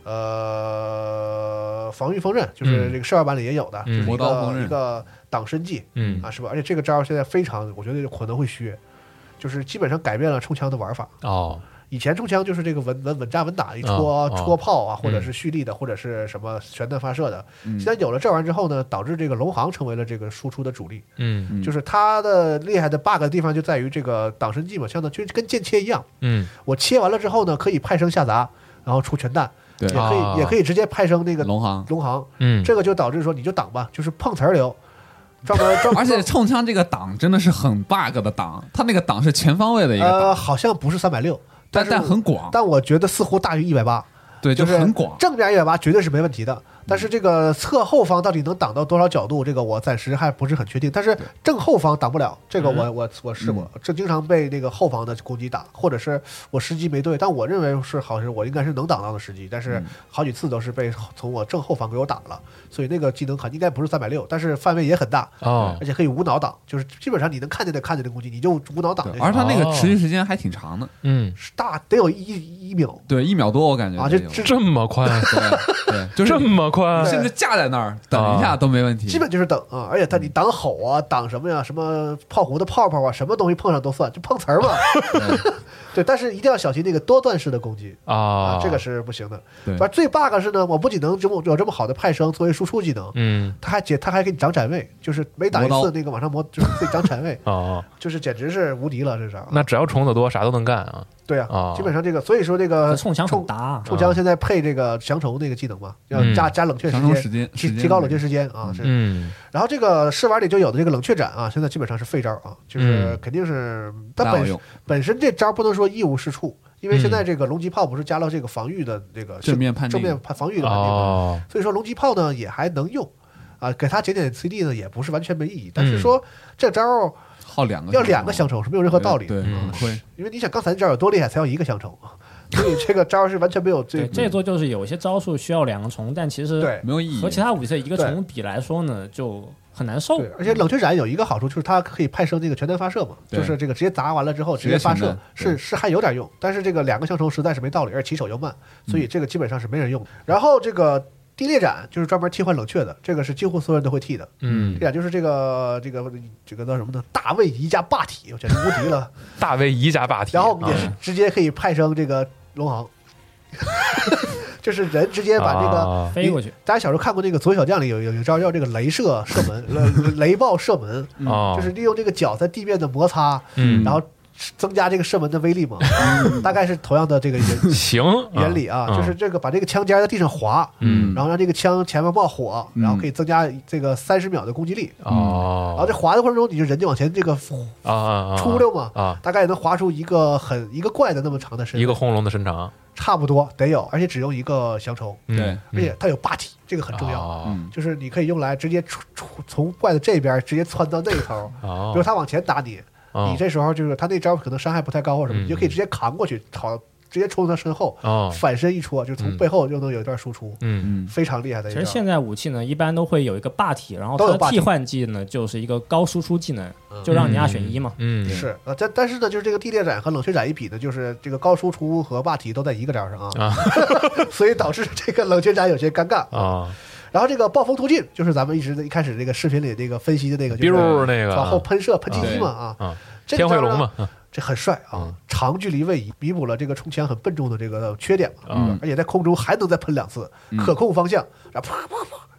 Speaker 2: 防御锋刃就是这个试玩版里也有的，就是一个挡身技，是吧？而且这个招现在非常，我觉得可能会削，就是基本上改变了冲枪的玩法。以前冲枪就是这个稳扎稳打，一戳炮啊，或者是蓄力的，或者是什么旋弹发射的。现在有了这玩意儿之后呢，导致这个龙航成为了这个输出的主力。就是它的厉害的 bug 的地方就在于这个挡身技嘛，相当就跟剑切一样。我切完了之后呢，可以派生下砸，然后出全弹。
Speaker 3: 对，
Speaker 2: 也可以直接派生那个
Speaker 3: 龙航。
Speaker 2: 这个就导致说你就挡吧，就是碰瓷儿流。
Speaker 3: 而且冲枪这个挡真的是很 bug 的挡，它那个挡是全方位的一个挡，
Speaker 2: 好像不是360。但
Speaker 3: 很广，
Speaker 2: 但我觉得似乎大于180，
Speaker 3: 对，就是很广。
Speaker 2: 正面180绝对是没问题的，但是这个侧后方到底能挡到多少角度，这个我暂时还不是很确定。但是正后方挡不了，这个我试过，这经常被那个后方的攻击打，或者是我时机没对，但我认为是好像我应该是能挡到的时机，但是好几次都是被从我正后方给我打了，所以那个技能应该不是360，但是范围也很大而且可以无脑挡，就是基本上你能看见的攻击你就无脑挡就行。
Speaker 3: 而它那个持续时间还挺长的，
Speaker 2: 大得有一秒，
Speaker 3: 对，1秒多我感觉
Speaker 2: 啊，
Speaker 4: 这么快，
Speaker 3: 对，就是
Speaker 4: 这么快，
Speaker 3: 甚至架在那儿等一下都没问题，
Speaker 2: 基本就是等啊，而且你挡吼啊，挡什么呀，什么炮壶的泡泡啊，什么东西碰上都算，就碰瓷儿嘛。对，但是一定要小心那个多段式的攻击啊，这个是不行的。反正最 bug 是呢，我不仅能有这么好的派生作为输出技能，它还给你长展位，就是每打一次那个往上磨，就是可以长展位就是简直是无敌了，这是。
Speaker 4: 那只要虫子多，啥都能干啊。
Speaker 2: 对啊，基本上这个，所以说这个
Speaker 5: 冲枪很搭，
Speaker 2: 冲枪现在配这个降虫那个技能嘛，要加冷却时间，提高冷却时间啊。然后这个试玩里就有的这个冷却斩啊，现在基本上是废招啊，就是肯定是它本身这招不能说一无是处，因为现在这个龙脊炮不是加了这个防御的这个正面防御的判定嘛，所以说龙脊炮呢也还能用啊，给它减 CD 呢也不是完全没意义，但是说这招
Speaker 3: 要
Speaker 2: 2个降虫是没有任何道理的，因为你想刚才这招有多厉害才要1个降虫啊。所以这个招是完全没有
Speaker 5: 这座就是有些招数需要2个虫，但其实
Speaker 3: 没有意义。
Speaker 5: 和其他武器1个虫比来说呢，就很难受。
Speaker 2: 而且冷却斩有一个好处就是它可以派生这个全弹发射嘛，就是这个直接砸完了之后直接发射，是还有点用。但是这个2个降虫实在是没道理，而且起手又慢，所以这个基本上是没人用。然后这个地裂斩就是专门替换冷却的，这个是几乎所有人都会替的。地斩就是这个叫什么呢？大位移加霸体，我简直无敌了。
Speaker 4: 大位移加霸体，
Speaker 2: 然后也是直接可以派生这个龙航。就是人直接把这个
Speaker 5: 飞过去。
Speaker 2: 大家小时候看过那个左小将里有一招叫这个雷射射门，雷爆射门，就是利用这个脚在地面的摩擦，然后增加这个射门的威力嘛，大概是同样的这个原理啊，就是这个把这个枪尖在地上滑，然后让这个枪前面冒火，然后可以增加这个30秒的攻击力，然后在滑的过程中，你就人就往前这个出溜嘛，大概也能滑出一个怪的那么长的身，
Speaker 4: 一个轰隆的身长。
Speaker 2: 差不多得有，而且只用1个降虫，
Speaker 3: 对，
Speaker 2: 而且它有霸体，这个很重要，就是你可以用来直接从怪的这边直接窜到那一头，比如他往前打你，你这时候就是他那招可能伤害不太高或者什么，你就可以直接扛过去，直接冲他身后，反身一戳，就从背后就能有一段输出，非常厉害的一招。
Speaker 5: 其实现在武器呢，一般都会有一个霸体，然后它的替换技呢，就是一个高输出技能，就让你2选1嘛。
Speaker 2: 是但是呢，就是这个地裂斩和冷却斩一比呢，就是这个高输出和霸体都在1个招上啊，所以导致这个冷却斩有些尴尬啊。然后这个暴风突进，就是咱们一开始这个视频里这个分析的那个，就是往后喷射喷气机嘛啊，
Speaker 4: 天会龙嘛。
Speaker 2: 这很帅啊！长距离位移弥补了这个冲枪很笨重的这个缺点嘛，而且在空中还能再喷2次，可控方向，然后啪啪啪，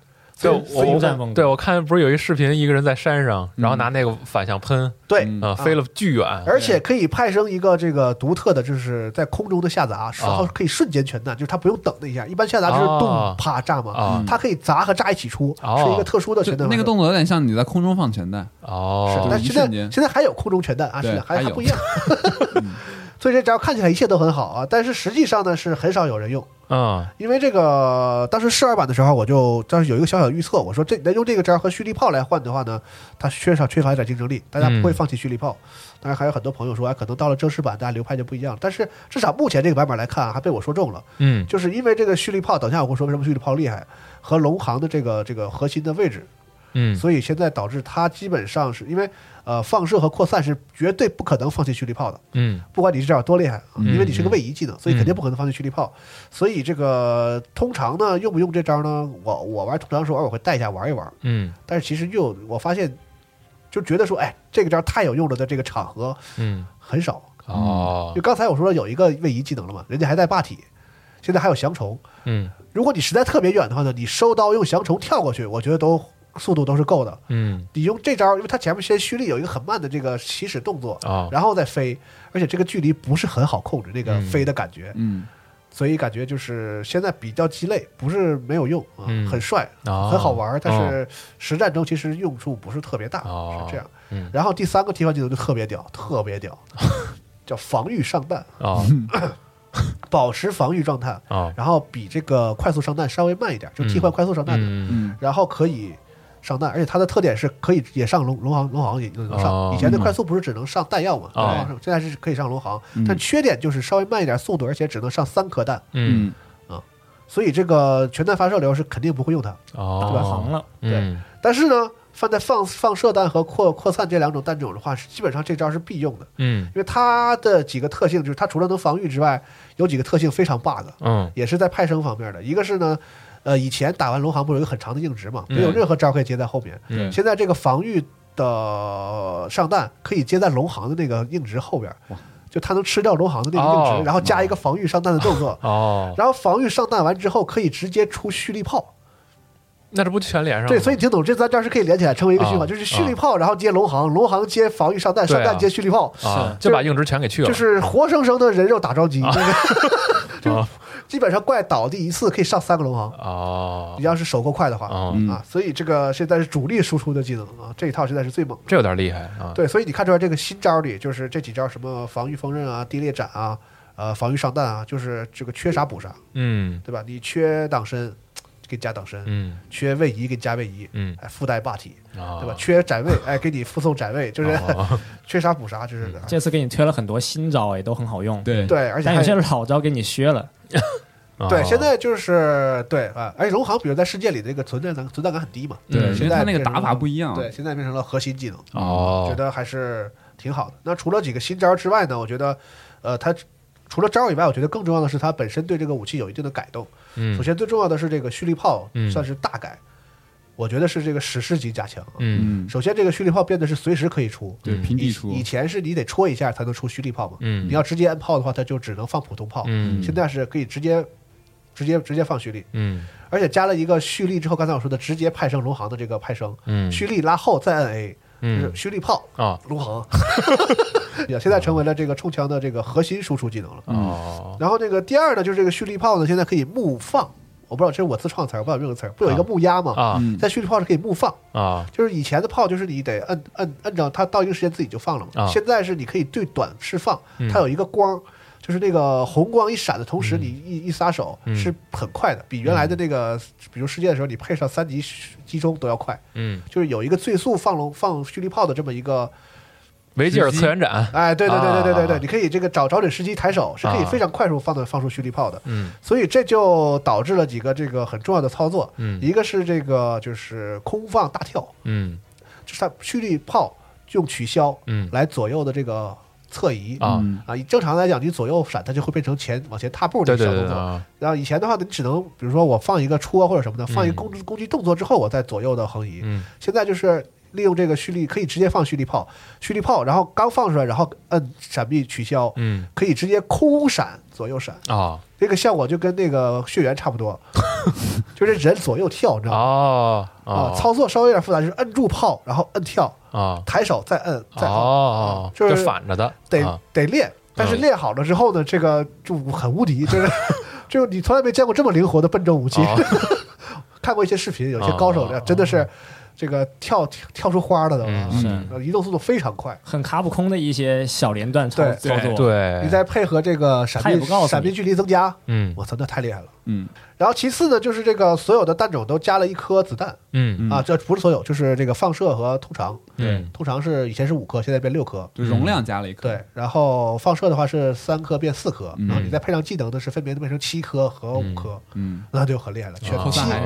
Speaker 4: 对，我看不是有一视频，一个人在山上，然后拿那个反向喷，
Speaker 2: 对，
Speaker 4: 飞了巨远，
Speaker 2: 而且可以派生一个这个独特的，就是在空中的下砸，然后可以瞬间全弹，就是它不用等那一下，一般下砸就是咚啪炸嘛，它可以砸和炸一起出，是一个特殊的全弹。
Speaker 3: 那个动作有点像你在空中放全弹
Speaker 2: 是，但现在还有空中全弹啊，是还不一样。所以这招看起来一切都很好啊，但是实际上呢是很少有人用。因为这个当时试玩版的时候，我就当时有一个小小的预测，我说用这个招和蓄力炮来换的话呢，它缺乏一点竞争力，大家不会放弃蓄力炮。当然还有很多朋友说，可能到了正式版，大家流派就不一样。但是至少目前这个版本来看，还被我说中了。就是因为这个蓄力炮，等一下我会说为什么蓄力炮厉害，和龙航的这个核心的位置。所以现在导致它基本上是因为放射和扩散是绝对不可能放弃蓄力炮的。不管你这招多厉害，因为你是个位移技能，所以肯定不可能放弃蓄力炮。所以这个通常呢，用不用这招呢？我玩通常的时候偶尔会带一下玩一玩。但是其实我发现就觉得说，这个招太有用了的这个场合，很少。就刚才我说有一个位移技能了嘛，人家还带霸体，现在还有降虫。如果你实在特别远的话呢，你收刀用降虫跳过去，我觉得速度都是够的。你用这招，因为它前面先蓄力有一个很慢的这个起始动作，然后再飞，而且这个距离不是很好控制，那个飞的感觉。所以感觉就是现在比较鸡肋，不是没有用很帅，很好玩，但是实战中其实用处不是特别大，是这样。然后第3个替换技能就特别屌，叫防御上弹。保持防御状态，然后比这个快速上弹稍微慢一点，就替换快速上弹的，然后可以上弹，而且它的特点是可以也上龙航也能上。以前的快速不是只能上弹药嘛，现在是可以上龙航，但缺点就是稍微慢一点速度，而且只能上3颗弹。所以这个全弹发射流是肯定不会用它，
Speaker 5: 对吧？航了，
Speaker 2: 对。但是呢，放射弹和扩散这2种弹种的话，基本上这招是必用的。因为它的几个特性就是它除了能防御之外，有几个特性非常 bug。也是在派生方面的。一个是呢，以前打完龙航不是有一个很长的硬直嘛，没有任何招可以接在后面。现在这个防御的上弹可以接在龙航的那个硬直后边。就它能吃掉龙航的那个硬直，然后加一个防御上弹的动作。然后防御上弹完之后，可以直接出蓄力炮。
Speaker 4: 那这不全连上了？
Speaker 2: 对，所以你听懂这3招是可以连起来成为一个循环，就是蓄力炮，然后接龙航，龙航接防御上弹，上弹接蓄力炮，
Speaker 4: 就把硬直全给去了，
Speaker 2: 就是活生生的人肉打桩机。就基本上怪倒地一次可以上3个龙航。你要是手够快的话所以这个现在是主力输出的技能这一套现在是最猛的，
Speaker 4: 这有点厉害
Speaker 2: 对，所以你看出来这个新招里，就是这几招什么防御锋刃啊、地裂斩啊、防御上弹啊，就是这个缺啥补啥。对吧？你缺挡身，给你加挡身，缺位移给你加位移，还附带霸体，对吧？缺展位，给你附送展位，就是缺啥补啥，就是
Speaker 5: 这次给你推了很多新招，也都很好用。
Speaker 2: 对，而且
Speaker 5: 有些老招给你削了。
Speaker 2: 对，现在就是对而且龙航比如在世界里的这个存在感很低嘛。
Speaker 3: 对，
Speaker 2: 现在
Speaker 3: 它那个打法不一样。
Speaker 2: 对，现在变成了核心技能。觉得还是挺好的。那除了几个新招之外呢，我觉得它除了招以外，我觉得更重要的是它本身对这个武器有一定的改动。首先最重要的是这个蓄力炮算是大改，我觉得是这个史诗级加强。首先这个蓄力炮变得是随时可以出，
Speaker 3: 对，平地出。
Speaker 2: 以前是你得戳一下才能出蓄力炮嘛，你要直接摁炮的话，它就只能放普通炮。现在是可以直接放蓄力。而且加了一个蓄力之后，刚才我说的直接派生龙航的这个派生，蓄力拉后再摁 A，就是蓄力炮龙航。现在成为了这个冲枪的这个核心输出技能了。然后这个第二呢，就是这个蓄力炮呢，现在可以木放。我不知道这是我自创词，我不知道有没有词，不有一个木压吗？在蓄力炮是可以木放就是以前的炮就是你得摁着它到一个时间自己就放了嘛。现在是你可以对短释放，它有一个光，就是那个红光一闪的同时，你一撒手是很快的，比原来的那个比如世界的时候你配上3级击中都要快。就是有一个最速放蓄力炮的这么一个
Speaker 4: 维吉尔次元斩。
Speaker 2: 对，你可以这个找准时机抬手，是可以非常快速放出蓄力炮的。所以这就导致了几个这个很重要的操作。一个是这个就是空放大跳，就是它蓄力炮用取消来左右的这个侧移正常来讲你左右闪它就会变成往前踏步的小动作。然后以前的话你只能比如说我放一个戳或者什么的，放一个攻击动作之后我再左右的横移。现在就是利用这个蓄力可以直接放蓄力炮，然后刚放出来，然后摁闪避取消，可以直接空闪左右闪这个效果就跟那个血缘差不多，就是人左右跳，你知道吗？操作稍微有点复杂，就是摁住炮，然后摁跳抬手再摁再
Speaker 4: 就是反着的，
Speaker 2: 得练。但是练好了之后呢，这个就很无敌，就是你从来没见过这么灵活的笨重武器。看过一些视频，有些高手真的是。这个跳出花了都是，移动速度非常快，
Speaker 5: 很卡普空的一些小连段操作。
Speaker 4: 对，
Speaker 2: 你再配合这个闪避距离增加，我操，那太厉害了。然后其次呢，就是这个所有的弹种都加了1颗子弹，这不是所有，就是这个放射和通常，通常是以前是5颗，现在变6颗，
Speaker 3: 就容量加了1颗。
Speaker 2: 对，然后放射的话是3颗变4颗，然后你再配上技能的是分别变成7颗和5颗，那就很厉害了，全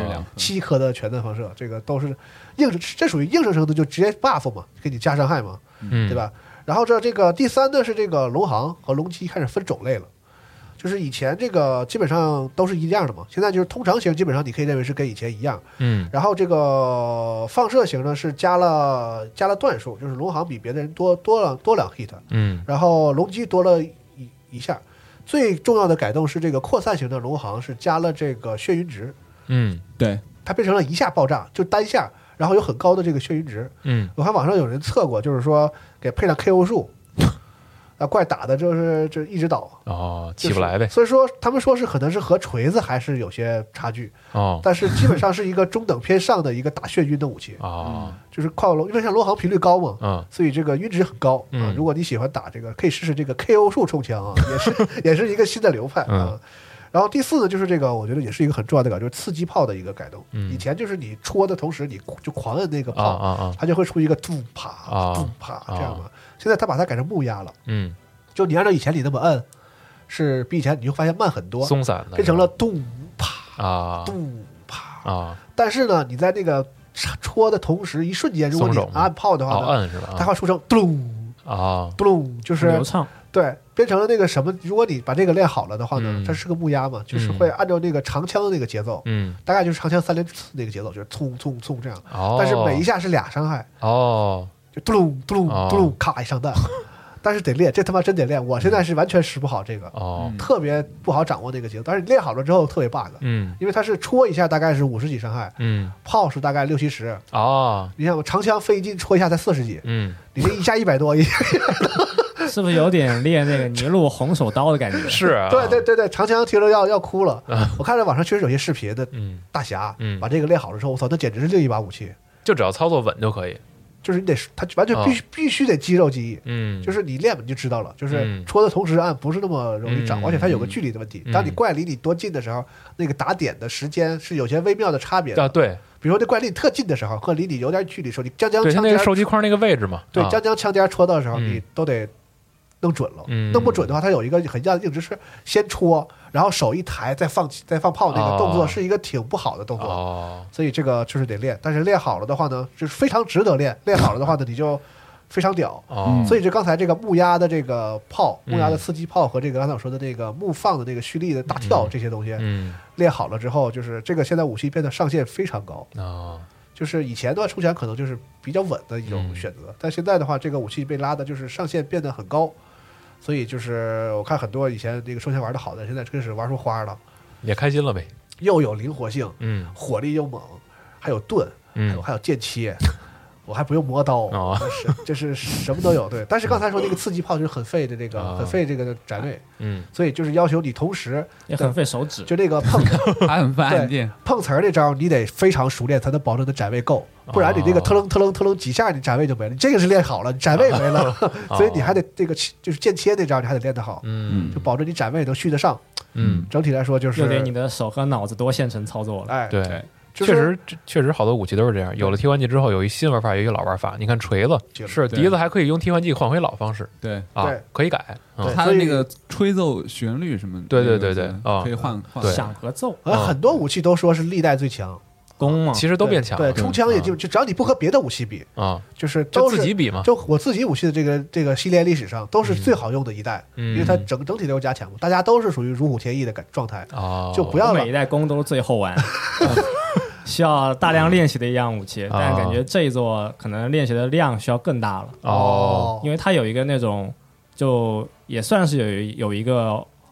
Speaker 2: 7颗的全弹放射，这个都是这属于硬生生的就直接 buff 嘛，给你加伤害嘛，对吧？然后这个第3呢是这个龙航和龙基开始分种类了。就是以前这个基本上都是一样的嘛，现在就是通常型基本上你可以认为是跟以前一样，然后这个放射型呢是加了段数，就是龙航比别的人多2 hit，然后龙基多了一下，最重要的改动是这个扩散型的龙航是加了这个眩晕值，
Speaker 3: 对，
Speaker 2: 它变成了一下爆炸，就单下，然后有很高的这个眩晕值，我看网上有人测过，就是说给配上 KO 数。怪打的就是一直倒
Speaker 4: 起不来呗。
Speaker 2: 所以说他们说是可能是和锤子还是有些差距但是基本上是一个中等偏上的一个打眩晕的武器就是跨龙，因为像龙航频率高嘛所以这个晕值很高如果你喜欢打这个，可以试试这个 KO 数冲枪也是一个新的流派然后第4呢，就是这个我觉得也是一个很重要的改动，就是刺激炮的一个改动。以前就是你戳的同时，你就狂摁那个炮，它就会出一个嘟啪嘟啪这样的。现在他把它改成木压了，就你按照以前你那么摁，是比以前你就发现慢很多，
Speaker 4: 松散的，
Speaker 2: 变成了咚啪咚啪但是呢，你在那个戳的同时，一瞬间，如果你按炮的话呢，它会出成咚咚，就是
Speaker 5: 流畅。
Speaker 2: 对，变成了那个什么？如果你把这个练好了的话呢，它是个木压嘛，就是会按照那个长枪的那个节奏，大概就是长枪3连刺那个节奏，就是冲冲冲这样。但是每一下是2伤害，就嘟噜嘟噜嘟噜，咔一上弹。但是得练，这他妈真得练。我现在是完全使不好这个，特别不好掌握那个节奏。但是你练好了之后特别 bug，因为它是戳一下大概是50几伤害，炮是大概60、70。你像我长枪飞进戳一下才40几，你这一下100多，
Speaker 5: 是不是有点练那个尼禄红手刀的感觉？
Speaker 4: 是啊，
Speaker 2: 对，长枪听着要哭了。我看着网上确实有些视频的大侠，把这个练好了之后，我操，那简直是另一把武器。
Speaker 4: 就只要操作稳就可以。
Speaker 2: 就是你得，他完全必须得肌肉记忆，就是你练你就知道了，就是戳的同时按不是那么容易掌握，而且它有个距离的问题。当你怪离你多近的时候，那个打点的时间是有些微妙的差别的。
Speaker 4: 对，
Speaker 2: 比如说那怪离你特近的时候和离你有点距离的时候，你将枪
Speaker 4: 那个手机框那个位置嘛，
Speaker 2: 对，将枪尖戳到的时候，你都得弄准了。弄不准的话，它有一个很大的硬直是先戳，然后手一抬再放炮，那个动作是一个挺不好的动作。所以这个就是得练，但是练好了的话呢，就是非常值得练。练好了的话呢，你就非常屌。所以这刚才这个木压的这个炮，木压的刺激炮和这个刚才我说的那个木放的那个蓄力的大跳这些东西，练好了之后，就是这个现在武器变得上限非常高。就是以前的话，冲拳可能就是比较稳的一种选择，但现在的话，这个武器被拉的就是上限变得很高。所以就是我看很多以前那个冲拳玩的好的，现在真是玩出花了，
Speaker 4: 也开心了呗。
Speaker 2: 又有灵活性，火力又猛，还有盾，还有剑切，我还不用磨刀，就是什么都有。对，但是刚才说那个刺激炮就是很费的这个，很费这个展位，所以就是要求你同时
Speaker 5: 也很费手指，
Speaker 2: 就那个碰，
Speaker 3: 还很费按键，
Speaker 2: 碰瓷儿那招你得非常熟练才能保证的展位够。不然你这个特楞特楞特楞几下，你展位就没了。你这个是练好了，你展位没了，所以你还得这个就是剑切那招，你还得练得好，就保证你展位能续得上。整体来说就是
Speaker 5: 又得你的手和脑子多线程操作了。
Speaker 2: 哎，
Speaker 4: 对，确实好多武器都是这样。有了替换剂之后，有一新玩法，有一个老玩法。你看锤子是笛子还可以用替换剂换回老方式，
Speaker 3: 对
Speaker 4: 可以改。
Speaker 3: 它的那个吹奏旋律什么，
Speaker 4: 对，
Speaker 3: 可以换
Speaker 5: 响和奏。
Speaker 2: 很多武器都说是历代最强。
Speaker 5: 弓嘛，
Speaker 4: 其实都变强了。
Speaker 2: 对，冲枪也就只要你不和别的武器比就是都
Speaker 4: 自己比嘛。
Speaker 2: 就我自己武器的这个系列历史上都是最好用的一代，因为它整体都有加强嘛，大家都是属于如虎添翼的状态就不要
Speaker 5: 每一代弓都是最后玩，需要大量练习的一样武器，但感觉这一座可能练习的量需要更大了因为它有一个那种就也算是有一个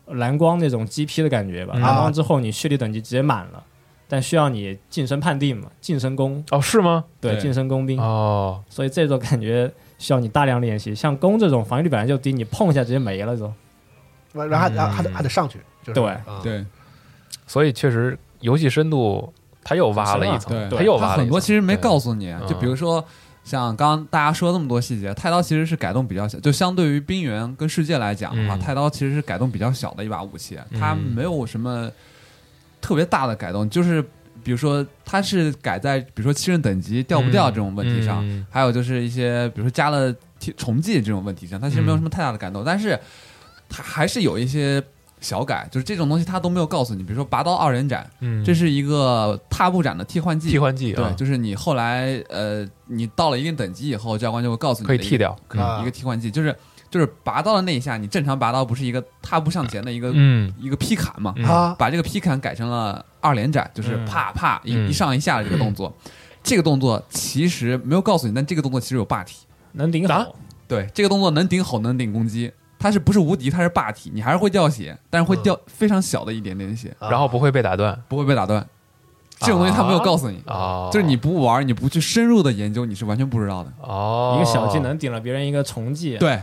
Speaker 5: 蓝光那种 GP 的感觉吧。蓝光之后你血力等级直接满了，但需要你晋升判定嘛，晋升工。
Speaker 4: 哦，是吗？
Speaker 5: 对，晋升工兵。
Speaker 4: 哦，
Speaker 5: 所以这种感觉需要你大量练习。像弓这种防御力本来就低，你碰一下直接没了，就。
Speaker 2: 然后还得上去。
Speaker 5: 对
Speaker 3: 对，
Speaker 4: 所以确实游戏深度它又挖了一层，它又挖了一层。
Speaker 3: 很多其实没告诉你，就比如说。像刚刚大家说那么多细节，太刀其实是改动比较小，就相对于冰原跟世界来讲的话，太刀其实是改动比较小的一把武器，它没有什么特别大的改动，就是比如说它是改在比如说7人等级掉不掉这种问题上，还有就是一些比如说加了重技这种问题上，它其实没有什么太大的改动，但是它还是有一些小改，就是这种东西它都没有告诉你，比如说拔刀2人斩，这是一个踏步斩的替换技，对，就是你后来你到了一定等级以后，教官就会告诉你
Speaker 4: 可以剃掉
Speaker 3: 一个替换技，就是拔刀的那一下，你正常拔刀不是一个踏步向前的一个劈砍嘛，把这个劈砍改成了2连斩，就是啪啪一上一下的这个动作，这个动作其实没有告诉你，但这个动作其实有霸体，
Speaker 5: 能顶吼，
Speaker 3: 对，这个动作能顶吼，能顶攻击。它是不是无敌？它是霸体，你还是会掉血，但是会掉非常小的一点点血，
Speaker 4: 然后不会被打断，
Speaker 3: 不会被打断。这种东西他没有告诉你，就是你不玩，你不去深入的研究，你是完全不知道的。
Speaker 5: 一个小技能顶了别人一个重技，
Speaker 3: 对，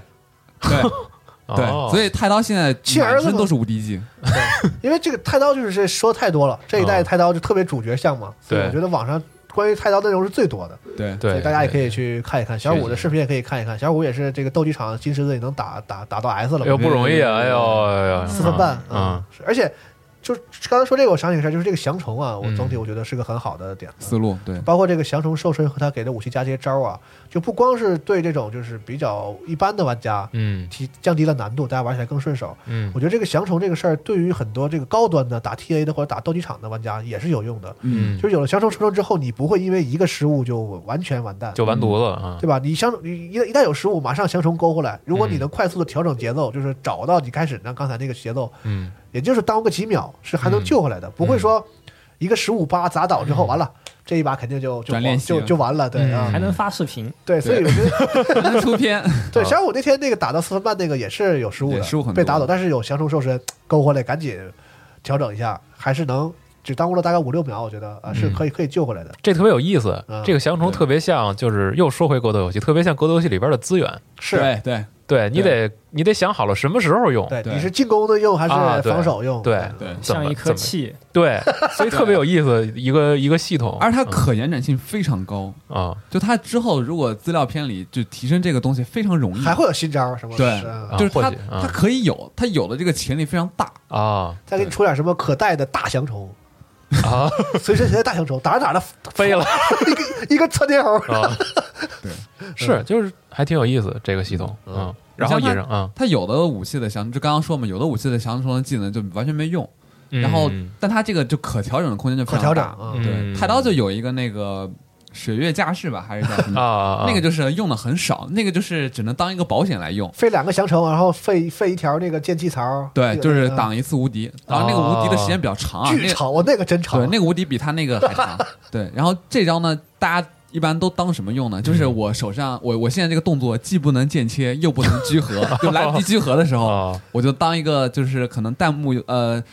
Speaker 3: 所以太刀现在满身都是无敌技。
Speaker 2: 对，因为这个太刀就是说太多了，这一代太刀就特别主角像嘛，所以我觉得网上关于太刀内容是最多的，
Speaker 3: 对，
Speaker 2: 所以大家也可以去看一看。小五的视频也可以看一看，小五也是这个斗鸡场金狮子也能打到 S 了，
Speaker 4: 哎呦不容易啊，哎呦
Speaker 2: 4分半，而且就刚才说这个，我想起个事，就是这个降虫啊，我总体我觉得是个很好的点
Speaker 3: 思路，对，
Speaker 2: 包括这个降虫瘦身和他给的武器加这些招啊，就不光是对这种就是比较一般的玩家，降低了难度，大家玩起来更顺手。我觉得这个降虫这个事儿，对于很多这个高端的打 TA 的或者打斗鸡场的玩家也是有用的。就是有了降虫出生之后，你不会因为一个失误就完全完蛋，
Speaker 4: 就完犊子了，
Speaker 2: 对吧？你一旦有失误，马上降虫勾回来。如果你能快速的调整节奏，就是找到你开始刚才那个节奏，也就是耽误个几秒是还能救回来的，不会说一个15-8砸倒之后完了，这一把肯定就完了，对啊，
Speaker 5: 还能发视频，
Speaker 2: 对，所以我觉得
Speaker 3: 能出片。
Speaker 2: 对，小五那天那个打到4分半那个也是有失误的，被打倒，但是有降虫瘦身勾回来，赶紧调整一下，还是能。只耽误了大概5-6秒，我觉得是可以救回来的。
Speaker 4: 这特别有意思，这个降虫特别像，就是又说回格斗游戏，特别像格斗游戏里边的资源。
Speaker 2: 是，
Speaker 4: 对，你得想好了什么时候用。
Speaker 2: 对，你是进攻的用还是防守用？
Speaker 4: 对，
Speaker 5: 像一颗气。
Speaker 4: 对，所以特别有意思一个系统，
Speaker 3: 而它可延展性非常高啊！就它之后如果资料片里就提升这个东西非常容易，
Speaker 2: 还会有新招什么？
Speaker 3: 对，就是它可以有，它有的这个潜力非常大
Speaker 4: 啊！
Speaker 2: 再给你出点什么可带的大降虫。随身携带大降虫，打着打着
Speaker 4: 飞了，
Speaker 2: 一个窜天猴。
Speaker 3: 对，
Speaker 4: 是就是还挺有意思这个系统，然后也是
Speaker 3: 它有的武器的降，就刚刚说嘛，有的武器的降虫的技能就完全没用，然后但它这个就可调整的空间就非常大。对，太刀就有一个那个。水月架势吧，还是叫什么？那个就是用的很少，那个就是只能当一个保险来用。
Speaker 2: 废2个降虫，然后废一条那个剑气槽。
Speaker 3: 对，就是挡一次无敌，然后那个无敌的时间比较长啊，
Speaker 2: 巨长，我那个真长。
Speaker 3: 对，那个无敌比他那个还长。对，然后这招呢，大家一般都当什么用呢？就是我手上，我现在这个动作既不能剑切，又不能居合，就来不及居合的时候，我就当一个就是可能弹幕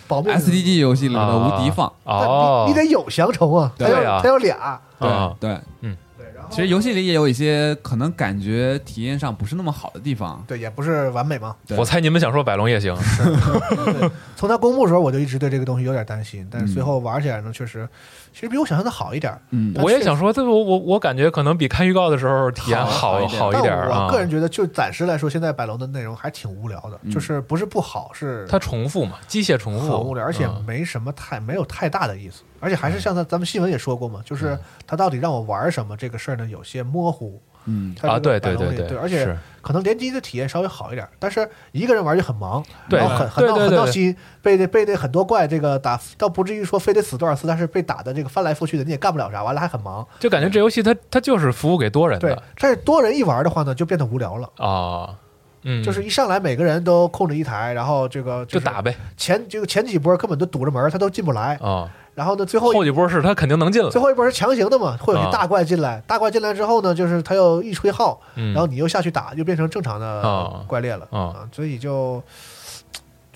Speaker 3: SDG 游戏里的无敌放。
Speaker 2: 你得有降虫啊，它有俩。
Speaker 3: 对，其实游戏里也有一些可能感觉体验上不是那么好的地方，
Speaker 2: 对，也不是完美嘛。
Speaker 4: 我猜你们想说百龙夜行，
Speaker 2: 从它公布的时候我就一直对这个东西有点担心，但是随后玩起来呢，确实其实比我想象的好一点。
Speaker 4: 我也想说，这我感觉可能比看预告的时候体验好一点。
Speaker 2: 我个人觉得，就暂时来说，现在百龙的内容还挺无聊的，就是不是不好，是
Speaker 4: 它重复嘛，机械重复，
Speaker 2: 很无聊，而且没有太大的意思。而且还是像咱们新闻也说过嘛，就是他到底让我玩什么这个事儿呢，有些模糊。
Speaker 4: 对，
Speaker 2: 而且可能联机的体验稍微好一点，但是一个人玩就很忙，
Speaker 4: 对，
Speaker 2: 然后很闹心，被那很多怪这个打，倒不至于说非得死多少次，但是被打的这个翻来覆去的，你也干不了啥，完了还很忙，
Speaker 4: 就感觉这游戏它就是服务给多人的。
Speaker 2: 对，但是多人一玩的话呢，就变得无聊了啊。就是一上来每个人都控制一台，然后这个
Speaker 4: 就打呗。
Speaker 2: 前几波根本都堵着门，他都进不来啊。然后呢，
Speaker 4: 后几波是他肯定能进了，
Speaker 2: 最后一波是强行的嘛，会有些大怪进来，大怪进来之后呢，就是他又一吹号，然后你又下去打，又变成正常的怪猎了啊，所以就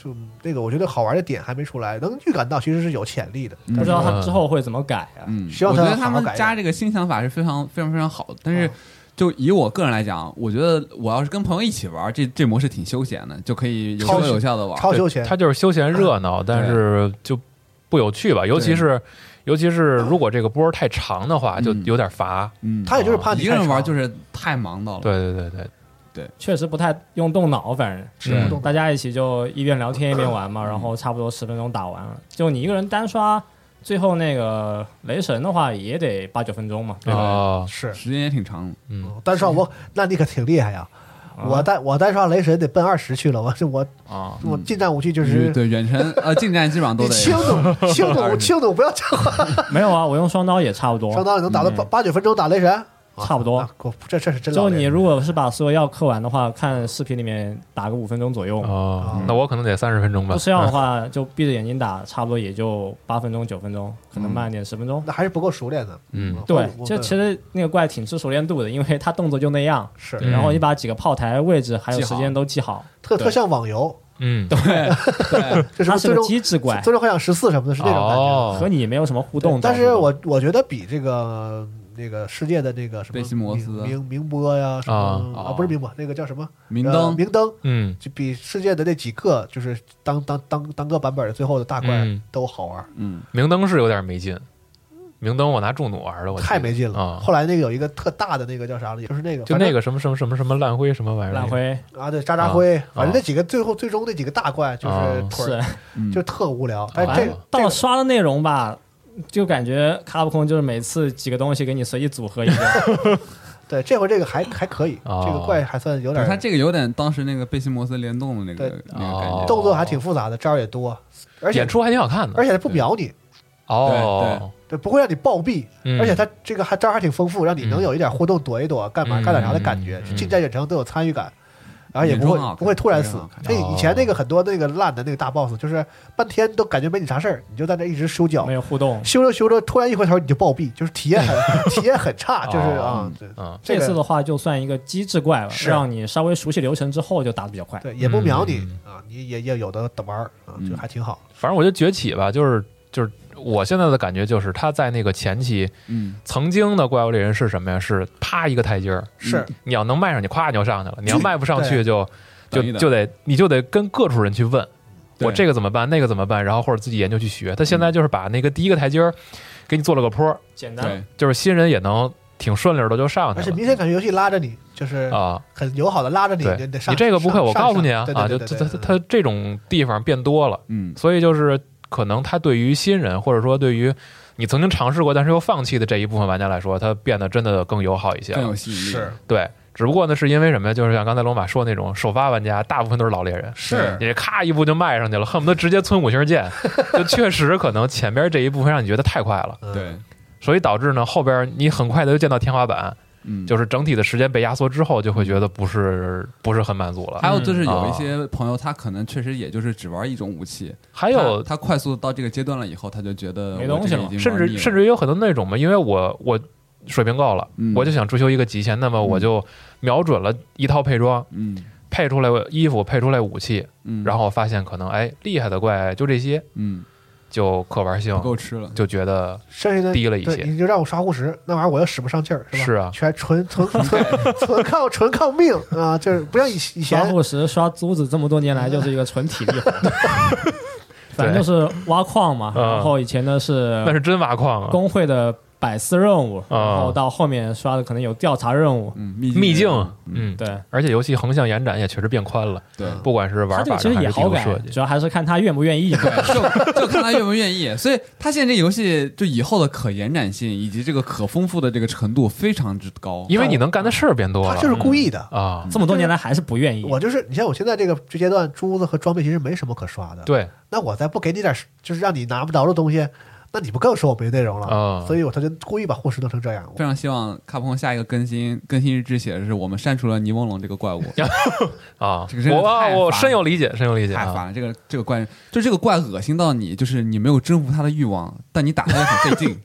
Speaker 2: 就那个我觉得好玩的点还没出来，能预感到其实是有潜力的，
Speaker 5: 不知道他之后会怎么改啊。
Speaker 2: 希望
Speaker 6: 我觉得他们
Speaker 2: 好好改
Speaker 6: 加这个新想法是非常非常非常好的，但是。就以我个人来讲，我觉得我要是跟朋友一起玩，这模式挺休闲的，就可以有说有笑的玩，
Speaker 2: 超休闲。
Speaker 4: 它就是休闲热闹，但是就不有趣吧？尤其是如果这个波太长的话，就有点乏。
Speaker 2: 他也就是怕你
Speaker 6: 一个人玩就是太忙到了。
Speaker 4: 对，
Speaker 5: 确实不太用动脑，反正是大家一起就一边聊天一边玩嘛，然后差不多10分钟打完了。就你一个人单刷。最后那个雷神的话也得8、9分钟嘛，对吧？
Speaker 2: 是
Speaker 6: 时间也挺长。
Speaker 2: 单刷那你可挺厉害呀！我单刷雷神得奔20去了，我近战武器就是
Speaker 6: 对远程近战基本上都得
Speaker 2: 轻弩不要讲话。
Speaker 5: 没有啊，我用双刀也差不多，
Speaker 2: 双刀能打到8、9分钟打雷神。
Speaker 5: 差不多，
Speaker 2: 这是真。
Speaker 5: 就你如果是把所有药嗑完的话，看视频里面打个5分钟左右。
Speaker 4: 那我可能得30分钟吧。
Speaker 5: 不吃药的话，就闭着眼睛打，差不多也就8分钟、9分钟，可能慢一点10分钟。
Speaker 2: 那还是不够熟练的。
Speaker 5: 对，就其实那个怪挺吃熟练度的，因为他动作就那样。
Speaker 2: 是，
Speaker 5: 然后你把几个炮台位置还有时间都记好，
Speaker 2: 特像网游。
Speaker 5: 对，它是个机智怪，
Speaker 2: 最终幻想14什么的是那种感觉，
Speaker 5: 和你没有什么互动。
Speaker 2: 但是我觉得比这个。那个世界的那个什么
Speaker 6: 贝西摩斯
Speaker 2: 明波呀什么不是明波，那个叫什么
Speaker 6: 明灯
Speaker 2: 就比世界的那几个就是当个版本的最后的大怪都好玩。
Speaker 4: 明灯是有点没劲，明灯我拿重弩玩的，我
Speaker 2: 太没劲了。后来那个有一个特大的那个叫啥了，就是那个
Speaker 4: 就那个什么烂灰什么玩意儿，
Speaker 5: 烂灰
Speaker 2: 啊，对，渣灰，反正那几个最终那几个大怪就是腿就特无聊。但这
Speaker 5: 到刷的内容吧。就感觉卡普空就是每次几个东西给你随意组合一个。
Speaker 2: 对，这回这个还可以，这个怪还算有点。
Speaker 6: 他这个有点当时那个贝西摩斯联动的那个感觉，
Speaker 2: 动作还挺复杂的，招也多，而且
Speaker 4: 演出还挺好看的，
Speaker 2: 而且不秒你。对，不会让你暴毙，而且他这个招还挺丰富，让你能有一点互动，躲一躲，干点啥的感觉，近战远程都有参与感。然后也不会突然死。以前那个很多那个烂的那个大 boss， 就是半天都感觉没你啥事儿，你就在那一直修脚，
Speaker 5: 没有互动，
Speaker 2: 修着，突然一回头你就暴毙，就是体验很差，就是
Speaker 5: 这次的话就算一个机制怪了，让你稍微熟悉流程之后就打得比较快。
Speaker 2: 对，也不秒你你也有的玩啊，就还挺好。
Speaker 4: 反正我觉得崛起吧，就是我现在的感觉就是他在那个前期，曾经的怪物猎人是什么呀？是啪一个台阶儿，
Speaker 2: 是
Speaker 4: 你要能迈上去，咵你就上去了；你要迈不上去就得跟各处人去问，我这个怎么办，那个怎么办，然后或者自己研究去学。他现在就是把那个第一个台阶儿给你做了个坡，
Speaker 5: 简单，
Speaker 4: 就是新人也能挺顺溜的就上去了。
Speaker 2: 而且明显感觉游戏拉着你，就是很友好的拉着你，
Speaker 4: 你这个不会，我告诉你啊，就他这种地方变多了，所以就是。可能它对于新人，或者说对于你曾经尝试过但是又放弃的这一部分玩家来说，它变得真的更友好一些，
Speaker 6: 更有吸引力。
Speaker 2: 是
Speaker 4: 对，只不过呢，是因为什么呀？就是像刚才龙马说那种首发玩家，大部分都是老猎人，
Speaker 2: 是
Speaker 4: 你这咔一步就迈上去了，恨不得直接存5星剑，就确实可能前边这一部分让你觉得太快了，
Speaker 6: 对，
Speaker 4: 所以导致呢后边你很快的就见到天花板。就是整体的时间被压缩之后，就会觉得不是很满足了。
Speaker 6: 还有就是有一些朋友，他可能确实也就是只玩一种武器，
Speaker 4: 还有
Speaker 6: 他快速到这个阶段了以后，他就觉得
Speaker 5: 没东西了，
Speaker 4: 甚至也有很多那种嘛，因为我水平够了，我就想追求一个极限，那么我就瞄准了一套配装，配出来衣服，配出来武器，然后发现可能厉害的怪就这些，就可玩性
Speaker 6: 不够吃了，
Speaker 4: 就觉得低了一些。
Speaker 2: 你就让我刷护石，那玩意儿我又使不上劲儿，是吧？
Speaker 4: 是啊，
Speaker 2: 全纯靠命啊！就是不像以前
Speaker 5: 刷护石、刷珠子，这么多年来就是一个纯体力活。反正就是挖矿嘛，然后以前的是
Speaker 4: 那是真挖矿啊，
Speaker 5: 工会的百思任务，然后到后面刷的可能有调查任务，
Speaker 4: 秘境，
Speaker 5: 对，
Speaker 4: 而且游戏横向延展也确实变宽了，
Speaker 6: 对，
Speaker 4: 不管是玩法
Speaker 5: 其实也好改，主要还是看他愿不愿意，
Speaker 6: 对，就看他愿不愿意。所以他现在这游戏就以后的可延展性以及这个可丰富的这个程度非常之高，
Speaker 4: 因为你能干的事儿变多了，
Speaker 2: 他就是故意的
Speaker 4: 啊，
Speaker 5: 这么多年来还是不愿意。
Speaker 2: 我就是你像我现在这个阶段，珠子和装备其实没什么可刷的，
Speaker 4: 对，
Speaker 2: 那我再不给你点就是让你拿不着的东西。那你不更说我没内容了？所以他就故意把护石弄成这样。
Speaker 6: 非常希望卡普空下一个更新日志写的是我们删除了尼翁龙这个怪物
Speaker 4: 啊！
Speaker 6: 这个
Speaker 4: 我深有理解，
Speaker 6: 太烦了。这个怪，就这个怪恶心到你，就是你没有征服他的欲望，但你打他也很费劲。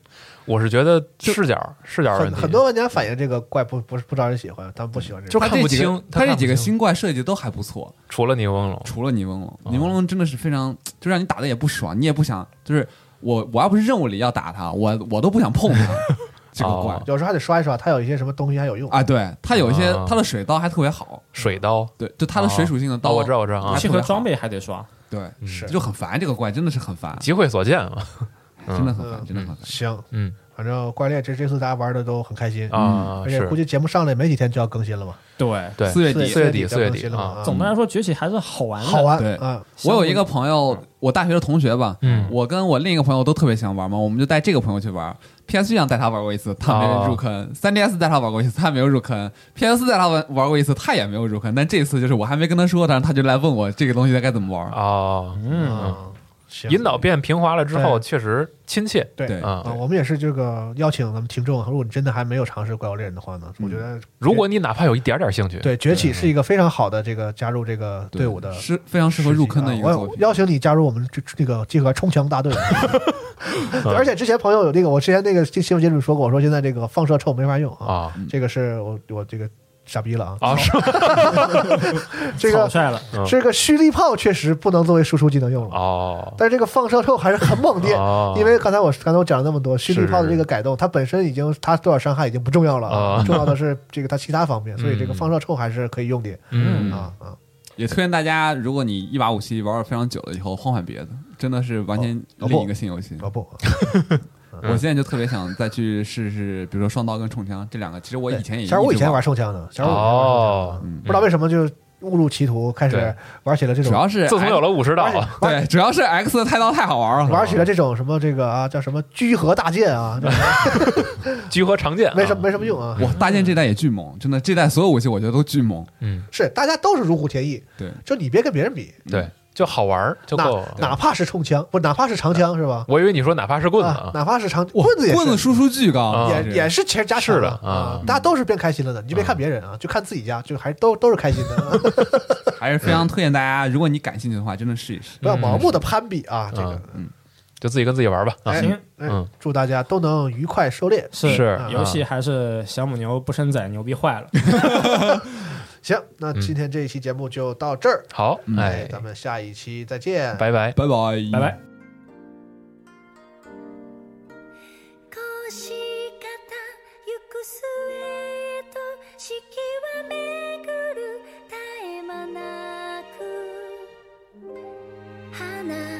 Speaker 4: 我是觉得视角问题，
Speaker 2: 很多玩家反映这个怪不招人喜欢，他们不喜欢这个，
Speaker 4: 就看不清。
Speaker 6: 他这几个新怪设计都还不错，
Speaker 4: 除了泥翁龙，
Speaker 6: 泥翁龙真的是非常，就让你打的也不爽，你也不想，就是我要不是任务里要打他，我都不想碰他。这个怪
Speaker 2: 有时候还得刷一刷，它有一些什么东西还有用
Speaker 6: 啊？对，它有一些它的水刀还特别好，
Speaker 4: 水刀，
Speaker 6: 对，就它的水属性的刀，
Speaker 4: 我知道
Speaker 5: 武器和装备还得刷，
Speaker 6: 对，是就很烦，这个怪真的是很烦，
Speaker 4: 机会所见啊，
Speaker 6: 真的很烦，真的很烦。
Speaker 2: 行，反正怪猎这次大家玩的都很开心
Speaker 4: 啊，
Speaker 2: 而且估计节目上来没几天就要更新了嘛。
Speaker 4: 对
Speaker 2: ，4月
Speaker 4: 底
Speaker 2: 了。
Speaker 5: 总的来说，崛起还是好玩的。
Speaker 2: 好玩，
Speaker 6: 对我有一个朋友，我大学的同学吧，我跟我另一个朋友都特别想玩嘛，我们就带这个朋友去玩。PS 上带他玩过一次，他没入坑；3DS 带他玩过一次，他没有入坑；PS 带他玩过一次，他也没有入坑。但这次就是我还没跟他说，但是他就来问我这个东西该怎么玩
Speaker 4: 引导变平滑了之后，确实亲切。
Speaker 2: 对我们也是这个邀请咱们听众，如果你真的还没有尝试怪物猎人的话呢，我觉得
Speaker 4: 如果你哪怕有一点兴趣，
Speaker 2: 对崛起是一个非常好的这个加入这个队伍的，
Speaker 6: 是非常适合入坑的一个作品。
Speaker 2: 邀请你加入我们这个集合冲强大队。而且之前朋友有这个，我之前那个新闻节目说过，我说现在这个放射臭没法用啊，这个是我这个。傻逼了啊！
Speaker 4: 是
Speaker 2: 这个
Speaker 5: 帅了，
Speaker 2: 这个蓄力炮确实不能作为输出技能用了但是这个放射臭还是很猛烈，因为刚才我讲了那么多蓄力炮的这个改动，它本身已经它多少伤害已经不重要了重要的是这个它其他方面，所以这个放射臭还是可以用的。
Speaker 6: 也推荐大家，如果你一把武器玩了非常久了以后，换换别的，真的是完全另一个新游戏。我现在就特别想再去试试，比如说双刀跟冲枪这两个。其实我以前也
Speaker 2: 我以前玩冲枪的，不知道为什么就误入歧途，开始玩起了这种。
Speaker 6: 主要是
Speaker 4: 自从有了武士道，
Speaker 6: 对，主要是 X 的太刀太好玩了，
Speaker 2: 玩起了这种什么这个啊叫什么居合大剑啊，
Speaker 4: 居合长剑
Speaker 2: 没什么用啊。
Speaker 6: 哇，大剑这代也巨猛，真的，这代所有武器我觉得都巨猛。
Speaker 2: 是大家都是如虎添翼，
Speaker 6: 对，
Speaker 2: 就你别跟别人比，
Speaker 4: 对。就好玩就够，
Speaker 2: 哪怕是冲枪，不，哪怕是长枪是吧？
Speaker 4: 我以为你说哪怕是棍子，
Speaker 2: 哪怕是棍子也是，
Speaker 6: 棍子输出巨高，
Speaker 2: 也是其实加强的啊。大家都是变开心了的，你就别看别人啊，就看自己家，就还都是开心的。
Speaker 6: 还是非常推荐大家，如果你感兴趣的话，真的试一试，
Speaker 2: 不要盲目的攀比啊。这个，
Speaker 4: 就自己跟自己玩吧。
Speaker 5: 行，
Speaker 2: 祝大家都能愉快狩猎。
Speaker 5: 是，游戏还是小母牛不生崽，牛逼坏了。
Speaker 2: 行，那今天这一期节目就到这儿。
Speaker 4: 好，
Speaker 2: 咱们下一期再见，
Speaker 4: 拜拜，
Speaker 6: 拜拜，
Speaker 5: 拜拜。
Speaker 7: 花